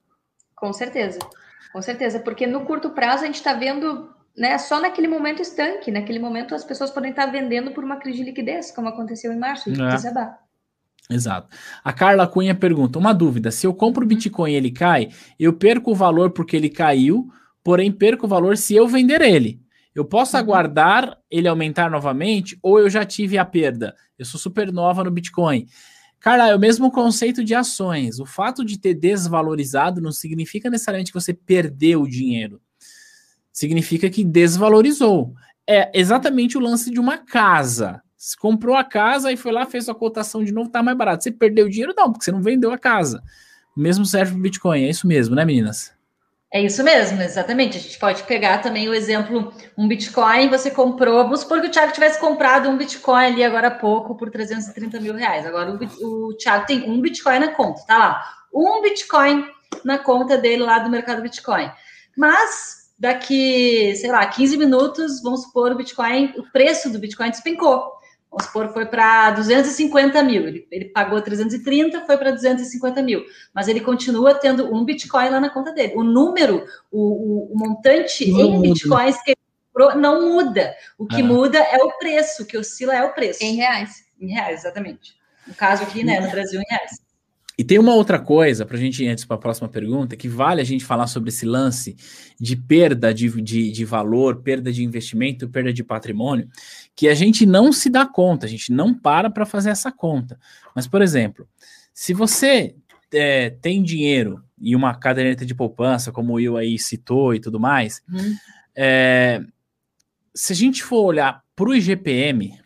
Com certeza, com certeza, porque no curto prazo a gente está vendo, né, só naquele momento estanque, naquele momento as pessoas podem estar vendendo por uma crise de liquidez, como aconteceu em março, de É. desabar. Exato. A Carla Cunha pergunta, uma dúvida, se eu compro Bitcoin e ele cai, eu perco o valor porque ele caiu, porém perco o valor se eu vender ele. Eu posso uhum. aguardar ele aumentar novamente ou eu já tive a perda? Eu sou super nova no Bitcoin. Carla, é o mesmo conceito de ações. O fato de ter desvalorizado não significa necessariamente que você perdeu o dinheiro. Significa que desvalorizou. É exatamente o lance de uma casa. Você comprou a casa e foi lá, fez a cotação de novo, tá mais barato. Você perdeu o dinheiro? Não, porque você não vendeu a casa. O mesmo serve para o Bitcoin. É isso mesmo, né, meninas? É isso mesmo, exatamente. A gente pode pegar também o exemplo, um Bitcoin, você comprou, vamos supor que o Thiago tivesse comprado um Bitcoin ali agora há pouco por trezentos e trinta mil reais. Agora o, o Thiago tem um Bitcoin na conta, tá lá. Um Bitcoin na conta dele lá do mercado Bitcoin. Mas daqui, sei lá, quinze minutos, vamos supor, o Bitcoin, o preço do Bitcoin despencou. Vamos supor, foi para duzentos e cinquenta mil. Ele, ele pagou trezentos e trinta, foi para duzentos e cinquenta mil. Mas ele continua tendo um Bitcoin lá na conta dele. O número, o, o, o montante não em muda. Bitcoins que ele comprou não muda. O que ah. muda é o preço, o que oscila é o preço. Em reais. Em reais, exatamente. No caso aqui, né, no Brasil, em reais. E tem uma outra coisa, para a gente ir antes para a próxima pergunta, que vale a gente falar sobre esse lance de perda de, de, de valor, perda de investimento, perda de patrimônio, que a gente não se dá conta, a gente não para para fazer essa conta. Mas, por exemplo, se você é, tem dinheiro e uma caderneta de poupança, como o Will aí citou e tudo mais, hum. é, se a gente for olhar para o I G P M...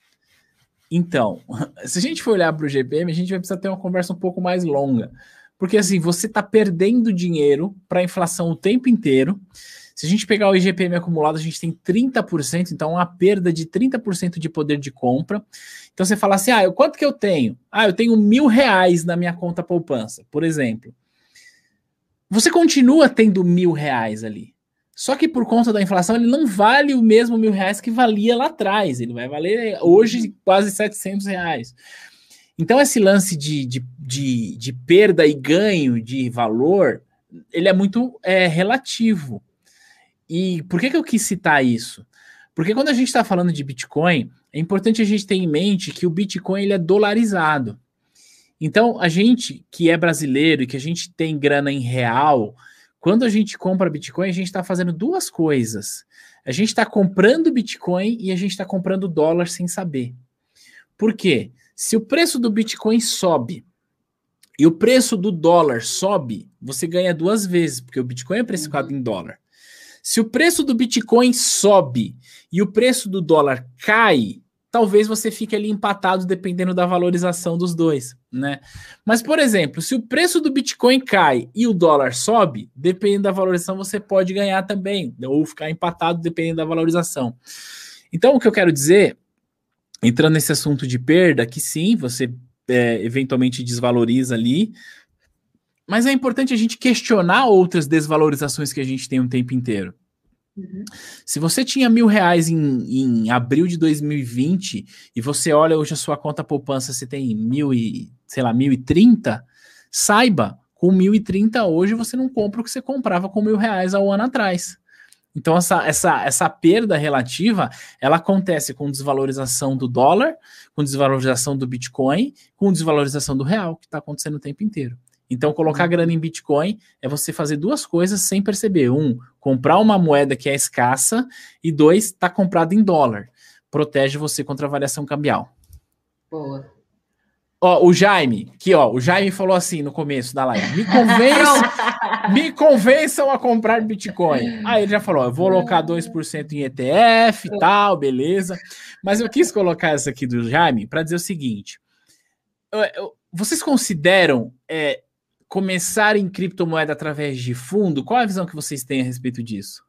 Então, se a gente for olhar para o I G P M, a gente vai precisar ter uma conversa um pouco mais longa. Porque assim, você está perdendo dinheiro para a inflação o tempo inteiro. Se a gente pegar o I G P M acumulado, a gente tem trinta por cento, então uma perda de trinta por cento de poder de compra. Então você fala assim, ah, quanto que eu tenho? Ah, eu tenho mil reais na minha conta poupança, por exemplo. Você continua tendo mil reais ali. Só que por conta da inflação, ele não vale o mesmo mil reais que valia lá atrás. Ele vai valer hoje quase setecentos reais. Então, esse lance de, de, de, de perda e ganho de valor, ele é muito é, relativo. E por que, que eu quis citar isso? Porque quando a gente está falando de Bitcoin, é importante a gente ter em mente que o Bitcoin ele é dolarizado. Então, a gente que é brasileiro e que a gente tem grana em real... Quando a gente compra Bitcoin, a gente está fazendo duas coisas. A gente está comprando Bitcoin e a gente está comprando dólar sem saber. Por quê? Se o preço do Bitcoin sobe e o preço do dólar sobe, você ganha duas vezes, porque o Bitcoin é precificado uhum. em dólar. Se o preço do Bitcoin sobe e o preço do dólar cai, talvez você fique ali empatado dependendo da valorização dos dois, né? Mas, por exemplo, se o preço do Bitcoin cai e o dólar sobe, dependendo da valorização, você pode ganhar também, ou ficar empatado dependendo da valorização. Então, o que eu quero dizer, entrando nesse assunto de perda, que sim, você é, eventualmente desvaloriza ali, mas é importante a gente questionar outras desvalorizações que a gente tem o tempo inteiro. Uhum. Se você tinha mil reais em, em abril de dois mil e vinte e você olha hoje a sua conta poupança, você tem mil e, sei lá, mil e trinta, saiba, com mil e trinta hoje você não compra o que você comprava com mil reais há um ano atrás. Então essa, essa, essa perda relativa, ela acontece com desvalorização do dólar, com desvalorização do Bitcoin, com desvalorização do real, que está acontecendo o tempo inteiro. Então, colocar grana em Bitcoin é você fazer duas coisas sem perceber. Um, comprar uma moeda que é escassa. E dois, tá comprado em dólar. Protege você contra a variação cambial. Boa. Ó, o Jaime, aqui ó, o Jaime falou assim no começo da live. Me convençam, me convençam a comprar Bitcoin. Aí ele já falou, ó, eu vou alocar dois por cento em E T F e tal, beleza. Mas eu quis colocar essa aqui do Jaime para dizer o seguinte. Eu, eu, vocês consideram... É, começar em criptomoeda através de fundo? Qual é a visão que vocês têm a respeito disso?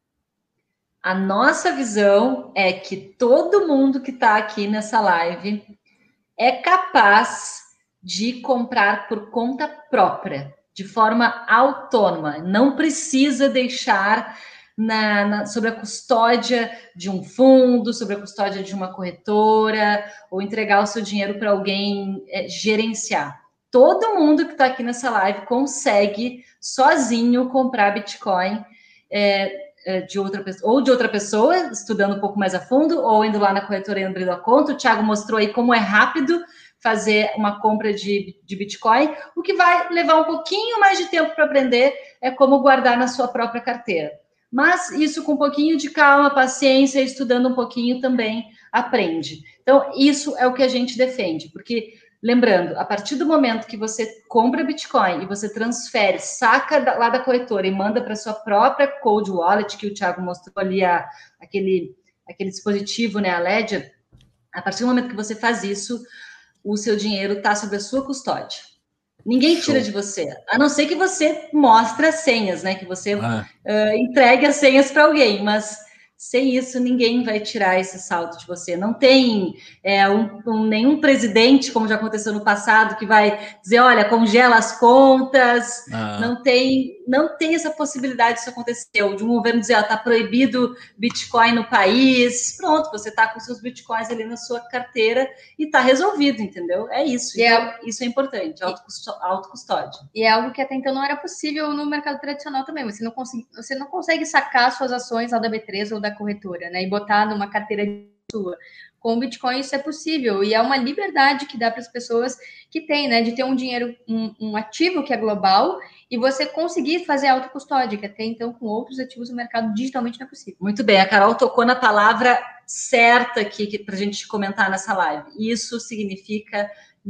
A nossa visão é que todo mundo que está aqui nessa live é capaz de comprar por conta própria, de forma autônoma. Não precisa deixar na, na, sob a custódia de um fundo, sob a custódia de uma corretora, ou entregar o seu dinheiro para alguém é, gerenciar. Todo mundo que está aqui nessa live consegue sozinho comprar Bitcoin é, é, de outra pessoa, ou de outra pessoa, estudando um pouco mais a fundo, ou indo lá na corretora e abrindo a conta. O Thiago mostrou aí como é rápido fazer uma compra de, de Bitcoin. O que vai levar um pouquinho mais de tempo para aprender é como guardar na sua própria carteira. Mas isso com um pouquinho de calma, paciência, estudando um pouquinho também aprende. Então, isso é o que a gente defende, porque... Lembrando, a partir do momento que você compra Bitcoin e você transfere, saca lá da corretora e manda para sua própria cold wallet, que o Thiago mostrou ali, a, aquele, aquele dispositivo, né, a Ledger, a partir do momento que você faz isso, o seu dinheiro está sob a sua custódia. Ninguém tira Show. de você, a não ser que você mostre as senhas, né, que você ah. uh, entregue as senhas para alguém, mas... Sem isso, ninguém vai tirar esse saldo de você. Não tem é, um, um, nenhum presidente, como já aconteceu no passado, que vai dizer, olha, congela as contas. Ah. Não tem, não tem essa possibilidade disso acontecer. De um governo dizer, está proibido Bitcoin no país. Pronto, você está com seus Bitcoins ali na sua carteira e está resolvido, entendeu? É isso. Então, é, isso é importante, autocustódia. E é algo que até então não era possível no mercado tradicional também. Você não consegue, você não consegue sacar suas ações lá da B três ou da corretora, né, e botar numa carteira sua. Com o Bitcoin isso é possível, e é uma liberdade que dá para as pessoas que têm, né, de ter um dinheiro, um, um ativo que é global, e você conseguir fazer autocustódia, que até então com outros ativos no mercado digitalmente não é possível. Muito bem, a Carol tocou na palavra certa aqui para a gente comentar nessa live. Isso significa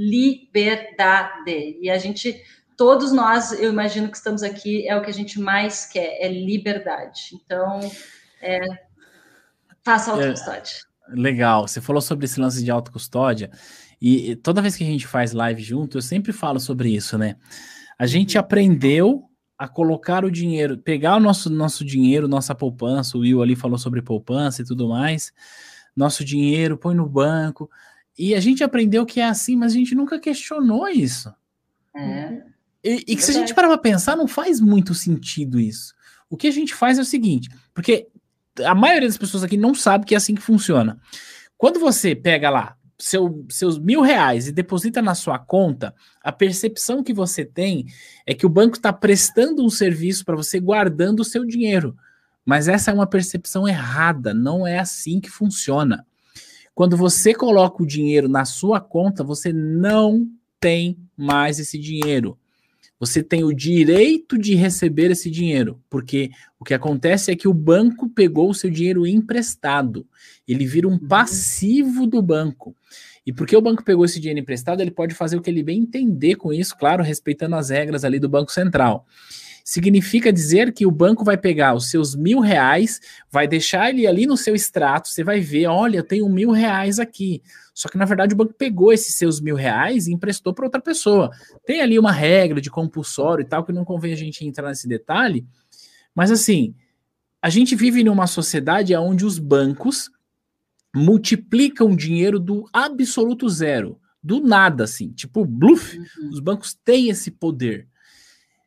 liberdade, e a gente... Todos nós, eu imagino que estamos aqui, é o que a gente mais quer, é liberdade. Então, é, faça autocustódia. É, legal, você falou sobre esse lance de autocustódia, e toda vez que a gente faz live junto, eu sempre falo sobre isso, né? A gente aprendeu a colocar o dinheiro, pegar o nosso, nosso dinheiro, nossa poupança, o Will ali falou sobre poupança e tudo mais, nosso dinheiro, põe no banco, e a gente aprendeu que é assim, mas a gente nunca questionou isso. É. E, e que se a gente parar para pensar, não faz muito sentido isso. O que a gente faz é o seguinte, porque a maioria das pessoas aqui não sabe que é assim que funciona. Quando você pega lá seu, seus mil reais e deposita na sua conta, a percepção que você tem é que o banco está prestando um serviço para você guardando o seu dinheiro. Mas essa é uma percepção errada, não é assim que funciona. Quando você coloca o dinheiro na sua conta, você não tem mais esse dinheiro. Você tem o direito de receber esse dinheiro, porque o que acontece é que o banco pegou o seu dinheiro emprestado. Ele vira um passivo do banco. E porque o banco pegou esse dinheiro emprestado, ele pode fazer o que ele bem entender com isso, claro, respeitando as regras ali do Banco Central. Significa dizer que o banco vai pegar os seus mil reais, vai deixar ele ali no seu extrato, você vai ver, olha, eu tenho mil reais aqui. Só que, na verdade, o banco pegou esses seus mil reais e emprestou para outra pessoa. Tem ali uma regra de compulsório e tal, que não convém a gente entrar nesse detalhe, mas, assim, a gente vive numa sociedade onde os bancos multiplicam dinheiro do absoluto zero, do nada, assim, tipo, bluff, uhum. Os bancos têm esse poder.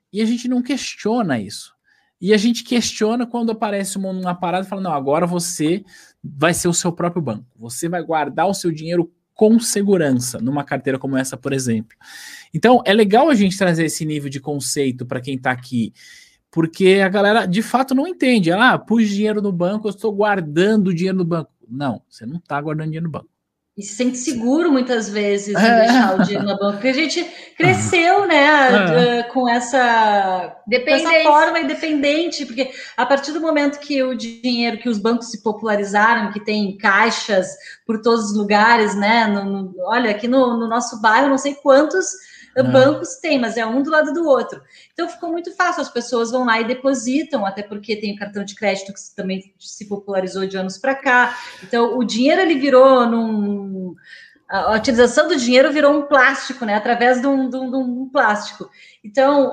e a gente não questiona isso. E a gente questiona quando aparece uma, uma parada e fala, não, agora você vai ser o seu próprio banco. Você vai guardar o seu dinheiro com segurança, numa carteira como essa, por exemplo. Então, é legal a gente trazer esse nível de conceito para quem está aqui, porque a galera, de fato, não entende. Ah, pus dinheiro no banco, eu estou guardando dinheiro no banco. Não, você não está guardando dinheiro no banco. E se sente seguro, muitas vezes, em é. deixar o dinheiro no banco, porque a gente cresceu, né, é. com essa, essa forma independente, porque a partir do momento que o dinheiro, que os bancos se popularizaram, que tem caixas por todos os lugares, né, no, no, olha, aqui no, no nosso bairro, não sei quantos é. bancos tem, mas é um do lado do outro. Então ficou muito fácil, as pessoas vão lá e depositam, até porque tem o cartão de crédito que também se popularizou de anos para cá. Então o dinheiro ele virou num... a utilização do dinheiro virou um plástico, né? Através de um, de um, de um plástico. Então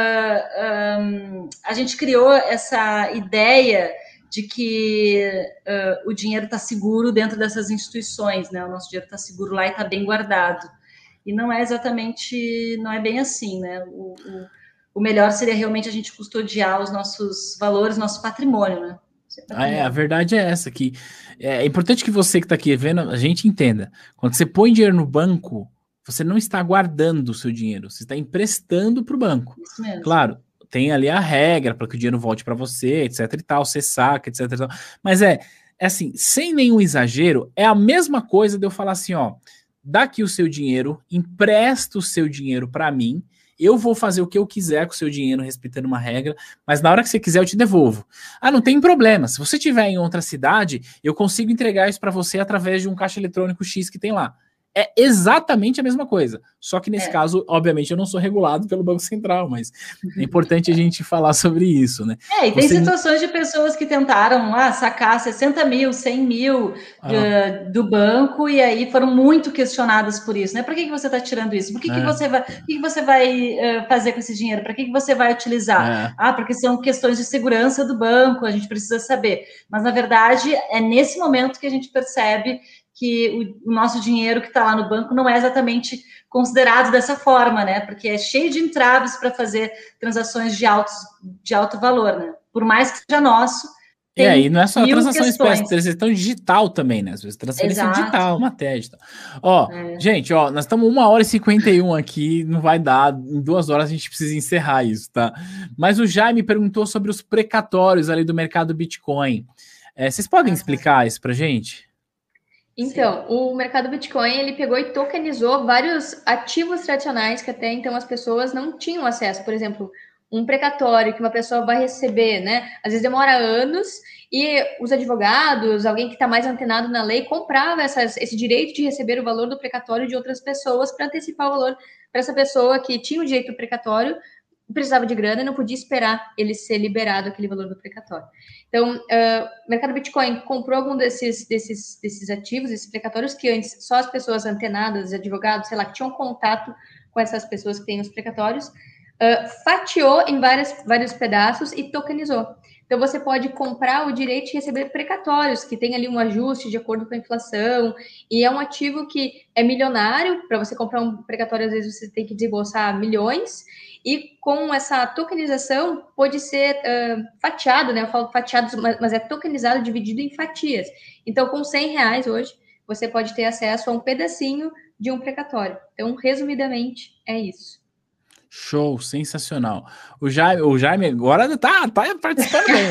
uh, um, a gente criou essa ideia de que uh, o dinheiro está seguro dentro dessas instituições, né? O nosso dinheiro está seguro lá e está bem guardado. E não é exatamente, não é bem assim, né? O, o, o melhor seria realmente a gente custodiar os nossos valores, nosso patrimônio, né? patrimônio. É, a verdade é essa, que é importante que você que está aqui vendo, a gente entenda. Quando você põe dinheiro no banco, você não está guardando o seu dinheiro, você está emprestando para o banco. Isso mesmo. Claro, tem ali a regra para que o dinheiro volte para você, etc e tal, você saca, etc e tal. Mas é, é assim, sem nenhum exagero, é a mesma coisa de eu falar assim, ó, dá aqui o seu dinheiro, empresta o seu dinheiro para mim, eu vou fazer o que eu quiser com o seu dinheiro, respeitando uma regra, mas na hora que você quiser eu te devolvo. Ah, não tem problema, se você estiver em outra cidade, eu consigo entregar isso para você através de um caixa eletrônico X que tem lá. É exatamente a mesma coisa, só que nesse é. caso, obviamente, eu não sou regulado pelo Banco Central, mas é importante a gente falar sobre isso, né? É, e tem Você... situações de pessoas que tentaram ah, sacar sessenta mil, cem mil de, ah. do banco e aí foram muito questionadas por isso, né? Para que, que você está tirando isso? Por que, é. que você vai, que que você vai uh, fazer com esse dinheiro? Para que, que você vai utilizar? É. Ah, porque são questões de segurança do banco, a gente precisa saber. Mas, na verdade, é nesse momento que a gente percebe que o, o nosso dinheiro que está lá no banco não é exatamente considerado dessa forma, né? Porque é cheio de entraves para fazer transações de, altos, de alto valor, né? Por mais que seja nosso. E aí, não é só a transação espécie, transação digital também, né? Às vezes, transferência Exato. digital, uma tese. Ó, é. gente, ó, nós estamos uma hora e cinquenta e um aqui, não vai dar, em duas horas a gente precisa encerrar isso, tá? Mas o Jaime perguntou sobre os precatórios ali do mercado Bitcoin. É, vocês podem ah, explicar isso pra gente? Então, Sim. o mercado Bitcoin, ele pegou e tokenizou vários ativos tradicionais que até então as pessoas não tinham acesso. Por exemplo, um precatório que uma pessoa vai receber, né? Às vezes demora anos e os advogados, alguém que está mais antenado na lei, comprava essas, esse direito de receber o valor do precatório de outras pessoas para antecipar o valor para essa pessoa que tinha o direito do precatório, precisava de grana e não podia esperar ele ser liberado, aquele valor do precatório. Então, uh, o mercado Bitcoin comprou algum desses, desses, desses ativos, esses precatórios, que antes só as pessoas antenadas, advogados, sei lá, que tinham contato com essas pessoas que têm os precatórios, uh, fatiou em várias, vários pedaços e tokenizou. Então, você pode comprar o direito de receber precatórios, que tem ali um ajuste de acordo com a inflação, e é um ativo que é milionário. Para você comprar um precatório, às vezes você tem que desembolsar milhões, e com essa tokenização pode ser uh, fatiado, né? Eu falo fatiado, mas é tokenizado, dividido em fatias. Então, com cem reais hoje, você pode ter acesso a um pedacinho de um precatório. Então, resumidamente, é isso. Show, sensacional. O Jaime, o Jaime agora tá, tá participando bem.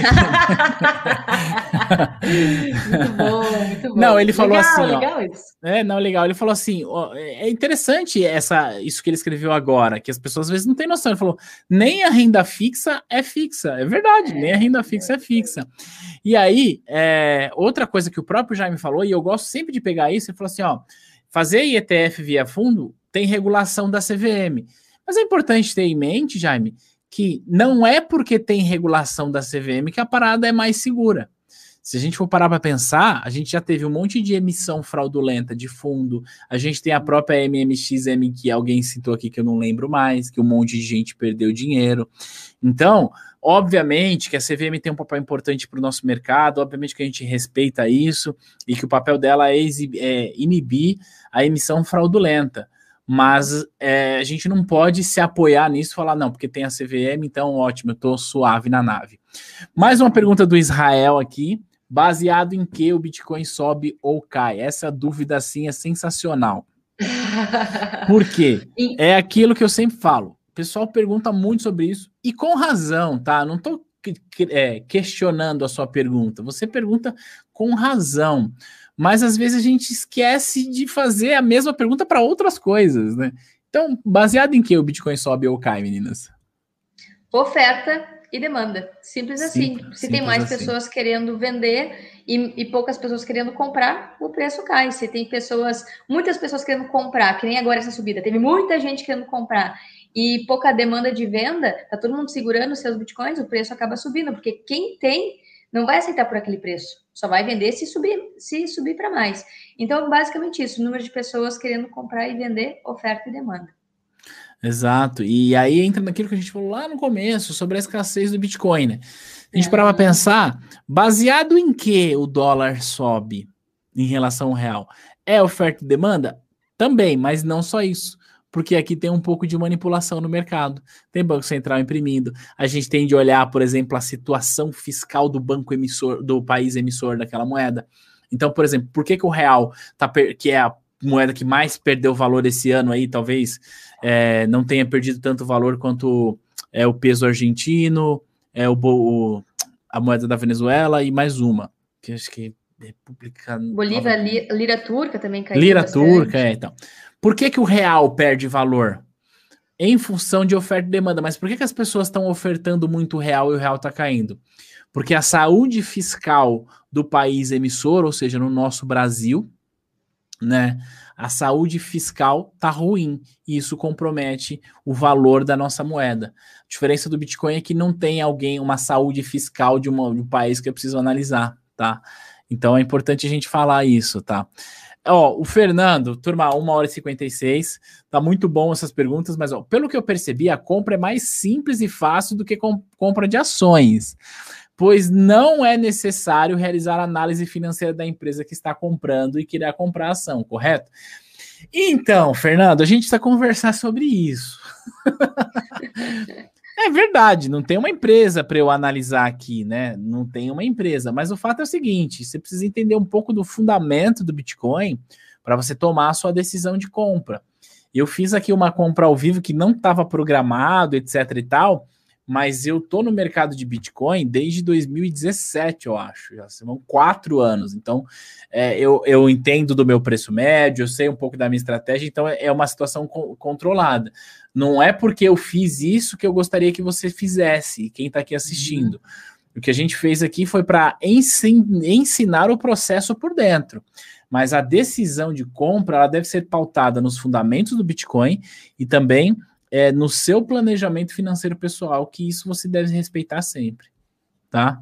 Muito bom, muito bom. Não, ele falou legal, assim, legal ó, isso. É, não, legal. Ele falou assim, ó, é interessante essa, isso que ele escreveu agora, que as pessoas às vezes não têm noção. Ele falou, nem a renda fixa é fixa. É verdade, é, nem a renda fixa é, é fixa. E aí, é, outra coisa que o próprio Jaime falou, e eu gosto sempre de pegar isso, ele falou assim, ó, fazer I E T F via fundo tem regulação da C V M. Mas é importante ter em mente, Jaime, que não é porque tem regulação da C V M que a parada é mais segura. Se a gente for parar para pensar, a gente já teve um monte de emissão fraudulenta de fundo, a gente tem a própria M M X M que alguém citou aqui que eu não lembro mais, que um monte de gente perdeu dinheiro. Então, obviamente que a C V M tem um papel importante para o nosso mercado, obviamente que a gente respeita isso e que o papel dela é, é inibir a emissão fraudulenta. mas é, a gente não pode se apoiar nisso e falar, não, porque tem a C V M, então ótimo, eu tô suave na nave. Mais uma pergunta do Israel aqui, baseado em que o Bitcoin sobe ou cai? Essa dúvida, assim, é sensacional. Por quê? É aquilo que eu sempre falo, o pessoal pergunta muito sobre isso, e com razão, tá? Não tô é, questionando a sua pergunta, você pergunta com razão. Mas às vezes a gente esquece de fazer a mesma pergunta para outras coisas, né? Então, baseado em que o Bitcoin sobe ou cai, meninas? Oferta e demanda. Simples assim. Simples, Se simples tem mais assim. pessoas querendo vender e, e poucas pessoas querendo comprar, o preço cai. Se tem pessoas, muitas pessoas querendo comprar, que nem agora essa subida, teve muita gente querendo comprar e pouca demanda de venda, tá todo mundo segurando os seus bitcoins, o preço acaba subindo, porque quem tem não vai aceitar por aquele preço. Só vai vender se subir, se subir para mais. Então, basicamente isso, o número de pessoas querendo comprar e vender, oferta e demanda. Exato. E aí entra naquilo que a gente falou lá no começo, sobre a escassez do Bitcoin, né? A gente é. parava para pensar, baseado em que o dólar sobe em relação ao real? É oferta e demanda? Também, mas não só isso. Porque aqui tem um pouco de manipulação no mercado. Tem Banco Central imprimindo. A gente tem de olhar, por exemplo, a situação fiscal do banco emissor, do país emissor daquela moeda. Então, por exemplo, por que, que o real, tá, que é a moeda que mais perdeu valor esse ano aí, talvez é, não tenha perdido tanto valor quanto é, o peso argentino, é, o, o, a moeda da Venezuela e mais uma, que acho que é República... Bolívia, li, lira turca também caiu Lira bastante. turca, é, então. Por que, que o real perde valor? Em função de oferta e demanda. Mas por que, que as pessoas estão ofertando muito real e o real está caindo? Porque a saúde fiscal do país emissor, ou seja, no nosso Brasil, né, a saúde fiscal está ruim e isso compromete o valor da nossa moeda. A diferença do Bitcoin é que não tem alguém, uma saúde fiscal de, uma, de um país que eu preciso analisar, tá? Então é importante a gente falar isso, tá? Ó, o Fernando, turma, uma hora e cinquenta e seis, tá muito bom essas perguntas, mas ó, pelo que eu percebi, a compra é mais simples e fácil do que com, compra de ações, pois não é necessário realizar a análise financeira da empresa que está comprando e que irá comprar a ação, correto? Então, Fernando, a gente precisa conversar sobre isso. É verdade, não tem uma empresa para eu analisar aqui, né? Não tem uma empresa, mas o fato é o seguinte, você precisa entender um pouco do fundamento do Bitcoin para você tomar a sua decisão de compra. Eu fiz aqui uma compra ao vivo que não estava programado, etc e tal, mas eu tô no mercado de Bitcoin desde dois mil e dezessete, eu acho, já são quatro anos, então é, eu, eu entendo do meu preço médio, eu sei um pouco da minha estratégia, então é, é uma situação co- controlada. Não é porque eu fiz isso que eu gostaria que você fizesse, quem está aqui assistindo. Uhum. O que a gente fez aqui foi para ensin- ensinar o processo por dentro. Mas a decisão de compra ela deve ser pautada nos fundamentos do Bitcoin e também é, no seu planejamento financeiro pessoal, que isso você deve respeitar sempre. Tá?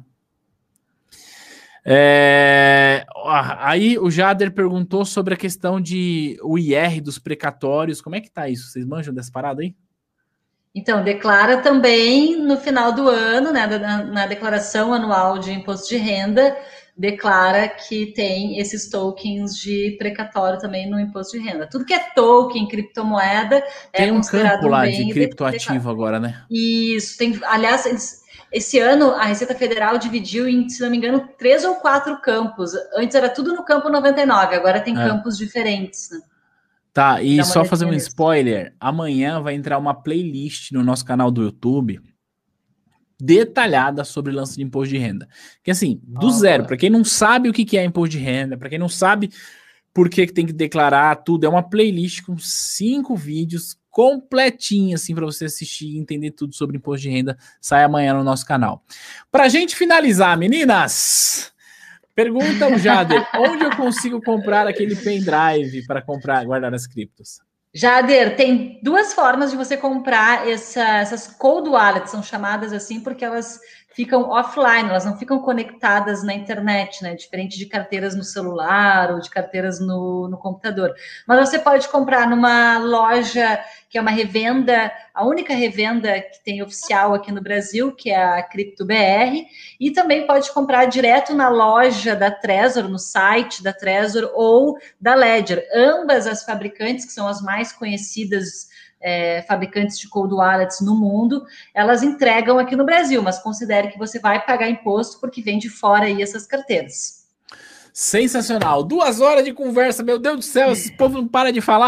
É, aí o Jader perguntou sobre a questão de o I R dos precatórios. Como é que tá isso? Vocês manjam dessa parada aí? Então, declara também no final do ano, né, na, na declaração anual de imposto de renda, declara que tem esses tokens de precatório também no imposto de renda. Tudo que é token, criptomoeda, tem é um considerado campo lá um bem de criptoativo agora, né? Isso, tem, aliás, eles, esse ano a Receita Federal dividiu em, se não me engano, três ou quatro campos. Antes era tudo no campo noventa e nove, agora tem é. campos diferentes, né? Tá, e só fazer um spoiler, amanhã vai entrar uma playlist no nosso canal do YouTube detalhada sobre lance de imposto de renda. Que assim, do oh, zero, para quem não sabe o que é imposto de renda, para quem não sabe por que tem que declarar tudo, é uma playlist com cinco vídeos completinha, assim, para você assistir e entender tudo sobre imposto de renda, sai amanhã no nosso canal. Pra gente finalizar, meninas... Pergunta o Jader, onde eu consigo comprar aquele pendrive para comprar, guardar as criptos? Jader, tem duas formas de você comprar essa, essas cold wallets, são chamadas assim porque elas ficam offline, elas não ficam conectadas na internet, né? Diferente de carteiras no celular ou de carteiras no, no computador. Mas você pode comprar numa loja que é uma revenda, a única revenda que tem oficial aqui no Brasil, que é a Cripto B R, e também pode comprar direto na loja da Trezor, no site da Trezor ou da Ledger. Ambas as fabricantes, que são as mais conhecidas É, fabricantes de cold wallets no mundo, elas entregam aqui no Brasil, mas considere que você vai pagar imposto porque vem de fora aí essas carteiras. Sensacional. Duas horas de conversa, meu Deus do céu, esse povo não para de falar.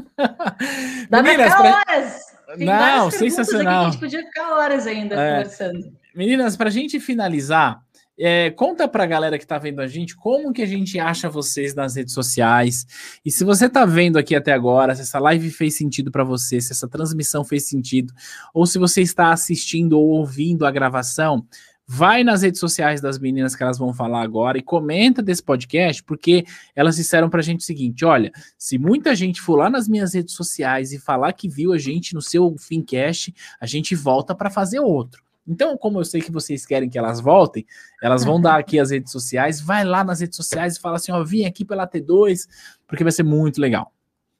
Dá Meninas, pra pra... horas. Tem não, sensacional. Aqui que a gente podia ficar horas ainda é. conversando. Meninas, para a gente finalizar, É, conta pra galera que tá vendo a gente como que a gente acha vocês nas redes sociais, e se você tá vendo aqui até agora, se essa live fez sentido para você, se essa transmissão fez sentido, ou se você está assistindo ou ouvindo a gravação, vai nas redes sociais das meninas que elas vão falar agora e comenta desse podcast, porque elas disseram pra gente o seguinte: olha, se muita gente for lá nas minhas redes sociais e falar que viu a gente no seu Fincast, a gente volta para fazer outro. Então, como eu sei que vocês querem que elas voltem, elas vão dar aqui as redes sociais, vai lá nas redes sociais e fala assim, ó, vim aqui pela T dois, porque vai ser muito legal.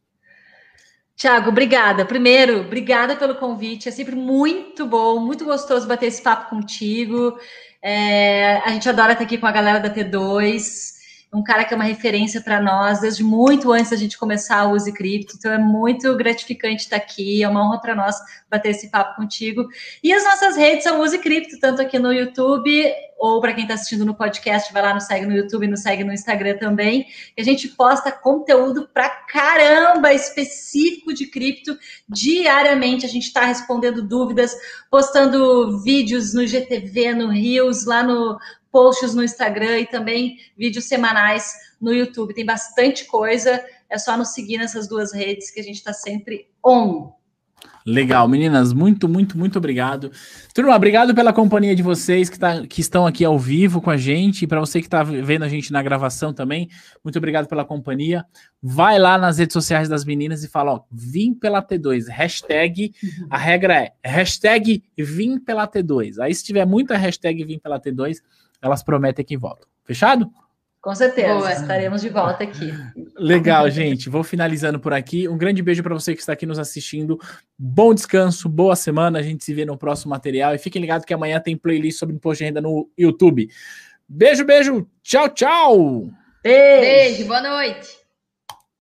Thiago, obrigada. Primeiro, obrigada pelo convite, é sempre muito bom, muito gostoso bater esse papo contigo. É, a gente adora estar aqui com a galera da T dois, um cara que é uma referência para nós, desde muito antes da gente começar a Use Cripto, então é muito gratificante estar aqui, é uma honra para nós bater esse papo contigo. E as nossas redes são Use Cripto, tanto aqui no YouTube, ou para quem está assistindo no podcast, vai lá, nos segue no YouTube, nos segue no Instagram também, que a gente posta conteúdo pra caramba específico de cripto diariamente. A gente está respondendo dúvidas, postando vídeos no G T V, no Reels, lá no posts no Instagram e também vídeos semanais no YouTube. Tem bastante coisa, é só nos seguir nessas duas redes que a gente está sempre on. Legal, meninas, muito, muito, muito obrigado. Turma, obrigado pela companhia de vocês que, tá, que estão aqui ao vivo com a gente, e para você que está vendo a gente na gravação também, muito obrigado pela companhia. Vai lá nas redes sociais das meninas e fala, ó, vim pela T dois, hashtag, a regra é hashtag vim pela T dois. Aí se tiver muita hashtag vim pela T dois, elas prometem que voltam. Fechado? Com certeza, Boa. Estaremos de volta aqui. Legal, gente. Vou finalizando por aqui. Um grande beijo para você que está aqui nos assistindo. Bom descanso, boa semana. A gente se vê no próximo material. E fiquem ligados que amanhã tem playlist sobre imposto de renda no YouTube. Beijo, beijo. Tchau, tchau. Beijo, beijo, boa noite.